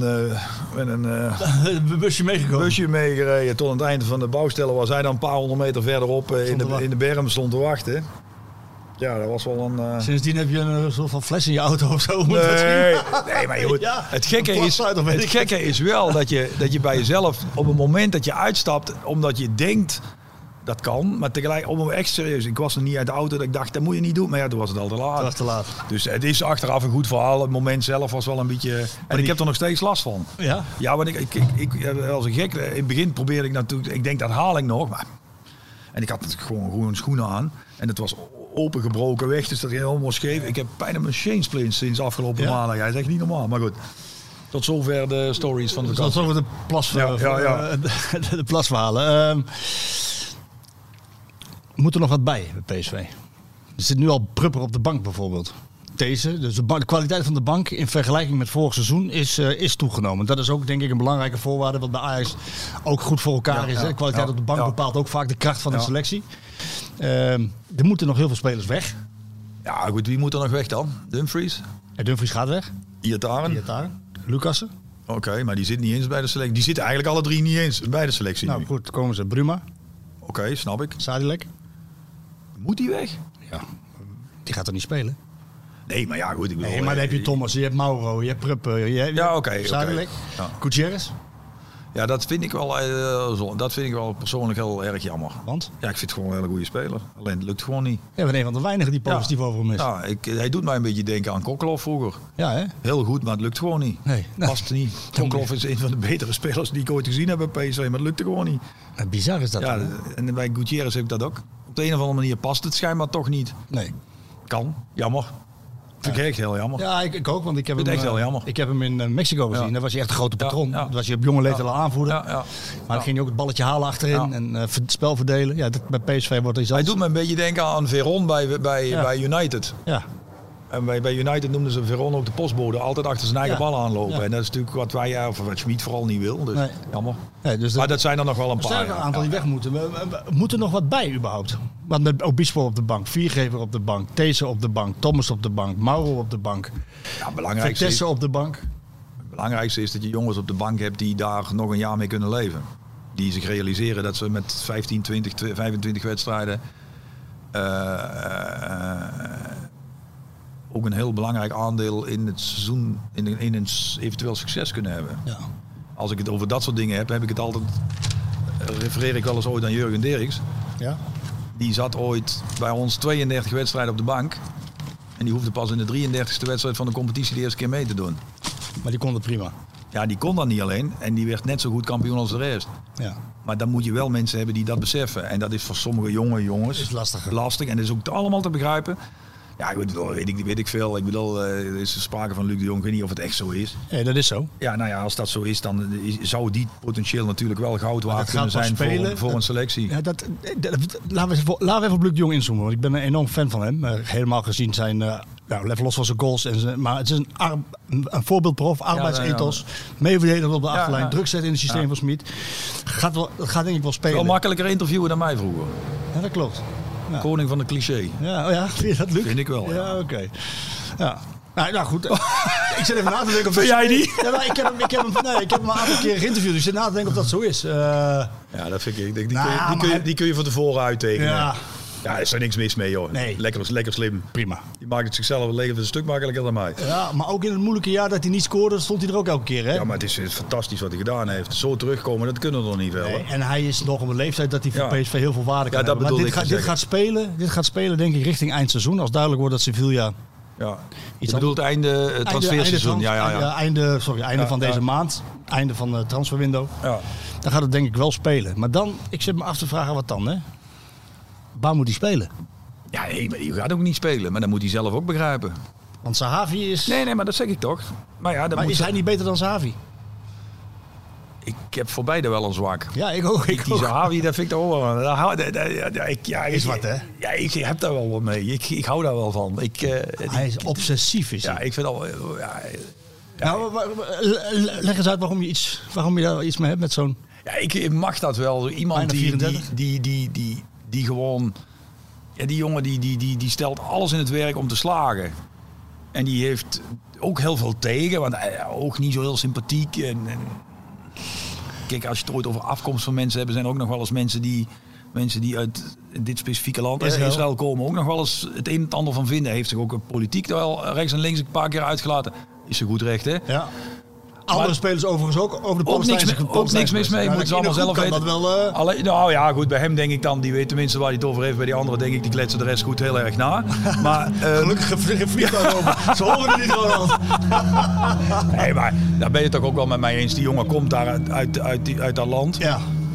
een busje meegekomen. Busje meegereden tot aan het einde van de bouwstellen was hij dan een paar 100 meter verderop in de berm stond te wachten. Ja, dat was wel een... Sindsdien heb je een soort van fles in je auto of zo. Nee, maar joh, ja, het gekke is wel dat je bij jezelf op het moment dat je uitstapt, omdat je denkt dat kan, maar tegelijk op een echt serieus. Ik was nog niet uit de auto dat ik dacht, dat moet je niet doen. Maar ja, toen was het al te laat. Dat was te laat. Dus het is achteraf een goed verhaal. Het moment zelf was wel een beetje... En ik heb er nog steeds last van. Ja? Ja, want ik als een gek. In het begin probeerde ik natuurlijk... Ik denk, dat haal ik nog. Maar, en ik had natuurlijk gewoon schoenen aan. En het was opengebroken weg. Dus dat ging helemaal scheef. Ik heb bijna mijn chainsplint sinds afgelopen maandag. Hij zegt niet normaal. Maar goed. Tot zover de stories van de vakantie. Tot zover de plasverhalen. Moet er nog wat bij PSV? Er zit nu al Prupper op de bank bijvoorbeeld. Deze, dus de kwaliteit van de bank in vergelijking met vorig seizoen is toegenomen. Dat is ook denk ik een belangrijke voorwaarde wat bij Ajax ook goed voor elkaar is. De kwaliteit op de bank bepaalt ook vaak de kracht van de selectie. Er moeten nog heel veel spelers weg. Ja goed, wie moet er nog weg dan? Dumfries? Ja, Dumfries gaat weg. Iataren? Lucassen? Oké, maar die zit niet eens bij de selectie. Die zitten eigenlijk alle 3 niet eens bij de selectie. Nou nu. goed, komen ze. Bruma. Oké, snap ik. Sadilek. Moet die weg? Ja, die gaat er niet spelen. Nee, maar ja, goed. Ik bedoel, maar dan heb je Thomas, je hebt Mauro, je hebt Prupper, je hebt Sadilek. Ja. Gutierrez. Ja, dat vind ik wel persoonlijk heel erg jammer. Want? Ja, ik vind het gewoon een hele goede speler. Alleen het lukt gewoon niet. Ja, bent een van de weinigen die positief over hem is. Ja, hij doet mij een beetje denken aan Kokkelhoff vroeger. Ja, hè? Heel goed, maar het lukt gewoon niet. Nee. Past niet. Kokkelhoff is een van de betere spelers die ik ooit gezien heb bij PSV, maar het lukte gewoon niet. En bizar is dat. Ja, en bij Gutierrez heb ik dat ook. Op de een of andere manier past het schijnbaar toch niet. Nee. Kan. Jammer. Vind ik echt heel jammer. Ja, ik ook, want ik heb hem echt heel jammer. Ik heb hem in Mexico gezien. Ja. Daar was hij echt een grote patron. Ja. Daar was hij op jonge leeftijd al aanvoerder. Ja. Maar dan ging hij ook het balletje halen achterin en het spel verdelen. Ja, bij PSV wordt hij Hij doet me een beetje denken aan Veron bij United. Ja. En bij United noemden ze Veron ook de postbode. Altijd achter zijn eigen ballen aanlopen. Ja. En dat is natuurlijk wat wij, of wat Schmid vooral niet wil. Dus jammer. Nee, dus maar dat zijn er nog wel een paar. Er paar. zijn er een aantal die weg moeten. Moet er nog wat bij überhaupt? Want met Obispo op de bank, Viergever op de bank, These op de bank, Thomas op de bank, Mauro op de bank. Ja, belangrijkste op de bank. Het belangrijkste is dat je jongens op de bank hebt die daar nog een jaar mee kunnen leven. Die zich realiseren dat ze met 15, 20, 25 wedstrijden ook een heel belangrijk aandeel in het seizoen, in een eventueel succes kunnen hebben. Ja. Als ik het over dat soort dingen heb ik het altijd refereer ik wel eens ooit aan Jurgen Derks. Ja. Die zat ooit bij ons 32 wedstrijden op de bank. En die hoefde pas in de 33e wedstrijd van de competitie de eerste keer mee te doen. Maar die kon het prima. Ja, die kon dat niet alleen. En die werd net zo goed kampioen als de rest. Ja. Maar dan moet je wel mensen hebben die dat beseffen. En dat is voor sommige jonge jongens is lastig. En dat is ook allemaal te begrijpen. Ja, weet ik veel. Ik bedoel, er is sprake van Luc de Jong. Ik weet niet of het echt zo is. Ja, dat is zo. Ja, nou ja, als dat zo is, dan zou die potentieel natuurlijk wel goud waard kunnen zijn voor een selectie. Ja, laten we even op Luc de Jong inzoomen. Want ik ben een enorm fan van hem. Helemaal gezien zijn, level los van zijn goals. Maar het is een voorbeeldprof, arbeidsethos. Meeverdedigend op de achterlijn, druk zetten in het systeem van Smit. Dat gaat denk ik wel spelen. Wel makkelijker interviewen dan mij vroeger. Ja, dat klopt. Ja. Koning van de cliché. Ja, vind je dat, Luc? Vind ik wel. Ja, oké. Ja. Nou goed, ik zit even na te denken. Vind jij die? Ja, maar ik heb hem een aantal keer geïnterviewd. Dus ik zit na te denken of dat zo is. Ja, dat vind ik. Die kun je van tevoren uittekenen. Ja. Ja, er is er niks mis mee, joh. Nee. Lekker slim. Prima. Die maakt het zichzelf het leven een stuk makkelijker dan mij. Ja, maar ook in het moeilijke jaar dat hij niet scoorde, stond hij er ook elke keer, hè? Ja, maar het is fantastisch wat hij gedaan heeft. Zo terugkomen, dat kunnen we nog niet veel. Nee, en hij is nog op een leeftijd dat hij voor PSV heel veel waarde kan hebben. Maar dit gaat spelen, denk ik, richting eindseizoen. Als duidelijk wordt dat Sevilla... Ja. Je bedoelt einde transferseizoen. Einde van deze maand. Einde van het transferwindow. Ja. Dan gaat het denk ik wel spelen. Maar dan, ik zit me af te vragen wat dan, hè? Waar moet hij spelen? Ja, nee, maar die gaat ook niet spelen. Maar dat moet hij zelf ook begrijpen. Want Sahavi is... Nee, maar dat zeg ik toch. Maar is hij niet beter dan Sahavi? Ik heb voor beide wel een zwak. Ja, ik ook. Die Sahavi, dat vind ik toch wel wel. Is wat, hè? Ja, ik heb daar wel wat mee. Ik hou daar wel van. Hij is obsessief, is hij? Ja, ik vind al... Nou, leg eens uit waarom je daar iets mee hebt met zo'n... Ja, ik mag dat wel. Iemand die gewoon... Ja, die jongen die stelt alles in het werk om te slagen. En die heeft ook heel veel tegen. Want hij ook niet zo heel sympathiek. Kijk, als je het ooit over afkomst van mensen hebt... zijn er ook nog wel eens mensen die uit dit specifieke land, Israël komen... ook nog wel eens het een en het ander van vinden. Hij heeft zich ook politiek wel rechts en links een paar keer uitgelaten. Is ze goed recht, hè? Ja. Andere spelers overigens ook over de Palestijnse ook niks mis mee. Moeten ze allemaal zelf weten. Nou ja, goed, bij hem denk ik dan, die weet tenminste waar hij het over heeft. Bij die anderen denk ik, die kletsen de rest goed heel erg na. Maar, gelukkig vliegt over. Ze horen het niet gewoon. Nee, maar daar ben je toch ook wel met mij eens. Die jongen komt daar uit dat land. Ja.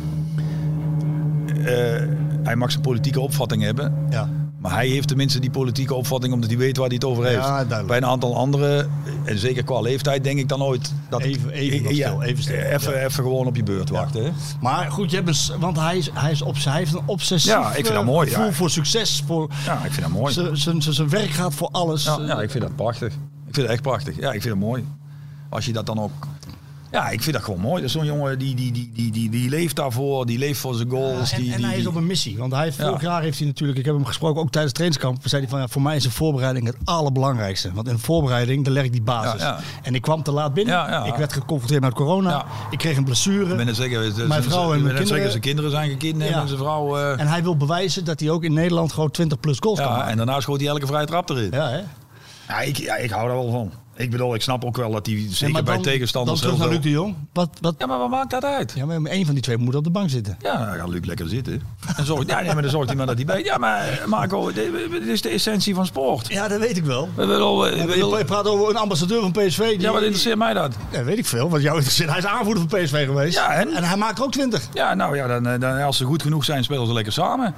Hij mag zijn politieke opvatting hebben. Ja. Maar hij heeft tenminste die politieke opvatting omdat hij weet waar hij het over heeft. Ja, bij een aantal anderen, en zeker qua leeftijd, denk ik dan ooit... Dat even stil. Even gewoon op je beurt wachten. Hè? Maar goed, want hij heeft een obsessief gevoel voor succes. Ja, ik vind dat mooi. Zijn werk gaat voor alles. Ja, ik vind dat prachtig. Ik vind het echt prachtig. Ja, ik vind het mooi. Als je dat dan ook... Ja, ik vind dat gewoon mooi. Dat is zo'n jongen die leeft daarvoor, die leeft voor zijn goals. En hij is op een missie. Want vorig jaar heeft hij natuurlijk, ik heb hem gesproken ook tijdens het trainingskamp. Zei hij van, voor mij is de voorbereiding het allerbelangrijkste. Want in de voorbereiding, daar leg ik die basis. Ja. En ik kwam te laat binnen. Ik werd geconfronteerd met corona. Ja. Ik kreeg een blessure. Ik ben het zeker. Mijn vrouw en mijn kinderen. Zijn kinderen zijn gekidnapt en zijn vrouw... En hij wil bewijzen dat hij ook in Nederland gewoon 20 plus goals kan maken. En daarna schoot hij elke vrije trap erin. Ja, hè? Ja, ik hou daar wel van. Ik bedoel, ik snap ook wel dat hij zeker bij tegenstanders... Dan terug naar Luc de Jong. Ja, maar wat maakt dat uit? Ja, maar één van die twee moet op de bank zitten. Ja, dan gaat Luc lekker zitten. Maar dan zorgt hij maar dat hij bij... Ja, maar Marco, dit is de essentie van sport. Ja, dat weet ik wel. Je praat over een ambassadeur van PSV. Ja, wat interesseert mij dat? Ja, weet ik veel. Want jou interesseert. Hij is aanvoerder van PSV geweest. Ja, en hij maakt er ook 20. Ja, nou ja, dan als ze goed genoeg zijn, spelen ze lekker samen.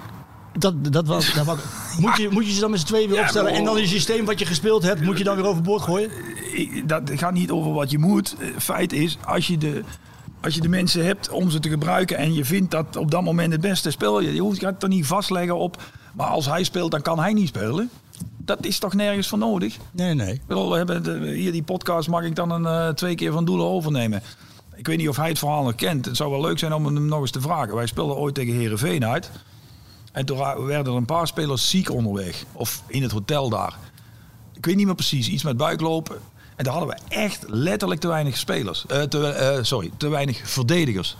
Moet je ze dan met z'n tweeën weer opstellen en dan je systeem wat je gespeeld hebt, moet je dan weer overboord gooien? Dat gaat niet over wat je moet. Feit is, als je de mensen hebt om ze te gebruiken en je vindt dat op dat moment het beste speel je gaat het er niet vastleggen op, maar als hij speelt, dan kan hij niet spelen. Dat is toch nergens voor nodig? Nee. We hebben hier die podcast, mag ik dan 2 keer van Doelen overnemen. Ik weet niet of hij het verhaal nog kent. Het zou wel leuk zijn om hem nog eens te vragen. Wij speelden ooit tegen Heerenveen uit. En toen werden er een paar spelers ziek onderweg. Of in het hotel daar. Ik weet niet meer precies. Iets met buiklopen. En daar hadden we echt letterlijk te weinig spelers. Te weinig verdedigers.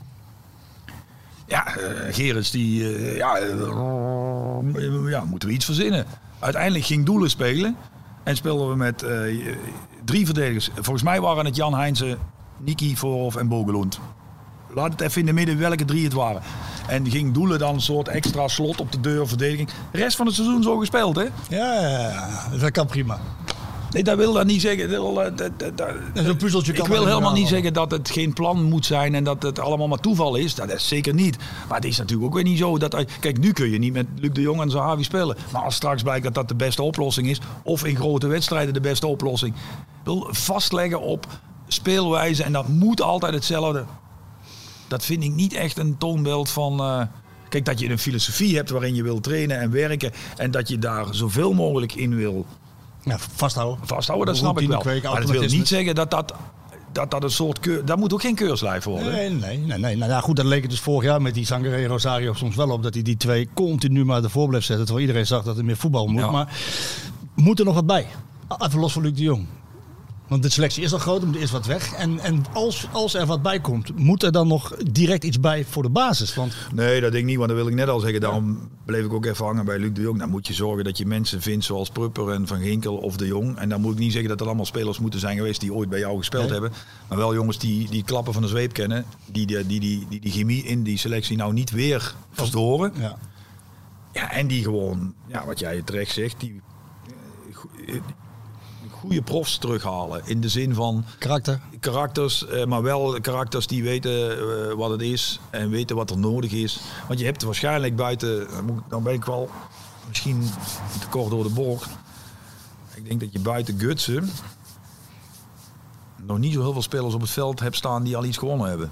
Ja, Gerrits die... moeten we iets verzinnen. Uiteindelijk ging Doelen spelen. En speelden we met 3 verdedigers. Volgens mij waren het Jan Heijnsen, Niki Voorhof en Bogelund. laat het even in de midden welke 3 het waren. En ging Doelen dan een soort extra slot op de deur, verdediging. De rest van het seizoen zo gespeeld, hè? Ja, dat kan prima. Nee, dat wil dat niet zeggen. Zo'n puzzeltje kan ik wil helemaal niet zeggen dat het geen plan moet zijn en dat het allemaal maar toeval is. Dat is zeker niet. Maar het is natuurlijk ook weer niet zo dat... Kijk, nu kun je niet met Luc de Jong en Zahavi spelen. Maar als straks blijkt dat dat de beste oplossing is, of in grote wedstrijden de beste oplossing. Ik wil vastleggen op speelwijze en dat moet altijd hetzelfde. Dat vind ik niet echt een toonbeeld van... Kijk, dat je een filosofie hebt waarin je wil trainen en werken en dat je daar zoveel mogelijk in wil... Ja, vasthouden, dat snap ik wel. Maar dat wil niet zeggen dat een soort... Dat moet ook geen keurslijf worden. Nee. Nou ja, goed, dat leek het dus vorig jaar met die Sangare en Rosario soms wel op. Dat hij die 2 continu maar ervoor bleef zetten. Terwijl iedereen zag dat er meer voetbal moet. Ja. Maar moet er nog wat bij? Even los van Luc de Jong. Want de selectie is al groot, er moet eerst wat weg. En als er wat bij komt, moet er dan nog direct iets bij voor de basis? Want... Nee, dat denk ik niet, want dat wil ik net al zeggen. Daarom bleef ik ook even hangen bij Luc de Jong. Dan moet je zorgen dat je mensen vindt zoals Prupper en Van Ginkel of de Jong. En dan moet ik niet zeggen dat er allemaal spelers moeten zijn geweest die ooit bij jou gespeeld hebben. Maar wel jongens die klappen van de zweep kennen. Die chemie in die selectie nou niet weer verstoren. Ja, en die gewoon, wat jij terecht zegt, die... goede profs terughalen. In de zin van... Karakters, maar wel karakters die weten wat het is en weten wat er nodig is. Want je hebt waarschijnlijk buiten... Dan ben ik wel misschien te kort door de bocht. Ik denk dat je buiten Gutsen nog niet zo heel veel spelers op het veld hebt staan die al iets gewonnen hebben.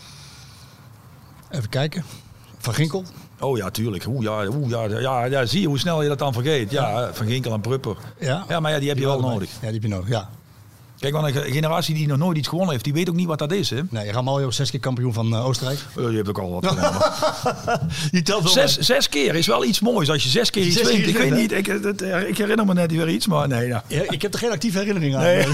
Even kijken. Van Ginkel? Oh ja, tuurlijk. Ja, zie je hoe snel je dat dan vergeet. Ja, Van Ginkel en Prupper. Ja, maar die heb je wel nodig. Ja, die heb je nodig, ja. Kijk, want een generatie die nog nooit iets gewonnen heeft, die weet ook niet wat dat is, hè? Nee, Ramaljo 6 keer kampioen van Oostenrijk. Je hebt ook al wat gewonnen. Die telt wel 6 keer is wel iets moois als je 6 keer iets wint. Ik weet niet, ik herinner me net weer iets, maar nee. Ja, ik heb er geen actieve herinnering aan. Nee,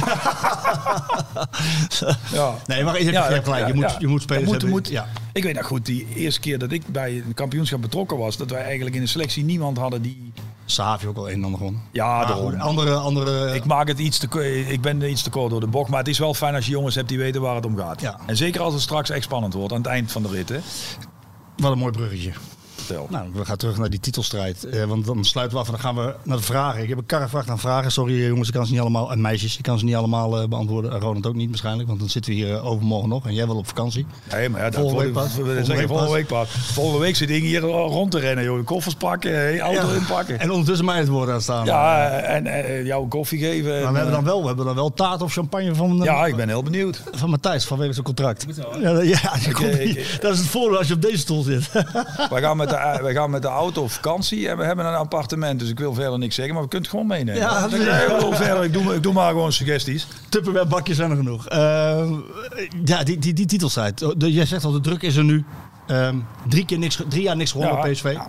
nee, maar je hebt gelijk. Je moet spelers hebben. Ik weet nog goed, die eerste keer dat ik bij een kampioenschap betrokken was, dat wij eigenlijk in de selectie niemand hadden die... Sahavi ook al een en ander gewonnen. Ja, andere... Ik maak het ik ben iets te kort door de bocht, maar het is wel fijn als je jongens hebt die weten waar het om gaat. Ja. En zeker als het straks echt spannend wordt aan het eind van de rit. Hè. Wat een mooi bruggetje. Nou, we gaan terug naar die titelstrijd. Want dan sluiten we af en dan gaan we naar de vragen. Ik heb een karrevracht aan vragen. Sorry jongens, ik kan ze niet allemaal... En meisjes, ik kan ze niet allemaal beantwoorden. Ronald ook niet waarschijnlijk, want dan zitten we hier overmorgen nog. En jij wel op vakantie. Nee, maar volgende week zit ik hier rond te rennen. Joh. Koffers pakken, auto inpakken. En ondertussen mij het woord aan staan. Ja, en jou koffie geven. Maar we hebben dan wel taart of champagne van... Ja, ik ben heel benieuwd. Van Matthijs, vanwege zijn contract. Dat is het voordeel als je op deze stoel zit. Wij gaan met de auto op vakantie en we hebben een appartement. Dus ik wil verder niks zeggen, maar we kunnen het gewoon meenemen. Ja, ik doe maar gewoon suggesties. Tupperware bakjes zijn er genoeg. Die titelstrijd. Jij zegt al, de druk is er nu. 3 jaar niks gewonnen op PSV.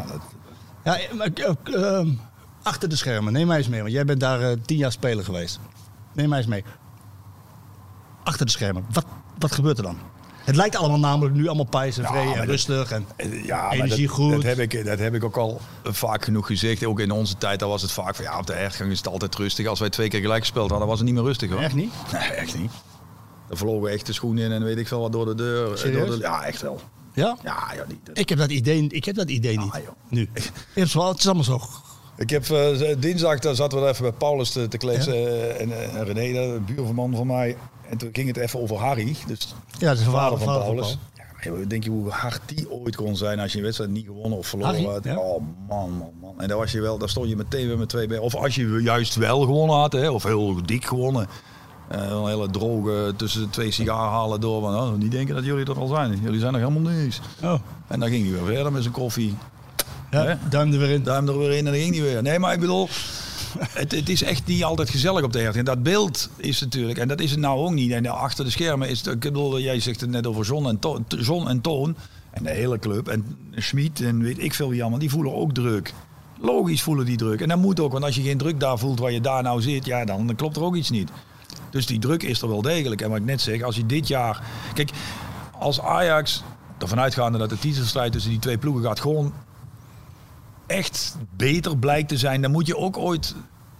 Achter de schermen, neem mij eens mee. Want jij bent daar 10 jaar speler geweest. Neem mij eens mee. Achter de schermen, wat gebeurt er dan? Het lijkt allemaal namelijk nu allemaal pijs en vrede en rustig en energie goed. Dat heb ik ook al vaak genoeg gezegd. Ook in onze tijd was het vaak van op de hertgang is het altijd rustig. Als wij 2 keer gelijk gespeeld hadden, was het niet meer rustig hoor. Echt niet? Nee, echt niet. Dan vlogen echt de schoenen in en weet ik veel wat door de deur. Ja, echt wel. Ja? Ik heb dat idee niet. Nu. Het is allemaal zo. Ik heb dinsdag, daar zaten we even bij Paulus te kletsen en René, een buurman van mij. En toen ging het even over Harry, dus dat is de vader van Paulus. Denk je hoe hard die ooit kon zijn als je een wedstrijd niet gewonnen of verloren had? Ja? Oh man. En daar stond je meteen weer met 2 bij. Of als je juist wel gewonnen had, of heel dik gewonnen. Een hele droge tussen 2 sigaarhalen door. Van, niet denken dat jullie er al zijn. Jullie zijn nog helemaal niks. Oh. En dan ging hij weer verder met zijn koffie. Ja, duim er weer in. Duim er weer in en dan ging hij weer. Nee, maar ik bedoel... Het is echt niet altijd gezellig op de hertgang. En dat beeld is natuurlijk, en dat is het nou ook niet. En achter de schermen is het, ik bedoel, jij zegt het net over John en Toon. En de hele club. En Schmid en weet ik veel wie allemaal, die voelen ook druk. Logisch voelen die druk. En dat moet ook, want als je geen druk daar voelt waar je daar nou zit, dan klopt er ook iets niet. Dus die druk is er wel degelijk. En wat ik net zeg, als je dit jaar... Kijk, als Ajax ervan uitgaande dat de titelstrijd tussen die 2 ploegen gaat gewoon echt beter blijkt te zijn, dan moet je ook ooit...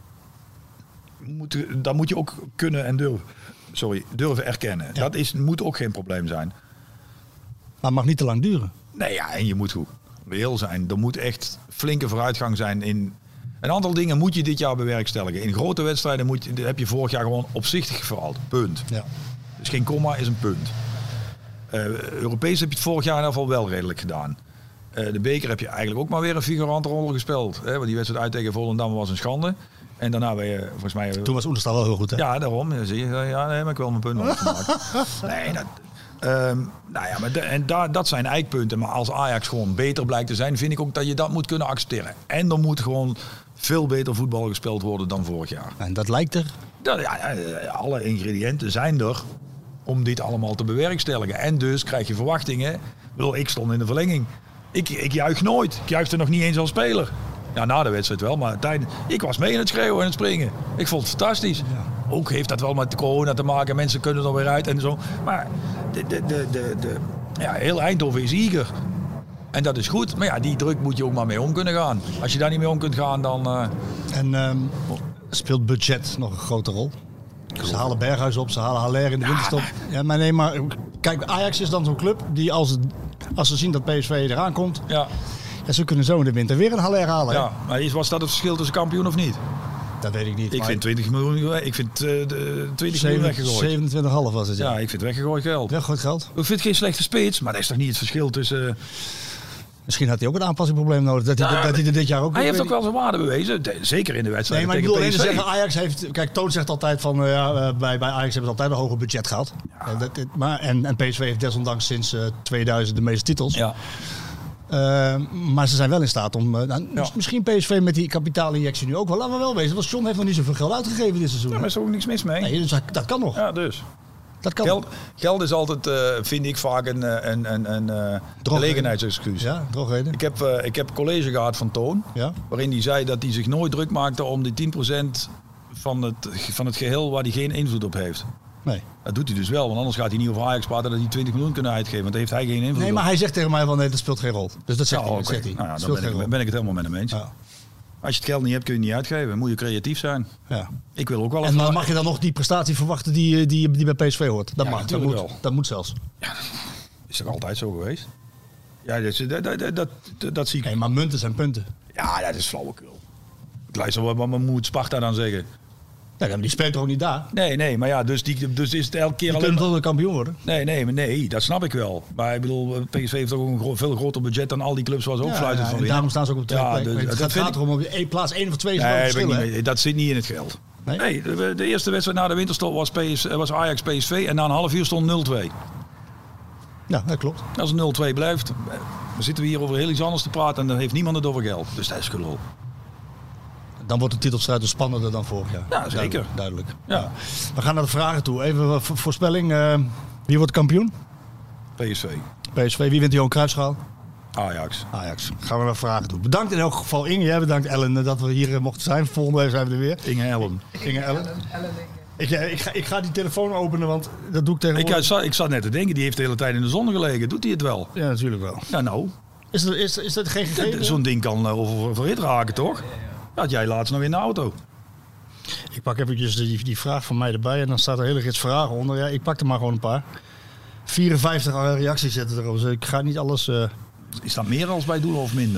Dan moet je ook kunnen en durven erkennen. Ja. Dat moet ook geen probleem zijn. het mag niet te lang duren. Nee, ja, en je moet goed reëel zijn. Er moet echt flinke vooruitgang zijn in... Een aantal dingen moet je dit jaar bewerkstelligen. In grote wedstrijden heb je vorig jaar gewoon opzichtig verhaald. Punt. Ja. Dus geen komma is een punt. Europees heb je het vorig jaar in ieder geval wel redelijk gedaan. De beker heb je eigenlijk ook maar weer een figurante rol gespeeld. Hè? Want die wedstrijd uit tegen Volendam was een schande. En daarna ben je volgens mij... Toen was Oenerstal wel heel goed, hè? Ja, daarom. Zie je, ja, nee, maar ik wil mijn punt nog maken. Nee, dat zijn eikpunten. Maar als Ajax gewoon beter blijkt te zijn, vind ik ook dat je dat moet kunnen accepteren. En er moet gewoon veel beter voetbal gespeeld worden dan vorig jaar. En dat lijkt er? Alle ingrediënten zijn er om dit allemaal te bewerkstelligen. En dus krijg je verwachtingen. Ik stond in de verlenging. Ik juich nooit. Ik juichte nog niet eens als speler. Ja, na de wedstrijd wel, maar ik was mee in het schreeuwen en het springen. Ik vond het fantastisch. Ja. Ook heeft dat wel met de corona te maken. Mensen kunnen er weer uit en zo. Maar heel Eindhoven is eager. En dat is goed. Maar ja, die druk moet je ook maar mee om kunnen gaan. Als je daar niet mee om kunt gaan, dan... Speelt budget nog een grote rol? Ze halen Berghuis op, ze halen Haller in de winterstop. Ja, maar kijk, Ajax is dan zo'n club die als ze zien dat PSV eraan komt... Ja, ze kunnen zo in de winter weer een Haller halen. Ja, maar was dat het verschil tussen kampioen of niet? Dat weet ik niet. Ik vind 20 miljoen. Ik vind 20 miljoen weggegooid. 27,5 was het. Ja, ik vind weggegooid geld. Weggegooid geld. Ik vind het geen slechte spits, maar dat is toch niet het verschil tussen... Misschien had hij ook een aanpassingsprobleem nodig. Dat hij er dit jaar ook... Hij heeft ook wel zijn waarde bewezen. Zeker in de wedstrijd. Nee, maar ik bedoel alleen te zeggen, Ajax heeft... Kijk, Toon zegt altijd van... bij Ajax hebben ze altijd een hoger budget gehad. Ja. En PSV heeft desondanks sinds 2000 de meeste titels. Ja. Maar ze zijn wel in staat om... Misschien PSV met die kapitaalinjectie nu ook wel. Laten we wel wezen. Want John heeft nog niet zoveel geld uitgegeven dit seizoen. Ja, maar er is ook niks mis mee. Nee, dus dat kan nog. Ja, dus. Dat kan. Geld is altijd, vind ik, vaak een gelegenheidsexcuus. Ja, drogreden. Ik heb college gehad van Toon. Ja? Waarin hij zei dat hij zich nooit druk maakte om die 10% van het geheel waar hij geen invloed op heeft. Nee. Dat doet hij dus wel, want anders gaat hij niet over Ajax praten dat hij 20 miljoen kunnen uitgeven, want daar heeft hij geen invloed op. Nee, maar hij zegt tegen mij van nee, dat speelt geen rol. Dus dat zegt hij. Okay. Nou ja, dan ben ik het helemaal met hem eens. Ja. Als je het geld niet hebt, kun je het niet uitgeven. Dan moet je creatief zijn. Ja. Ik wil ook wel. En mag je dan nog die prestatie verwachten die bij PSV hoort? Dat mag. Dat moet zelfs. Ja, is toch altijd zo geweest? Ja, dat zie ik. Nee, maar munten zijn punten. Ja, dat is flauwekul. Ik luister wat moet Sparta dan zeggen. Ja, maar die speelt toch ook niet daar? Nee, maar ja, dus is het elke keer alleen... Je kunt toch een kampioen worden? Nee, dat snap ik wel. Maar ik bedoel, PSV heeft toch ook een veel groter budget dan al die clubs waar ze ook fluiten van. Daarom staan ze ook op de tweede plek. Het gaat erom op plaats 1 of 2 nee, dat zit niet in het geld. Nee, de eerste wedstrijd na de winterstop was Ajax PSV en na een half uur stond 0-2. Ja, dat klopt. Als het 0-2 blijft, dan zitten we hier over heel iets anders te praten en dan heeft niemand het over geld. Dus dat is gelul. Dan wordt de titelstrijd dus spannender dan vorig jaar. Ja, zeker. Duidelijk. Ja. We gaan naar de vragen toe. Even voorspelling. Wie wordt kampioen? PSV. Wie wint de Johan Cruijffschaal? Ajax. Gaan we naar vragen toe. Bedankt in elk geval Inge. Jij bedankt Ellen dat we hier mochten zijn. Volgende week zijn we er weer. Inge Ellen. Ik ga die telefoon openen, want dat doe ik tegenwoordig. Ik zat net te denken, die heeft de hele tijd in de zon gelegen. Doet hij het wel? Ja, natuurlijk wel. Ja, nou. Is dat geen gegeven? Zo'n ding kan oververhit raken, toch? Had jij laatst nog in de auto? Ik pak eventjes die vraag van mij erbij en dan staat er een hele rits vragen onder. Ja, ik pak er maar gewoon een paar. 54 reacties zitten erop, dus ik ga niet alles... Is dat meer als bij Doelen of minder?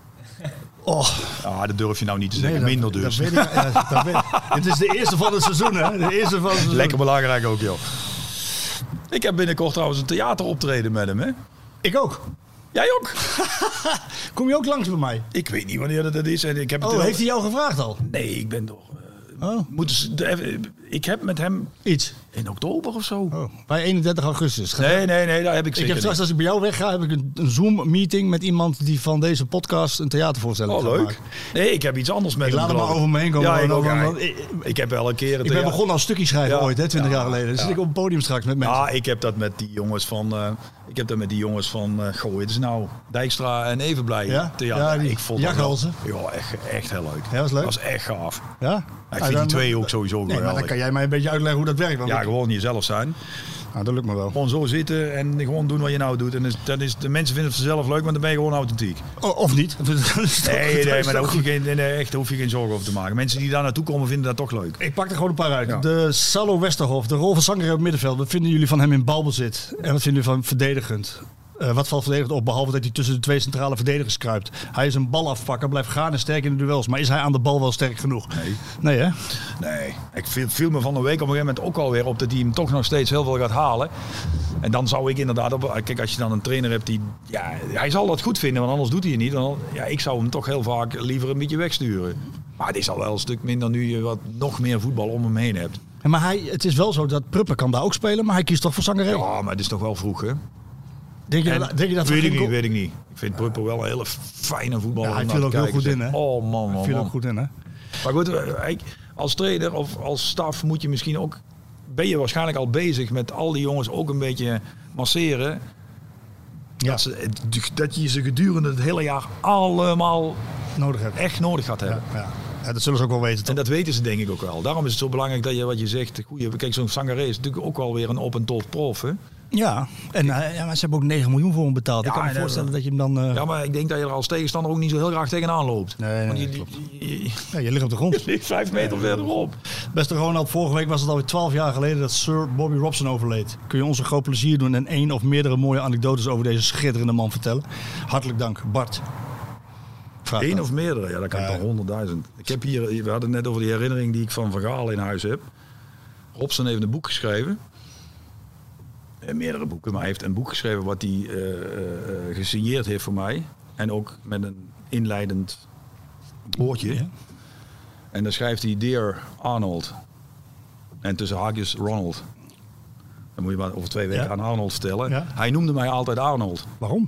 Dat durf je nou niet te zeggen. Nee, minder dus. Dat weet ik. Het is de eerste van het seizoen, hè? Lekker belangrijk ook, joh. Ik heb binnenkort trouwens een theateroptreden met hem, hè? Ik ook. Jij ook? Kom je ook langs bij mij? Ik weet niet wanneer dat is. En ik heb heeft hij jou gevraagd al? Nee, ik ben toch... Ik heb met hem... Iets? In oktober of zo. Bij 31 augustus. Nee, daar heb ik zeker Ik heb straks, als ik bij jou wegga, heb ik een Zoom-meeting met iemand die van deze podcast een theatervoorstelling gaat leuk. maken. Nee, ik heb iets anders met hem. Ik laat hem maar over me heen komen. Ik heb wel een keer... Ik ben begonnen als stukje schrijven ooit, 20 jaar geleden. Dus zit ik op het podium straks met mensen. Ja, ik heb dat met die jongens van... het is nou Dijkstra en Evenblij. Ja, ik vond Jakhalzen. Ja, echt heel leuk. Ja, was leuk. Dat was echt gaaf. Ja? Ik vind die twee ook sowieso geweldig. Maar dan kan jij mij een beetje uitleggen hoe dat werkt. Want gewoon jezelf zijn. Nou, dat lukt me wel. Gewoon zo zitten en gewoon doen wat je nou doet. En de mensen vinden het vanzelf leuk, maar dan ben je gewoon authentiek. Of niet. Nee, maar daar hoef je geen zorgen over te maken. Mensen die daar naartoe komen vinden dat toch leuk. Ik pak er gewoon een paar uit. Ja. De Salo Westerhof, de rol van Sangaré op middenveld. Wat vinden jullie van hem in balbezit? En wat vinden jullie van verdedigend? Wat valt verdedigend op, behalve dat hij tussen de 2 centrale verdedigers kruipt. Hij is een balafpakker, blijft gaan en sterk in de duels. Maar is hij aan de bal wel sterk genoeg? Nee. Nee, hè? Nee. Ik viel me van de week op een gegeven moment ook alweer op dat hij hem toch nog steeds heel veel gaat halen. En dan zou ik inderdaad... Kijk, als je dan een trainer hebt die... Ja, hij zal dat goed vinden, want anders doet hij het niet. Dan, ja, ik zou hem toch heel vaak liever een beetje wegsturen. Maar het is al wel een stuk minder nu je wat nog meer voetbal om hem heen hebt. Ja, maar het is wel zo dat Pruppen kan daar ook spelen, maar hij kiest toch voor Sangaré? Ja, maar het is toch wel vroeg, hè? Denk je dat weet ik niet. Ik vind Pruppen wel een hele fijne voetballer. Ja, hij viel ook heel goed in, hè? Oh man, hij viel ook goed in, hè? Maar goed, als trainer of als staf moet je misschien ook... Ben je waarschijnlijk al bezig met al die jongens ook een beetje masseren. Ja. Dat je ze gedurende het hele jaar allemaal echt nodig gaat hebben. Ja. Ja, dat zullen ze ook wel weten. Toch? En dat weten ze denk ik ook wel. Daarom is het zo belangrijk dat je wat je zegt. Kijk, zo'n Sangaré is natuurlijk ook wel weer een op- en top prof. Hè? Ja, maar ze hebben ook 9 miljoen voor hem betaald. Ik kan me voorstellen dat je hem dan... Ja, maar ik denk dat je er als tegenstander ook niet zo heel graag tegenaan loopt. Nee, klopt. Je ligt op de grond. Je ligt 5 meter verderop. Beste Ronald, vorige week was het alweer 12 jaar geleden dat Sir Bobby Robson overleed. Kun je ons een groot plezier doen en 1 of meerdere mooie anekdotes over deze schitterende man vertellen? Hartelijk dank, Bart. 1 of meerdere, ja, dat kan toch 100.000. Ik heb hier, we hadden het net over die herinnering die ik van Gaal in huis heb. Robson heeft een boek geschreven. Meerdere boeken, maar hij heeft een boek geschreven wat hij gesigneerd heeft voor mij. En ook met een inleidend woordje. Ja. En dan schrijft hij Dear Arnold. En tussen haakjes Ronald. Dan moet je maar over 2 weken aan Arnold vertellen. Ja. Hij noemde mij altijd Arnold. Waarom?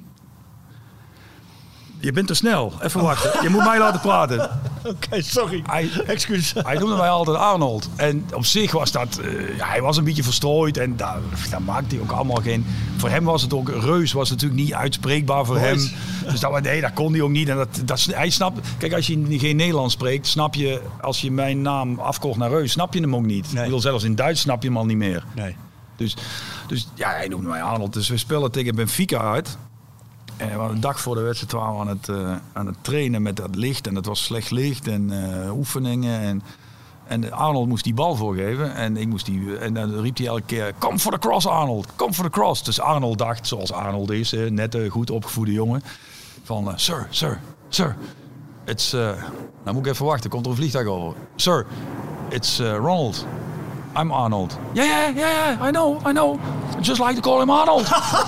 Je bent te snel. Even wachten. Je moet mij laten praten. Oké, sorry. Excuus. Hij noemde mij altijd Arnold. En op zich was dat... hij was een beetje verstrooid. En daar maakte hij ook allemaal geen... Voor hem was het ook... Reus was natuurlijk niet uitspreekbaar voor hem. Dus dat kon hij ook niet. En hij snapt... Kijk, als je geen Nederlands spreekt... Snap je... Als je mijn naam afkocht naar Reus... Snap je hem ook niet. Nee. Ik bedoel, zelfs in Duits snap je hem al niet meer. Nee. Dus ja, hij noemde mij Arnold. Dus we spelen tegen Benfica uit... En we hadden een dag voor de wedstrijd waren we aan het trainen met dat licht. En het was slecht licht en oefeningen. En Arnold moest die bal voorgeven. En dan riep hij elke keer, come for the cross Arnold, come for the cross. Dus Arnold dacht, zoals Arnold is, net een goed opgevoede jongen. Van, sir. It's, nou moet ik even wachten, komt er een vliegtuig over. Sir, it's Ronald. I'm Arnold. Yeah, I know. Just like to call him Arnold.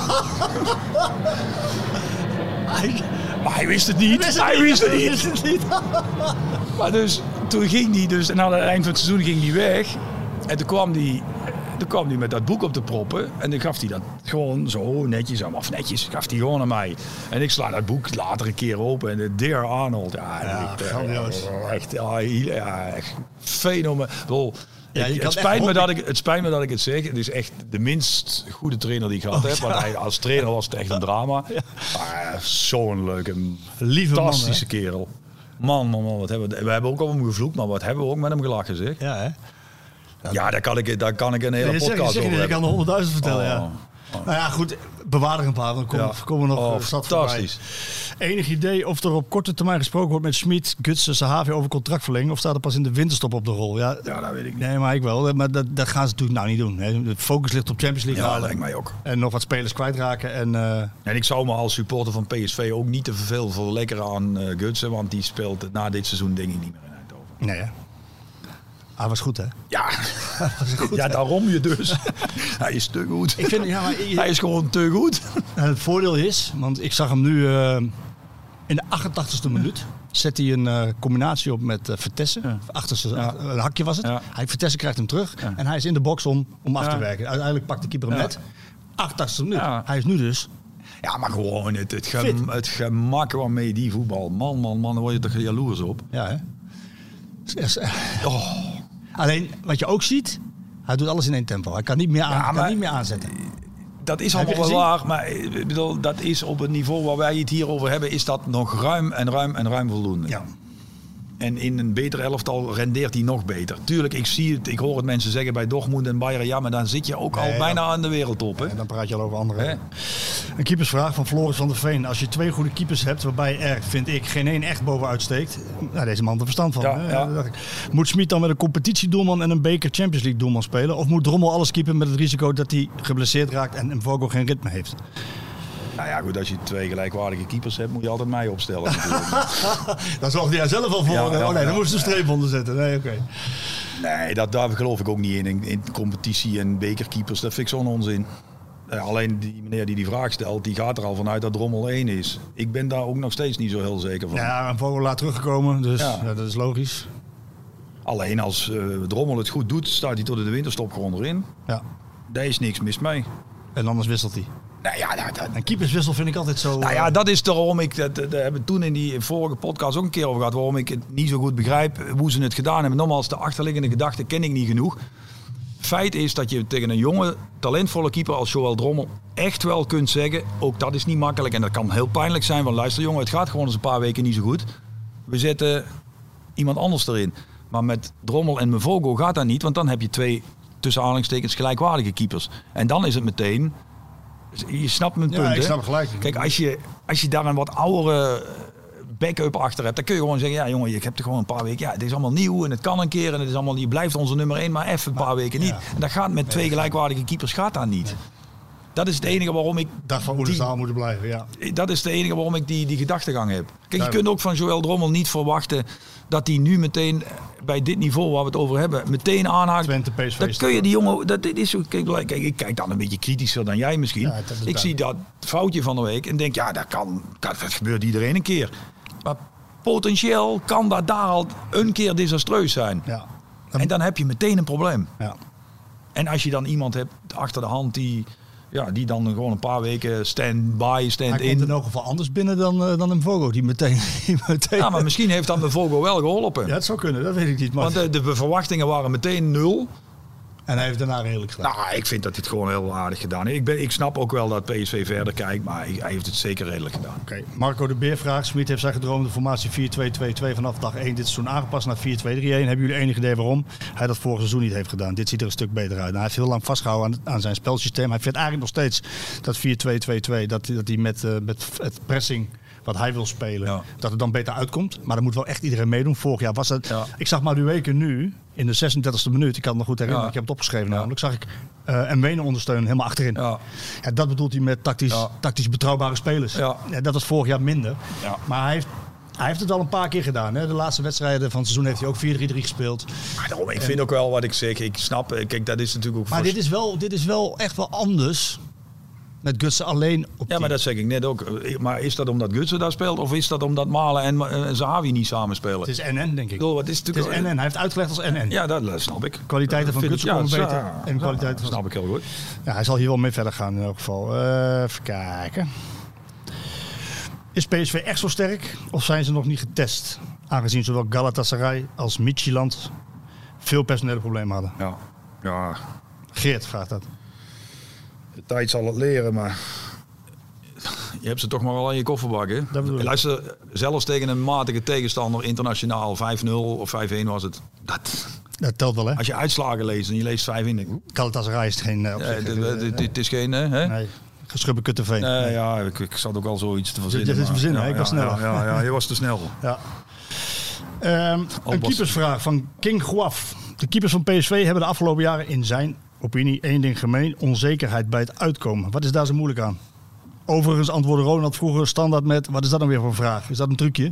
Maar hij wist het niet. Hij wist het niet. Maar dus, toen ging hij dus, en aan het eind van het seizoen ging hij weg. En toen kwam hij met dat boek op de proppen. En dan gaf hij dat gewoon zo netjes, of netjes, gaf hij gewoon aan mij. En ik sla dat boek later een keer open. En Dear Arnold, echt fenomenaal. Ja, het spijt me dat ik het zeg. Het is echt de minst goede trainer die ik gehad heb. Want als trainer was het echt een drama. Ja. Maar zo'n leuke, fantastische kerel. Man, wat hebben we hebben ook al om gevloekt, maar wat hebben we ook met hem gelachen, zeg. Ja, hè? Ja, daar kan ik een hele podcast over hebben. Ik kan 100.000 vertellen, ja. Nou ja, goed, bewaar er een paar, dan komen we nog fantastisch. Enig idee of er op korte termijn gesproken wordt met Schmid, Gutsen, Sahavi over contractverlenging? Of staat er pas in de winterstop op de rol? Ja, dat weet ik niet. Nee, maar ik wel. Maar dat gaan ze natuurlijk nou niet doen. Hè. De focus ligt op Champions League. Ja, dat lijkt mij ook. En nog wat spelers kwijtraken. En ik zou me als supporter van PSV ook niet te veel verlekkeren aan Gutsen. Want die speelt na dit seizoen denk ik niet meer in Eindhoven. Nee, hè? Hij was goed, hè? Ja, daarom je dus. Hij is te goed. Hij is gewoon te goed. En het voordeel is, want ik zag hem nu in de 88e minuut. Zet hij een combinatie op met Vertessen. Ja. Een hakje was het. Ja. Vertessen krijgt hem terug. Ja. En hij is in de box om af te werken. Uiteindelijk pakt de keeper hem net. 88e minuut. Ja. Hij is nu dus... Ja, maar gewoon het gemak waarmee die voetbal... Man, daar word je toch jaloers op. Ja, hè? Alleen, wat je ook ziet, hij doet alles in één tempo. Hij kan niet meer, niet meer aanzetten. Dat is allemaal wel waar, maar ik bedoel, dat is op het niveau waar wij het hier over hebben, is dat nog ruim voldoende. Ja. En in een beter elftal rendeert hij nog beter. Tuurlijk, ik hoor het mensen zeggen bij Dortmund en Bayern, ja, maar dan zit je ook al bijna aan de wereldtop. Hè? En dan praat je al over anderen. Een keepersvraag van Floris van der Veen. Als je 2 goede keepers hebt, waarbij er, vind ik, geen één echt bovenuit steekt. Nou, deze man heeft er verstand van. Ja. Moet Schmid dan met een competitiedoelman en een beker Champions League doelman spelen? Of moet Drommel alles keepen met het risico dat hij geblesseerd raakt en Mvogo geen ritme heeft? Nou ja, goed, als je 2 gelijkwaardige keepers hebt, moet je altijd mij opstellen. Daar zorgde jij zelf al voor. Dan moest je een streep onder zetten. Nee, oké. Nee, daar geloof ik ook niet in competitie en bekerkeepers. Dat vind ik zo'n onzin. Alleen die meneer die vraag stelt, die gaat er al vanuit dat Drommel 1 is. Ik ben daar ook nog steeds niet zo heel zeker van. Ja, een Vogel laat teruggekomen, dus dat is logisch. Alleen als Drommel het goed doet, staat hij tot in de winterstop gewoon erin. Ja. Daar is niks mis mee. En anders wisselt hij. Nou ja, een keeperswissel vind ik altijd zo... Nou ja, dat is waarom ik... Daar hebben we toen in die vorige podcast ook een keer over gehad. Waarom ik het niet zo goed begrijp hoe ze het gedaan hebben. Nogmaals, de achterliggende gedachte ken ik niet genoeg. Feit is dat je tegen een jonge, talentvolle keeper als Joël Drommel echt wel kunt zeggen, ook dat is niet makkelijk en dat kan heel pijnlijk zijn, van luister jongen, het gaat gewoon eens een paar weken niet zo goed. We zetten iemand anders erin. Maar met Drommel en Mvogo gaat dat niet, want dan heb je 2 tussen aanhalingstekens gelijkwaardige keepers. En dan is het meteen, je snapt mijn punt. Ja, ik snap gelijk. Kijk, als je daar een wat oudere backup achter hebt, dan kun je gewoon zeggen, ja jongen, je hebt er gewoon een paar weken, ja, het is allemaal nieuw en het kan een keer en het is allemaal, je blijft onze nummer 1, maar even een paar weken niet. En dat gaat met 2 gelijkwaardige keepers, gaat dat niet. Nee. Dat is het enige waarom ik... Dat van hoe de zaal moeten blijven, ja. Dat is het enige waarom ik die gedachtegang heb. Kijk, je kunt ook van Joël Drommel niet verwachten dat hij nu meteen bij dit niveau waar we het over hebben, meteen aanhaakt. Twente, PSV. Dan kun je die jongen... Dat is zo, kijk, ik kijk dan een beetje kritischer dan jij misschien. Ja, ik zie dat foutje van de week en denk, ja, dat gebeurt iedereen een keer. Maar potentieel kan dat daar al een keer desastreus zijn. Ja. En dan heb je meteen een probleem. Ja. En als je dan iemand hebt achter de hand die dan gewoon een paar weken stand-by, stand-in. Hij komt in elk geval anders binnen dan een Mvogo. Die meteen... Ja, maar misschien heeft dat Mvogo wel geholpen. Ja, het zou kunnen, dat weet ik niet. Maar... Want de verwachtingen waren meteen 0. En hij heeft daarna redelijk gedaan. Nou, ik vind dat hij het gewoon heel aardig gedaan heeft. Ik snap ook wel dat PSV verder kijkt, maar hij heeft het zeker redelijk gedaan. Oké. Marco de Beer vraagt, Smit heeft zijn gedroomde formatie 4-2-2-2 vanaf dag 1 dit seizoen aangepast naar 4-2-3-1. Hebben jullie enig idee waarom hij dat vorig seizoen niet heeft gedaan? Dit ziet er een stuk beter uit. Nou, hij heeft heel lang vastgehouden aan zijn spelsysteem. Hij vindt eigenlijk nog steeds dat 4-2-2-2, dat hij met het pressing wat hij wil spelen, dat het dan beter uitkomt. Maar dat moet wel echt iedereen meedoen. Vorig jaar was het... Ja. Ik zag Madueke nu, in de 36e minuut, ik kan het nog goed herinneren, ik heb het opgeschreven namelijk, zag ik Mwene ondersteunen helemaal achterin. Ja. Ja, dat bedoelt hij met tactisch betrouwbare spelers. Ja. Ja, dat was vorig jaar minder. Ja. Maar hij heeft het al een paar keer gedaan. Hè? De laatste wedstrijden van het seizoen heeft hij ook 4-3-3 gespeeld. Maar daarom, ik vind ook wel wat ik zeg. Ik snap, kijk, dat is natuurlijk ook... Maar dit is wel echt wel anders. Met Gutsen alleen op Ja, maar dat zeg ik net ook. Maar is dat omdat Gutsen daar speelt? Of is dat omdat Malen en Zahavi niet samen spelen? Het is NN, denk ik. Het is NN. Hij heeft uitgelegd als NN. Ja, dat snap ik. Kwaliteiten van Gutsen komen beter. En kwaliteiten dat snap ik heel goed. Ja, hij zal hier wel mee verder gaan in elk geval. Even kijken. Is PSV echt zo sterk? Of zijn ze nog niet getest? Aangezien zowel Galatasaray als Midtjylland veel personele problemen hadden. Ja. Geert vraagt dat. De tijd zal het leren, maar je hebt ze toch maar wel in je kofferbak, hè? Luister, zelfs tegen een matige tegenstander, internationaal 5-0 of 5-1 was het. Dat telt wel, hè? Als je uitslagen leest en je leest 5 in. Galatasaray is geen... Het is geen, hè? Nee. Geschubben Kutteveen. Ja, ik zat ook al zoiets te verzinnen. Dit is verzinnen, ik was sneller. Ja, je was te snel. Ja. Een keepersvraag van King Guaf. De keepers van PSV hebben de afgelopen jaren in zijn opinie één ding gemeen: onzekerheid bij het uitkomen. Wat is daar zo moeilijk aan? Overigens antwoordde Ronald vroeger standaard met: wat is dat dan weer voor een vraag? Is dat een trucje?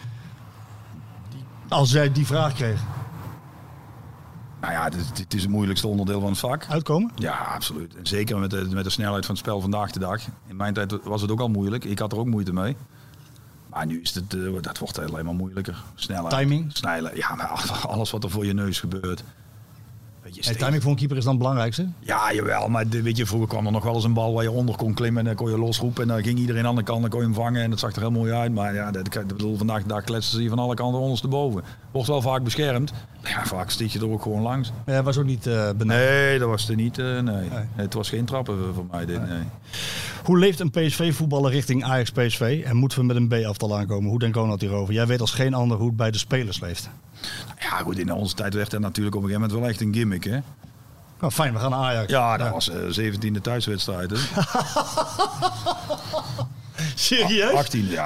Als zij die vraag kreeg. Nou ja, het is het moeilijkste onderdeel van het vak. Uitkomen? Ja, absoluut. En zeker met de snelheid van het spel vandaag de dag. In mijn tijd was het ook al moeilijk. Ik had er ook moeite mee. Maar nu is dat wordt alleen maar moeilijker. Snelheid. Timing? Snijden. Ja, maar alles wat er voor je neus gebeurt. Timing voor een keeper is dan het belangrijkste? Ja, jawel. Maar weet je, vroeger kwam er nog wel eens een bal waar je onder kon klimmen. En dan kon je losroepen. En dan ging iedereen aan de kant. Dan kon je hem vangen. En dat zag er heel mooi uit. Maar ja, vandaag de dag kletsen ze je van alle kanten ondersteboven. Wordt wel vaak beschermd. Ja, vaak stiet je er ook gewoon langs. Ja, was ook niet benauwd. Nee, dat was er niet. Nee. Het was geen trappen voor mij. Dit, nee. Hoe leeft een PSV-voetballer richting Ajax-PSV? En moeten we met een B-aftal aankomen? Hoe denkt Ronald hierover? Jij weet als geen ander hoe het bij de spelers leeft. Ja, goed, in onze tijd werd dat natuurlijk op een gegeven moment wel echt een gimmick, hè? Nou, fijn, we gaan naar Ajax. Ja, dat was 17e thuiswedstrijd, hè? Serieus? 18, ja.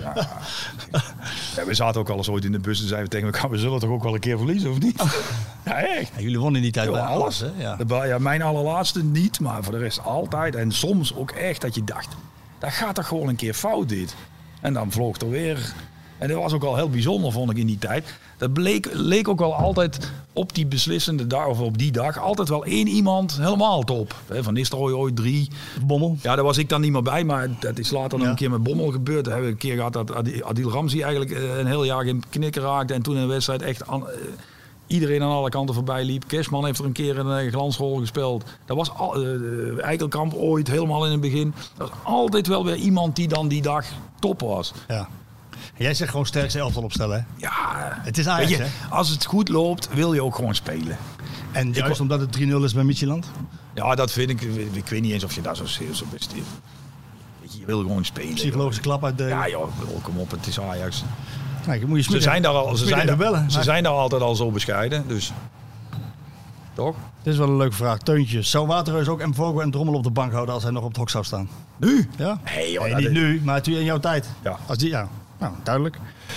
We zaten ook al eens ooit in de bus en zeiden we tegen elkaar: we zullen toch ook wel een keer verliezen, of niet? Ja, echt. Ja, jullie wonnen in die tijd bij alles, hè? Ja. Mijn allerlaatste niet, maar voor de rest altijd. En soms ook echt dat je dacht: Dat gaat toch gewoon een keer fout dit. En dan vloog er weer. En dat was ook al heel bijzonder, vond ik in die tijd. Dat leek ook wel altijd op die beslissende dag, of op die dag, altijd wel 1 iemand helemaal top. Van Nistelrooy ooit 3. Bommel. Ja, daar was ik dan niet meer bij, maar dat is later nog een keer met Bommel gebeurd. Daar hebben we een keer gehad dat Adil Ramzi eigenlijk een heel jaar geen knikken raakte. En toen in de wedstrijd echt iedereen aan alle kanten voorbij liep. Kersman heeft er een keer een glansrol gespeeld. Dat was Eikelkamp ooit, helemaal in het begin. Dat was altijd wel weer iemand die dan die dag top was. Ja. Jij zegt gewoon sterkste elftal opstellen, hè? Ja. Het is Ajax, hè? Als het goed loopt, wil je ook gewoon spelen. En juist omdat het 3-0 is bij Midtjylland? Ja, dat vind ik. Ik weet niet eens of je daar zo best is. Je wil gewoon spelen. Psychologische klap uitdelen. Ja, joh, kom op, het is Ajax. Kijk, moet je Ze zijn daar altijd al zo bescheiden, dus. Toch? Dit is wel een leuke vraag. Teuntje, zou Waterreus ook Mvogo en Drommel op de bank houden als hij nog op het hok zou staan? Nu? Ja? Nee, joh, niet nu, maar toen in jouw tijd. Ja. Als die, ja. Nou, duidelijk.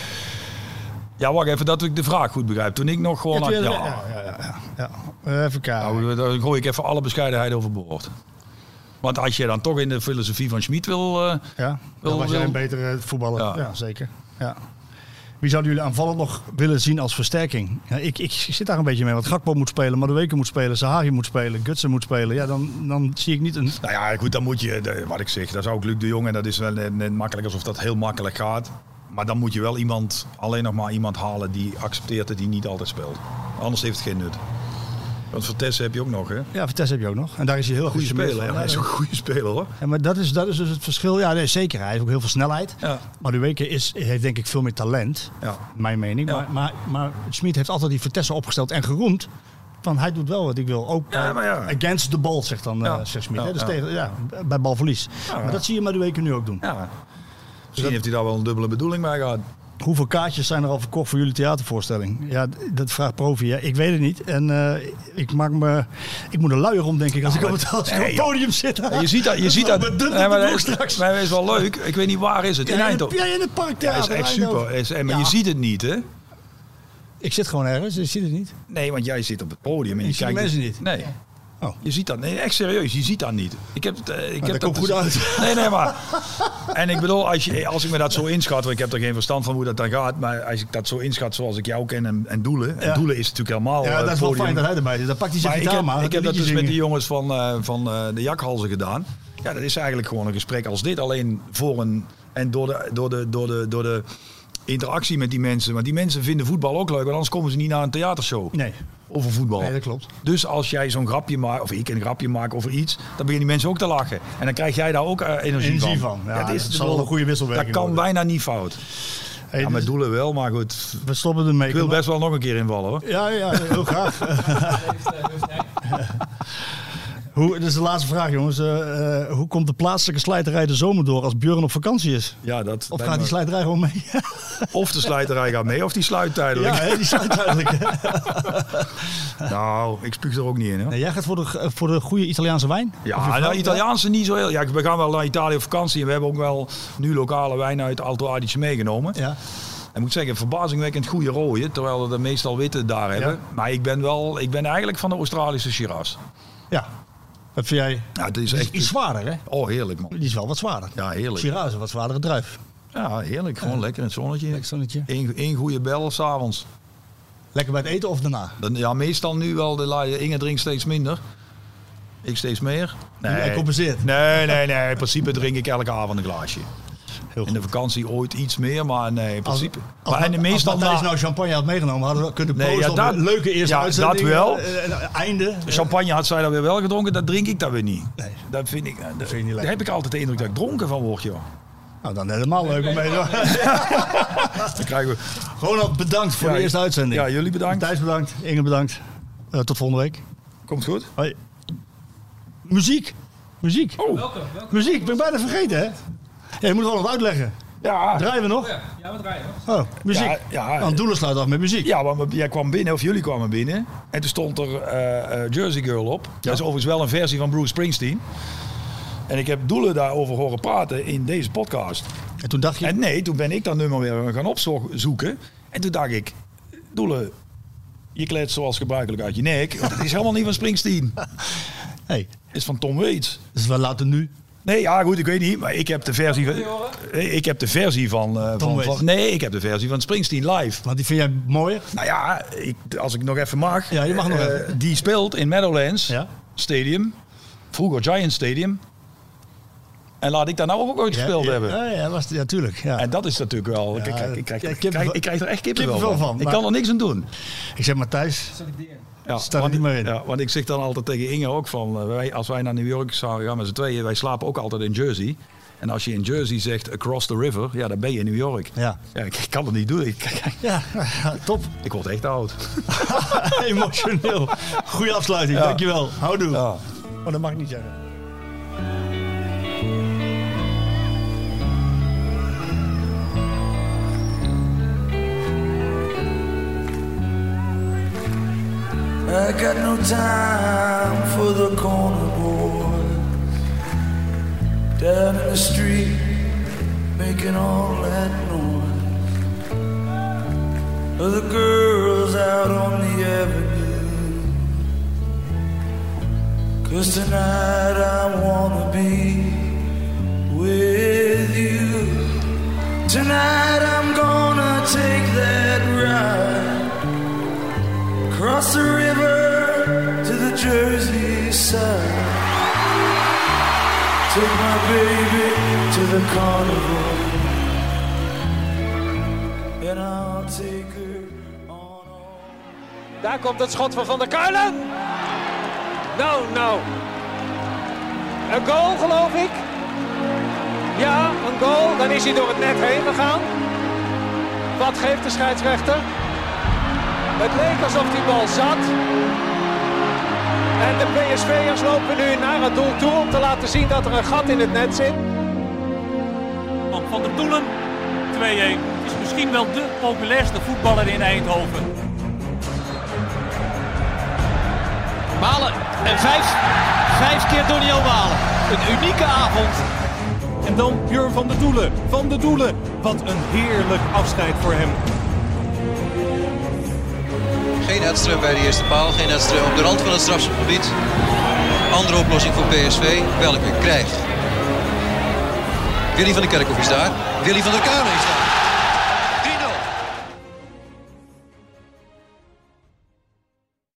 Ja, wacht even dat ik de vraag goed begrijp. Toen ik nog gewoon... Ja. Even kijken. Nou, dan gooi ik even alle bescheidenheid overboord. Want als je dan toch in de filosofie van Schmid wil... dan was jij een betere voetballer. Ja, zeker. Ja. Wie zouden jullie aanvallend nog willen zien als versterking? Ja, ik zit daar een beetje mee. Want Gakpo moet spelen, Madueke moet spelen, Zahavi moet spelen, Gutsen moet spelen. Ja, dan zie ik niet een... Nou ja, goed, dan moet je... Wat ik zeg, dat is ook Luc de Jong. En dat is wel net makkelijk alsof dat heel makkelijk gaat. Maar dan moet je wel alleen nog maar iemand halen die accepteert dat hij niet altijd speelt. Anders heeft het geen nut. Want Vertessen heb je ook nog, hè? Ja, Vertessen heb je ook nog. En daar is hij heel goede speler. Ja, hij is ook een goede speler, hoor. Ja, maar dat is dus het verschil. Ja, nee, zeker. Hij heeft ook heel veel snelheid. Ja. Maar Madueke heeft denk ik veel meer talent. Ja. Mijn mening. Ja. Maar Schmid heeft altijd die Vertessen opgesteld en geroemd. Van hij doet wel wat ik wil. Ook against the ball, zegt dan zegt Schmid. Dus tegen, bij balverlies. Ja. Maar dat zie je Madueke nu ook doen. Ja. Misschien heeft hij daar wel een dubbele bedoeling mee gehad. Hoeveel kaartjes zijn er al verkocht voor jullie theatervoorstelling? Ja, dat vraagt Profi. Ja. Ik weet het niet. En ik moet een luier om, denk ik, als ik op het podium zit. Ja, je ziet dat. Maar het is wel leuk. Ik weet niet, waar is het? In Eindhoven. Ja, in het park. Ja, is echt super. Maar je ziet het niet, hè? Ik zit gewoon ergens, dus je ziet het niet. Nee, want jij zit op het podium en je kijkt... mensen niet? Nee. Oh. Je ziet dat, nee, echt serieus, je ziet dat niet. Dat komt goed uit. Nee, maar. En ik bedoel, als ik me dat zo inschat, want ik heb er geen verstand van hoe dat dan gaat, maar als ik dat zo inschat zoals ik jou ken en Doelen. En Doelen is natuurlijk helemaal. Ja, dat is wel fijn dat hij erbij is. Dan pakt hij zijn gitaar maar. Ik heb dat dus met die jongens van de Jakhalzen gedaan. Ja, dat is eigenlijk gewoon een gesprek als dit. Alleen door de interactie met die mensen. Want die mensen vinden voetbal ook leuk, want anders komen ze niet naar een theatershow. Nee. Over voetbal. Nee, dat klopt. Dus als jij zo'n grapje maakt, of ik een grapje maak over iets, dan beginnen die mensen ook te lachen. En dan krijg jij daar ook energie van. Ja, dat zal wel een goede wisselwerking Dat kan bijna niet fout. Hey, ja, met Doelen wel, maar goed. We stoppen ermee. Ik wil best wel nog een keer invallen, hoor. Ja, heel graag. Dit is de laatste vraag, jongens. Hoe komt de plaatselijke slijterij de zomer door als Björn op vakantie is? Ja, of gaat die slijterij gewoon mee? Of de slijterij gaat mee, of die sluit tijdelijk. Ja, die sluit tijdelijk. Nou, ik spuug er ook niet in. Hè? Nee, jij gaat voor de goede Italiaanse wijn? Ja, nou, Italiaanse niet zo heel. Ja, we gaan wel naar Italië op vakantie en we hebben ook wel nu lokale wijn uit Alto Adige meegenomen. Ja. En ik moet zeggen, verbazingwekkend goede rode, terwijl we er meestal witte daar hebben. Ja. Maar ik ben eigenlijk van de Australische Shiraz. Ja. Wat vind jij? Ja, het is echt iets zwaarder, hè? Oh, heerlijk, man. Die is wel wat zwaarder. Ja, heerlijk. Shiraz is een wat zwaardere druif. Ja, heerlijk. Gewoon lekker in het zonnetje. Lekker zonnetje. Eén goede bel s'avonds. Lekker bij het eten of daarna? Ja, meestal nu wel. Inge drinkt steeds minder. Ik steeds meer. Nee, hij compenseert. Nee. In principe drink ik elke avond een glaasje. In de vakantie ooit iets meer, maar nee, in principe. Als Matthijs nou champagne had meegenomen, hadden we kunnen posten op een leuke eerste uitzending. Dat wel. Einde. Champagne had zij dan weer wel gedronken, dat drink ik dan weer niet. Nee. Dat vind ik, dat vind je niet lekker. Daar heb ik altijd de indruk dat ik dronken van word, joh. Nou, dan helemaal leuk om mee te Dan krijgen we... Ronald, bedankt voor de eerste uitzending. Ja, jullie bedankt. Matthijs bedankt. Inge bedankt. Tot volgende week. Komt goed. Hoi. Muziek. Welke? Muziek, ik ben bijna vergeten, hè? Ja, je moet wel wat uitleggen. Ja. Draaien we nog? Ja, we draaien. Oh, muziek. Ja. Dan Doelen sluit af met muziek. Ja, want jij kwam binnen, of jullie kwamen binnen. En toen stond er Jersey Girl op. Ja. Dat is overigens wel een versie van Bruce Springsteen. En ik heb Doelen daarover horen praten in deze podcast. En toen dacht je... En toen ben ik dat nummer weer gaan opzoeken. En toen dacht ik, Doelen, je kleedt zoals gebruikelijk uit je nek. Want het is helemaal niet van Springsteen. Hey. Het is van Tom Waits. Dus we laten nu Nee, ja goed, ik weet niet. Maar ik heb de versie van... Nee, ik heb de versie van Springsteen live. Want die vind jij mooier? Nou ja, als ik nog even mag. Ja, je mag nog even. Die speelt in Meadowlands Stadium. Vroeger Giant Stadium. En laat ik daar nou ook ooit gespeeld hebben. Ja, tuurlijk. Ja. En dat is natuurlijk wel... Ik krijg er echt kippenvel van. Ik Maar... kan er niks aan doen. Ik zeg maar Thijs... Ja, staat er niet meer in. Ja, want ik zeg dan altijd tegen Inge ook van... als wij naar New York zouden gaan met z'n tweeën... wij slapen ook altijd in Jersey. En als je in Jersey zegt across the river... ja, dan ben je in New York. Ja, ik kan het niet doen. Top. Ik word echt oud. Emotioneel. Goeie afsluiting, dankjewel. Houdoe. Ja. Oh, dat mag ik niet zeggen. I got no time for the corner boys down in the street making all that noise, or the girls out on the avenue. 'Cause tonight I wanna be with you. Tonight I'm gonna take that ride across the river to the Jersey side. Take my baby to the carnival, and I'll take her on. Daar komt het schot van der Kuilen. Nou. Een goal, geloof ik. Ja, een goal. Dan is hij door het net heen gegaan. Wat geeft de scheidsrechter? Het leek alsof die bal zat. En de PSV'ers lopen nu naar het doel toe om te laten zien dat er een gat in het net zit. Van der Doelen, 2-1. Is misschien wel de populairste voetballer in Eindhoven. Malen en 5 keer Doniel Malen. Een unieke avond. En dan Björn van der Doelen. Van der Doelen. Wat een heerlijk afscheid voor hem. Geen Edström bij de eerste paal, geen Edström op de rand van het strafschopgebied. Andere oplossing voor PSV, welke krijgt. Willy van der Kerkhoff is daar, Willy van der Kuilen is daar.